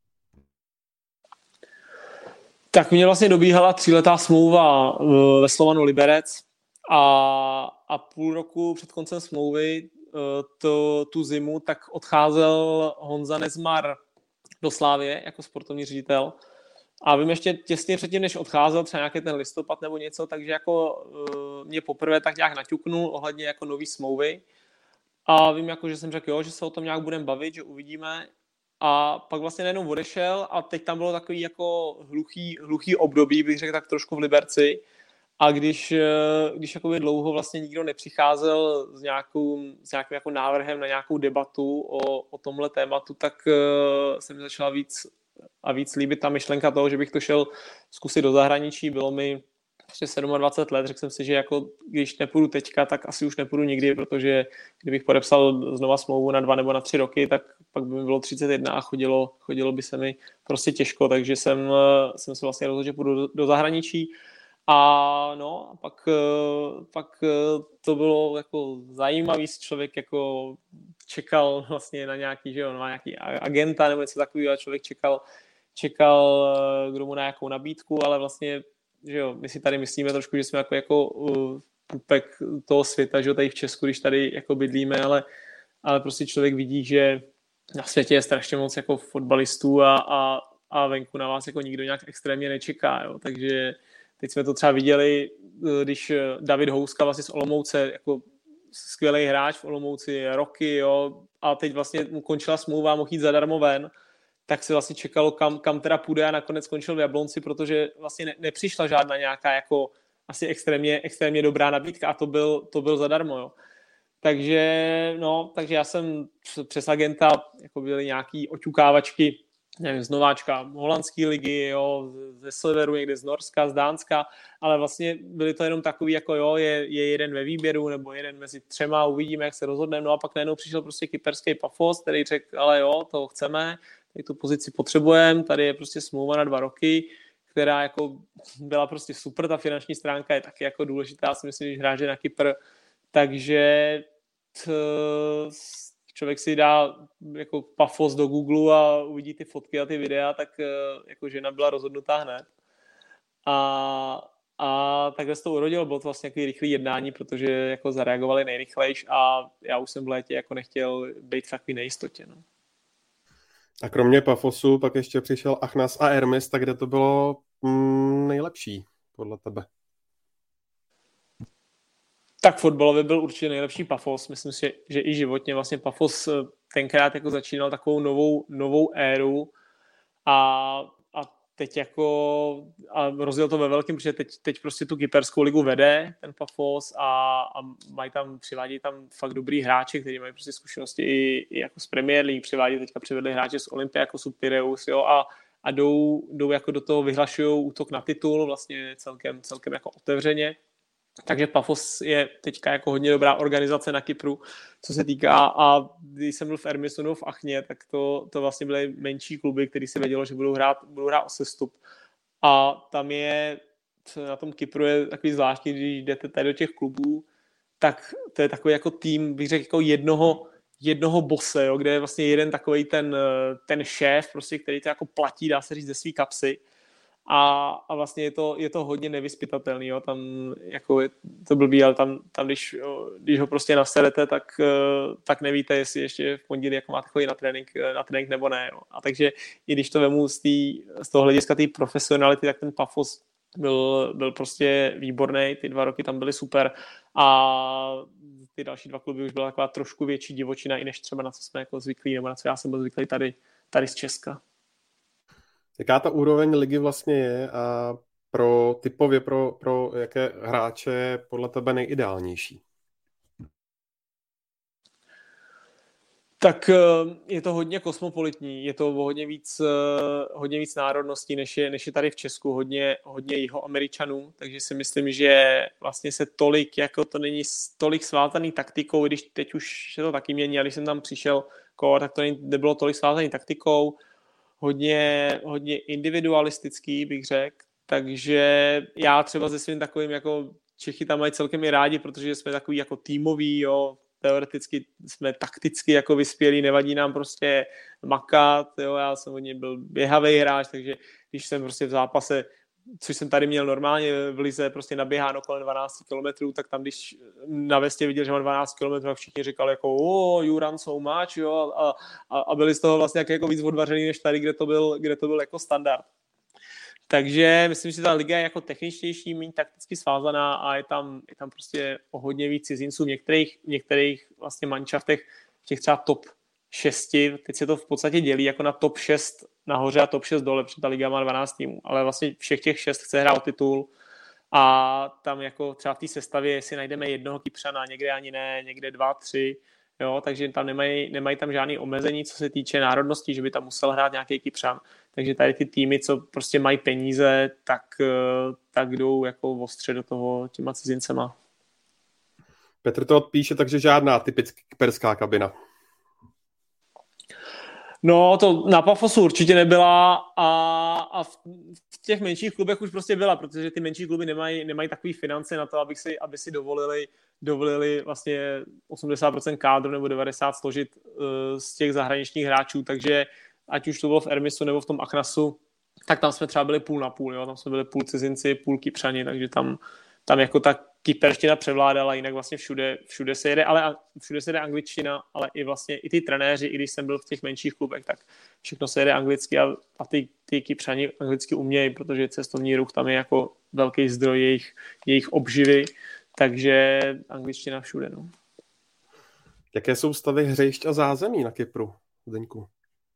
Tak mě vlastně dobíhala 3letá smlouva ve Slovanu Liberec, a půl roku před koncem smlouvy tu zimu tak odcházel Honza Nezmar do Slávie jako sportovní ředitel a vím ještě těsně předtím, než odcházel, třeba nějaký ten listopad nebo něco, takže jako mě poprvé tak nějak naťuknul ohledně jako nový smlouvy a vím jako, že jsem řekl, jo, že se o tom nějak budeme bavit, že uvidíme a pak vlastně najednou odešel a teď tam bylo takový jako hluchý období, bych řekl tak trošku v Liberci. A když jakoby dlouho vlastně nikdo nepřicházel s nějakým jako návrhem na nějakou debatu o tomhle tématu, tak se mi začala víc líbit ta myšlenka toho, že bych to šel zkusit do zahraničí. Bylo mi 27 let, řekl jsem si, že jako když nepůjdu teďka, tak asi už nepůjdu nikdy, protože kdybych podepsal znova smlouvu na 2 nebo na 3 roky, tak pak by mi bylo 31 a chodilo by se mi prostě těžko, takže jsem se vlastně rozhodl, že půjdu do zahraničí. A no, a pak to bylo jako zajímavý, člověk jako čekal vlastně na nějaký, že jo, na nějaký agenta nebo něco takového a člověk čekal, kdo mu na nějakou nabídku, ale vlastně, že jo, my si tady myslíme trošku, že jsme jako pupek toho světa, že jo, tady v Česku, když tady jako bydlíme, ale prostě člověk vidí, že na světě je strašně moc jako fotbalistů a venku na vás jako nikdo nějak extrémně nečeká, jo, takže teď jsme to třeba viděli, když David Houska vlastně z Olomouce, jako skvělý hráč v Olomouci, roky, jo, a teď vlastně mu končila smlouva, mohl jít zadarmo ven, tak se vlastně čekalo, kam teda půjde a nakonec skončil v Jablonci, protože vlastně nepřišla žádná nějaká jako asi extrémně dobrá nabídka a to byl zadarmo, jo. Takže já jsem přes agenta, jako byly nějaký oťukávačky, nevím, z nováčka holandské ligy, jo, ze severu, někde z Norska, z Dánska, ale vlastně byly to jenom takový, jako jo, je jeden ve výběru, nebo jeden mezi třema, uvidíme, jak se rozhodneme, no a pak najednou přišel prostě kyperský Pafos, který řekl, ale jo, to chceme, tady tu pozici potřebujeme, tady je prostě smlouva na 2 roky, která jako byla prostě super, ta finanční stránka je taky jako důležitá, si myslím, když hráče na Kypr, takže člověk si dá jako Pafos do Google a uvidí ty fotky a ty videa, tak jako žena byla rozhodnutá hned. A takhle se to urodilo, bylo to vlastně takový rychlý jednání, protože jako zareagovali nejrychlejš a já už jsem v létě jako nechtěl být v takový nejistotě. No. A kromě Pafosu pak ještě přišel Achnas a Hermes, tak kde to bylo nejlepší podle tebe? Tak fotbalově byl určitě nejlepší Pafos. Myslím si, že i životně vlastně Pafos tenkrát jako začínal takovou novou éru a teď jako a rozděl to ve velkým, protože teď prostě tu kyperskou ligu vede ten Pafos a přivádí tam fakt dobrý hráči, kteří mají prostě zkušenosti i jako z Premier League, přivedli hráče z Olympiakosu Pireus, jo, a jdou jako do toho, vyhlašují útok na titul vlastně celkem jako otevřeně. Takže Pafos je teďka jako hodně dobrá organizace na Kypru, co se týká, a když jsem byl v Hermesu nebo v Achně, tak to vlastně byly menší kluby, který si vědělo, že budou hrát o sestup. A tam je, na tom Kypru je takový zvláštní, když jdete tady do těch klubů, tak to je takový jako tým, bych řekl, jako jednoho bose, jo, kde je vlastně jeden takovej ten šéf, prostě, který to jako platí, dá se říct, ze svý kapsy. A vlastně je to hodně nevyzpytatelný, jo. Tam jako je to blbý, ale tam když ho prostě naserete, tak nevíte, jestli ještě v pondělí jako máte chodit na trénink nebo ne. Jo. A takže i když to vemu z toho hlediska té profesionality, tak ten Pafos byl prostě výborný, ty 2 roky tam byly super a ty další 2 kluby už byla taková trošku větší divočina, i než třeba na co jsme jako zvyklí, nebo na co já jsem byl zvyklý tady z Česka. Jaká ta úroveň ligy vlastně je a typově pro jaké hráče je podle tebe nejideálnější? Tak je to hodně kosmopolitní, je to hodně víc národností, než je tady v Česku, hodně Jihoameričanů, takže si myslím, že vlastně se to není tolik svázaný taktikou, když teď už se to taky mění, a když jsem tam přišel, tak to nebylo tolik svázaný taktikou, hodně individualistický, bych řekl, takže já třeba se svým takovým, jako Čechy tam mají celkem i rádi, protože jsme takový jako týmový, jo, teoreticky jsme takticky jako vyspělí, nevadí nám prostě makat, jo, já jsem hodně byl běhavý hráč, takže když jsem prostě v zápase, což jsem tady měl normálně v lize, prostě naběháno kolem 12 km, tak tam, když na vestě viděl, že mám 12 km, tak všichni říkali jako you run so much, jo, a byli z toho vlastně jako víc odvařený než tady, kde to byl jako standard. Takže myslím, že ta liga je jako techničtější, méně takticky svázaná a je tam prostě o hodně víc cizinců. V některých vlastně manšaftech, v těch třeba top 6, teď se to v podstatě dělí jako na top 6 nahoře a top 6 dole, protože ta liga má 12 týmů, ale vlastně všech těch 6 chce hrát o titul a tam jako třeba v té sestavě si najdeme jednoho Kypřana, někde ani ne, někde 2, 3, jo, takže tam nemají tam žádný omezení, co se týče národnosti, že by tam musel hrát nějaký Kypřan. Takže tady ty týmy, co prostě mají peníze, tak jdou jako ostře do toho těma cizincema. Petr to odpíše, takže žádná typická kyperská kabina. No, to na Pafosu určitě nebyla a v těch menších klubech už prostě byla, protože ty menší kluby nemají takové finance na to, aby si dovolili vlastně 80% kádru nebo 90% složit z těch zahraničních hráčů, takže ať už to bylo v Ermisu nebo v tom Achnasu, tak tam jsme třeba byli půl na půl, jo? Tam jsme byli půl cizinci, půl Kypřani, takže tam jako ta kyperština převládala, jinak vlastně všude se jede angličtina, ale i vlastně i ty trenéři, i když jsem byl v těch menších klubech, tak všechno se jede anglicky a ty Kypřani anglicky umějí, protože cestovní ruch tam je jako velký zdroj jejich obživy, takže angličtina všude. No. Jaké jsou stavy hřišť a zázemí na Kypru, Zdeňku?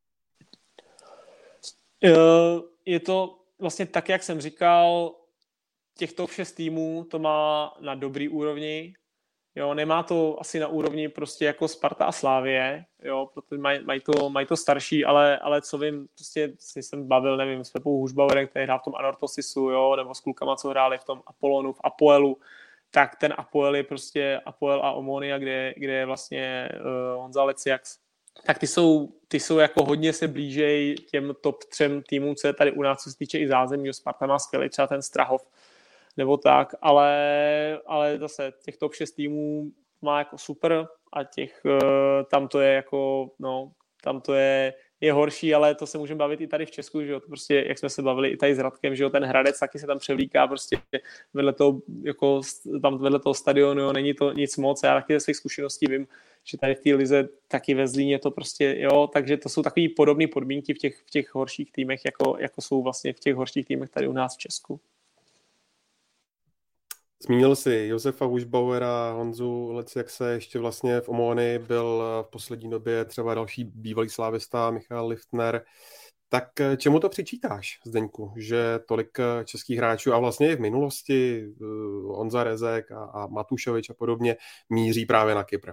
Je to vlastně tak, jak jsem říkal, těch top 6 týmů to má na dobrý úrovni. Jo, nemá to asi na úrovni prostě jako Sparta a Slavie, jo, protože mají to starší, ale co vím, prostě si jsem bavil, nevím, s Pepou Hušbauerem, který hrál v tom Anorthosisu, jo, nebo s klukama, co hráli v tom Apollonu, v Apoelu, tak ten Apoel je prostě Apoel a Omonia, kde je vlastně Honza Leciax. Tak ty jsou jako hodně se blížej těm top 3 týmům, co je tady u nás, co se týče i zázemí. Sparta má skvělý třeba ten Strahov, nebo tak, ale zase těch top 6 týmů má jako super a tam to je jako, no, tam to je horší, ale to se můžeme bavit i tady v Česku, že jo, to prostě, jak jsme se bavili i tady s Radkem, že jo, ten Hradec taky se tam převlíká prostě vedle toho, jako tam vedle toho stadionu, jo, není to nic moc, já taky ze svých zkušeností vím, že tady v té lize taky ve Zlíně to prostě, jo, takže to jsou takový podobné podmínky v těch horších týmech, jako jsou vlastně v těch horších týmech tady u nás v Česku. Zmínil jsi Josefa Hušbauera, Honzu Leciaxe, ještě vlastně v Omoni byl v poslední době třeba další bývalý slávista Michal Liftner. Tak čemu to přičítáš, Zdeňku, že tolik českých hráčů a vlastně i v minulosti Honza Rezek a Matušovič a podobně míří právě na Kypr?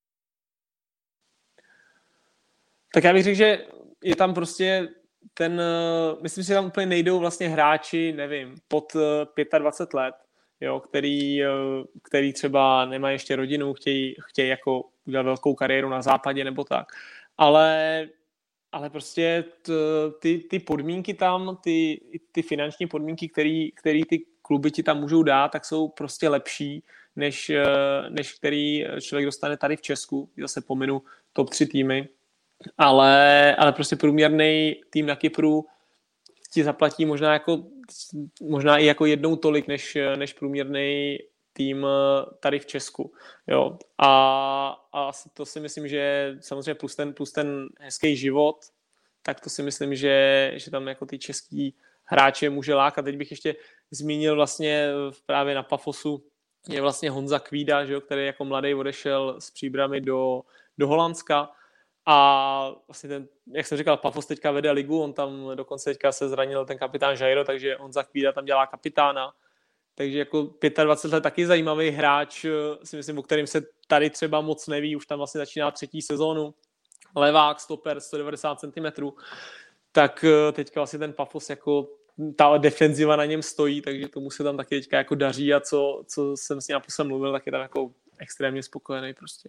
Tak já bych řekl, že je tam prostě myslím si, že tam úplně nejdou vlastně hráči, nevím, pod 25 let, jo, který třeba nemají ještě rodinu, chtějí jako udělat velkou kariéru na západě nebo tak. Ale prostě ty podmínky tam, ty finanční podmínky, který ty kluby ti tam můžou dát, tak jsou prostě lepší, než který člověk dostane tady v Česku. Zase pominu top 3 týmy. Ale prostě průměrný tým na Kypru ti zaplatí možná i jako jednou tolik, než průměrný tým tady v Česku. Jo. A to si myslím, že samozřejmě plus ten hezký život, tak to si myslím, že tam jako ty český hráče může lákat. Teď bych ještě zmínil vlastně právě na Pafosu je vlastně Honza Kvída, že jo, který jako mladý odešel s Příbrami do Holandska. A vlastně jak jsem říkal, Pafos teďka vede ligu, on tam dokonce teďka se zranil ten kapitán Jairo, takže Honza Kvída tam dělá kapitána. Takže jako 25 let taky zajímavý hráč, si myslím, o kterým se tady třeba moc neví, už tam vlastně začíná 3. sezónu. Levák, stoper, 190 cm. Tak teďka vlastně ten Pafos, jako ta defenziva na něm stojí, takže tomu se tam taky teďka jako daří a co jsem s ním naposled mluvil, tak je tam jako extrémně spokojený prostě.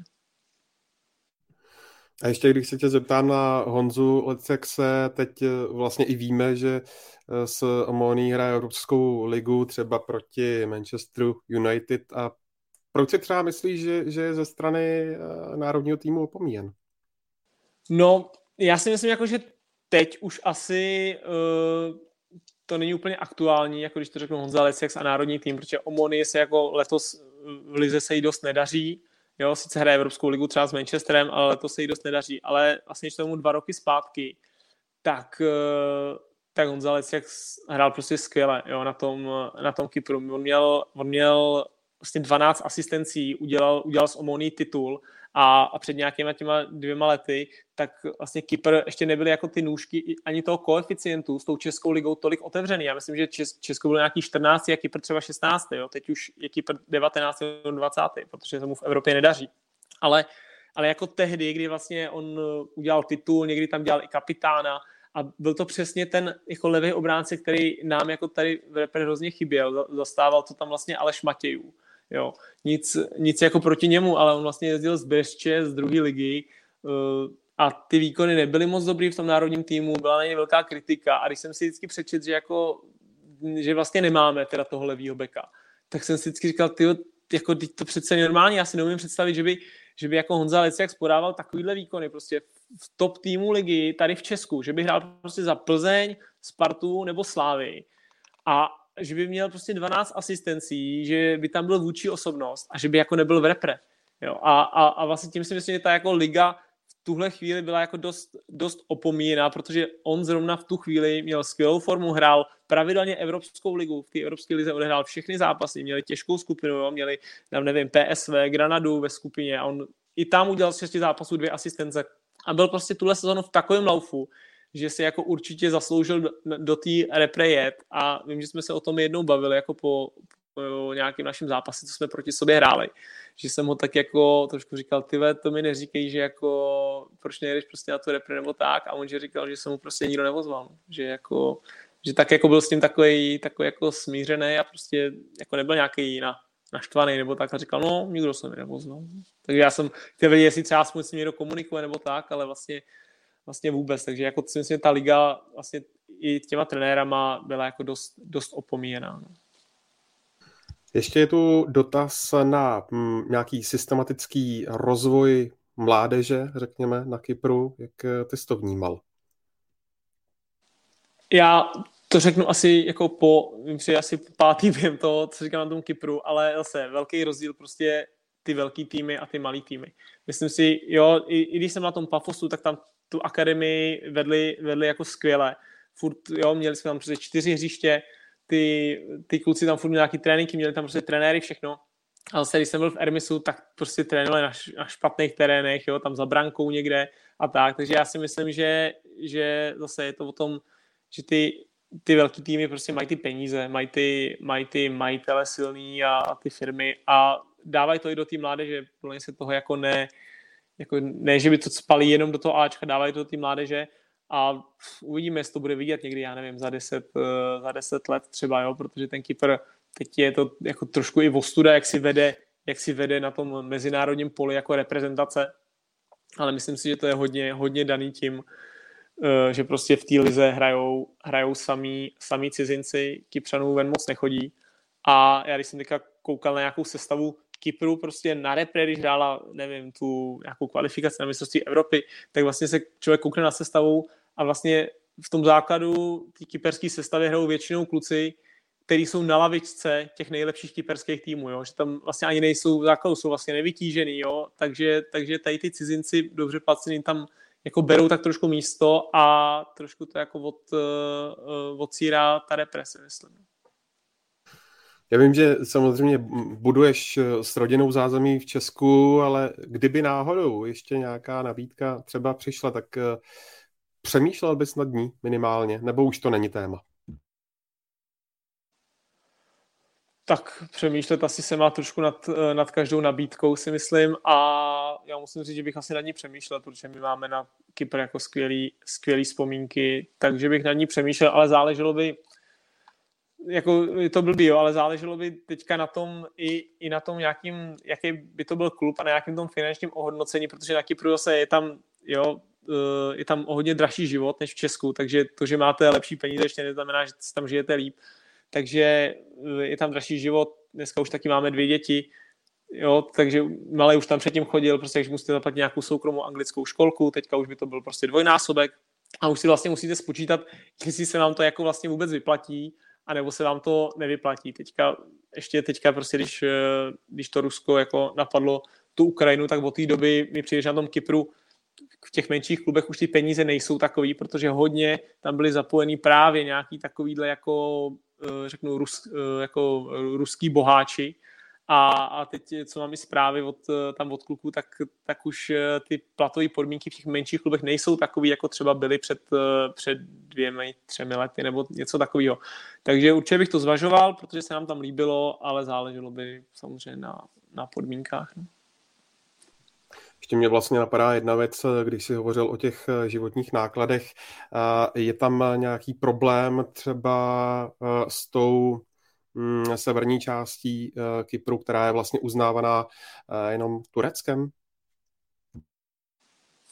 A ještě když se tě zeptám na Honzu Leciaxe, teď vlastně i víme, že s Omoní hraje Evropskou ligu třeba proti Manchesteru United. A proč si třeba myslíš, že je ze strany národního týmu opomíjen? No, já si myslím, jako, že teď už asi to není úplně aktuální, jako když to řeknu Honza Leciax a národní tým, protože Omoni se jako letos v lize se jí dost nedaří. Jo, sice hraje Evropskou ligu třeba s Manchesterem, ale to se jí dost nedaří. Ale vlastně, když tomu 2 roky zpátky, tak Honza Leciax hrál prostě skvěle, jo, na tom Kypru. On měl vlastně 12 asistencí, udělal s Omoní titul a před nějakýma těma 2 lety, tak vlastně Kypr ještě nebyly jako ty nůžky ani toho koeficientu s tou Českou ligou tolik otevřený. Já myslím, že Česko bylo nějaký 14 a Kypr třeba 16. Jo. Teď už je Kypr 19. 20. protože se mu v Evropě nedaří. Ale jako tehdy, kdy vlastně on udělal titul, někdy tam dělal i kapitána a byl to přesně ten jako levý obránce, který nám jako tady v repre hrozně chyběl. Zastával to tam vlastně Aleš Matějů. Jo, nic jako proti němu, ale on vlastně jezdil z Břešče, z 2. ligy, a ty výkony nebyly moc dobrý v tom národním týmu, byla na ně velká kritika a když jsem si vždycky přečetl, že vlastně nemáme teda toho levýho beka, tak jsem si vždycky říkal, jako to přece normálně, já si neumím představit, že by jako Honza Leciak podával takovýhle výkony prostě v top týmu ligy tady v Česku, že by hrál prostě za Plzeň, Spartu nebo Slávy a že by měl prostě 12 asistencí, že by tam byl vůdčí osobnost a že by jako nebyl v repre. Jo? A vlastně tím si myslím, že ta jako liga v tuhle chvíli byla jako dost opomíjená, protože on zrovna v tu chvíli měl skvělou formu, hrál pravidelně Evropskou ligu, v té Evropské lize odehrál všechny zápasy, měli těžkou skupinu, jo? Měli tam nevím, PSV, Granadu ve skupině a on i tam udělal z 6 zápasů 2 asistence a byl prostě tuhle sezonu v takovém laufu, že si jako určitě zasloužil do té repre jet a vím, že jsme se o tom jednou bavili jako po nějakým naším zápase, co jsme proti sobě hráli, že jsem ho tak jako trošku říkal, to mi neříkej, že jako proč nejdeš prostě na tu repre nebo tak a on že říkal, že se mu prostě nikdo nevozval, že tak jako byl s tím takový jako smířený a prostě jako nebyl nějaký naštvaný nebo tak a říkal, no nikdo se mi nevozval. Takže já jsem chtěl vědět, jestli třeba aspoň s ním někdo komunikuje nebo tak, ale vlastně vůbec, takže jako si myslím, že ta liga vlastně i těma trenérama byla jako dost opomíjená. No. Ještě je tu dotaz na nějaký systematický rozvoj mládeže, řekněme, na Kypru. Jak ty jsi to vnímal? Já to řeknu asi jako asi pátý vím to, co říkám na tom Kypru, ale zase velký rozdíl prostě ty velký týmy a ty malý týmy. Myslím si, jo, i když jsem na tom Pafosu, tak tam tu akademii vedli jako skvěle. Furt, jo, měli jsme tam prostě 4 hřiště, ty kluci tam furt měli nějaký tréninky, měli tam prostě trenéry, všechno. Ale když jsem byl v Ermisu, tak prostě trénovali na špatných terénech, jo, tam za brankou někde a tak. Takže já si myslím, že zase je to o tom, že ty velký týmy prostě mají ty peníze, mají ty majitele silný a ty firmy a dávají to i do té mládeže, podle mě se toho jako ne, že by to spalí jenom do toho Ačka, dávají to do té mládeže a uvidíme, jestli to bude vidět někdy, já nevím, za 10 let třeba, jo, protože ten Kypr, teď je to jako trošku i ostuda, jak si vede na tom mezinárodním poli jako reprezentace, ale myslím si, že to je hodně daný tím, že prostě v té lize hrajou samý cizinci, Kypřanů ven moc nechodí a já když jsem teďka koukal na nějakou sestavu Kypru prostě na repre, když hrála, nevím, tu nějakou kvalifikaci na mistrovství Evropy, tak vlastně se člověk koukne na sestavu a vlastně v tom základu té kyperské sestavy hrajou většinou kluci, kteří jsou na lavičce těch nejlepších kyperských týmů, jo? Že tam vlastně ani nejsou v základu, jsou vlastně nevytížený, jo? Takže tady ty cizinci dobře placení tam jako berou tak trošku místo a trošku to jako odcírá ta represe, myslím. Já vím, že samozřejmě buduješ s rodinou zázemí v Česku, ale kdyby náhodou ještě nějaká nabídka třeba přišla, tak přemýšlel bys nad ní minimálně, nebo už to není téma? Tak přemýšlet asi se má trošku nad každou nabídkou, si myslím, a já musím říct, že bych asi nad ní přemýšlel, protože my máme na Kypr jako skvělý vzpomínky, takže bych nad ní přemýšlel, ale záleželo by, jako je to blbý, jo, ale záleželo by teďka na tom i na tom nějakým, jaký by to byl klub a na nějakým tom finančním ohodnocení, protože na Kypru zase je tam o hodně dražší život než v Česku, takže to, že máte lepší peníze, ještě neznamená, že tam žijete líp. Takže je tam dražší život, dneska už taky máme 2 děti, jo, takže malej už tam předtím chodil, prostě když musíte zaplatit nějakou soukromou anglickou školku, teďka už by to byl prostě dvojnásobek a už si vlastně musíte spočítat, jestli se vám to jako vlastně vůbec vyplatí, anebo se vám to nevyplatí. Teďka prostě, když to Rusko jako napadlo tu Ukrajinu, tak od té doby mi přijdeš na tom Kypru, v těch menších klubech už ty peníze nejsou takový, protože hodně tam byly zapojený právě nějaký takovýhle jako řeknu jako ruský boháči a teď, co mám i zprávy tam od kluků, tak už ty platové podmínky v těch menších klubech nejsou takový, jako třeba byly před 2-3 lety nebo něco takového. Takže určitě bych to zvažoval, protože se nám tam líbilo, ale záleželo by samozřejmě na podmínkách. No. Ještě mě vlastně napadá jedna věc, když jsi hovořil o těch životních nákladech. Je tam nějaký problém třeba s tou severní částí Kypru, která je vlastně uznávaná jenom Tureckem?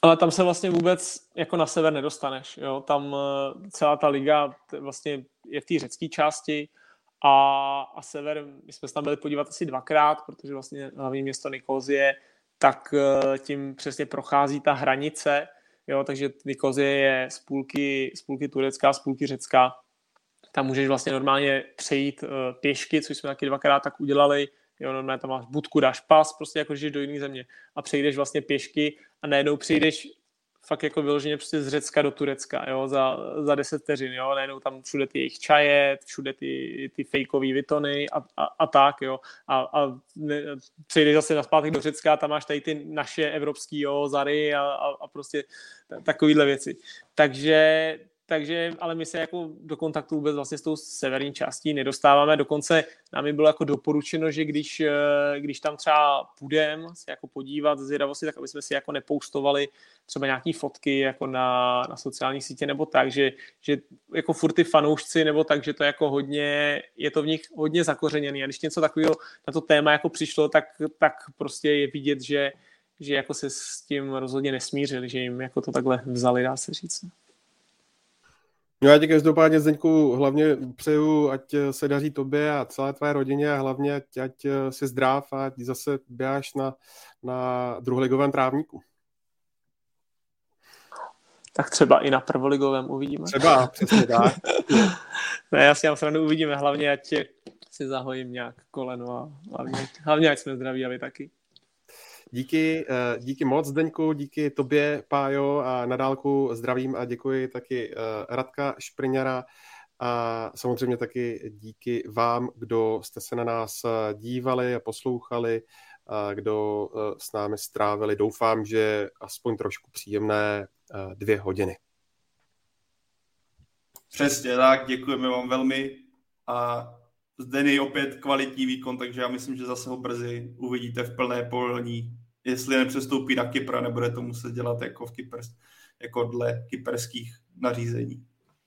Ale tam se vlastně vůbec jako na sever nedostaneš. Jo? Tam celá ta liga vlastně je v té řecké části a sever, my jsme se tam byli podívat asi 2krát, protože vlastně hlavní město Nikozie, tak tím přesně prochází ta hranice, jo? Takže Nikozie je z půlky turecká, z půlky řecká. Tam můžeš vlastně normálně přejít pěšky, což jsme taky 2krát tak udělali. Jo, normálně tam máš budku, dáš pas, prostě jako jdeš do jiné země a přejdeš vlastně pěšky a najednou přijdeš fakt jako vyloženě prostě z Řecka do Turecka, jo, za 10 vteřin, jo, najednou tam všude ty jejich čaje, všude ty fejkový Vitony a tak, jo, a přejdeš zase naspátek do Řecka, tam máš tady ty naše evropský, jo, Zary a prostě takovýhle věci. Takže, ale my se jako do kontaktu vůbec vlastně s tou severní částí nedostáváme. Dokonce nám bylo jako doporučeno, že když tam třeba půjdeme se jako podívat z zvědavosti, tak aby jsme si jako nepostovali třeba nějaký fotky jako na sociální sítě nebo tak, že jako furt ty fanoušci nebo tak, že to jako hodně, je to v nich hodně zakořeněný. A když něco takového na to téma jako přišlo, tak prostě je vidět, že jako se s tím rozhodně nesmířili, že jim jako to takhle vzali, dá se říct. No já ti každopádně, Zdeňku, hlavně přeju, ať se daří tobě a celé tvé rodině a hlavně ať jsi zdrav a ať zase běháš na druholigovém trávníku. Tak třeba i na prvoligovém uvidíme. Třeba, přesně tak. Ne, já si mám srandu, uvidíme, hlavně ať si zahojím nějak koleno a hlavně ať jsme zdraví a vy taky. Díky moc, Zdeňku, díky tobě, Pájo, a na dálku zdravím a děkuji taky Radka Špriňara a samozřejmě taky díky vám, kdo jste se na nás dívali a poslouchali, a kdo s námi strávili, doufám, že aspoň trošku příjemné 2 hodiny. Přesně tak, děkujeme vám velmi a Zdeny opět kvalitní výkon, takže já myslím, že zase ho brzy uvidíte v plné polní. Jestli nepřestoupí na Kypr, nebude to muset dělat jako dle kyperských nařízení.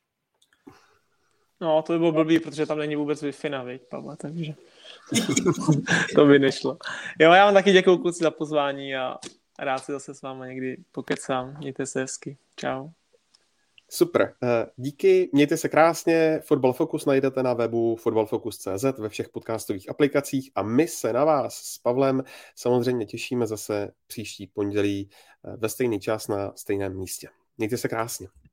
No, to by bylo blbý, protože tam není vůbec Wi-Fi, viď, Pavle, takže to by nešlo. Jo, já vám taky děkuju, kluci, za pozvání a rád si zase s váma někdy pokecám. Mějte se hezky. Čau. Super, díky, mějte se krásně, Fotbal Focus najdete na webu fotbalfocus.cz, ve všech podcastových aplikacích a my se na vás s Pavlem samozřejmě těšíme zase příští pondělí ve stejný čas na stejném místě. Mějte se krásně.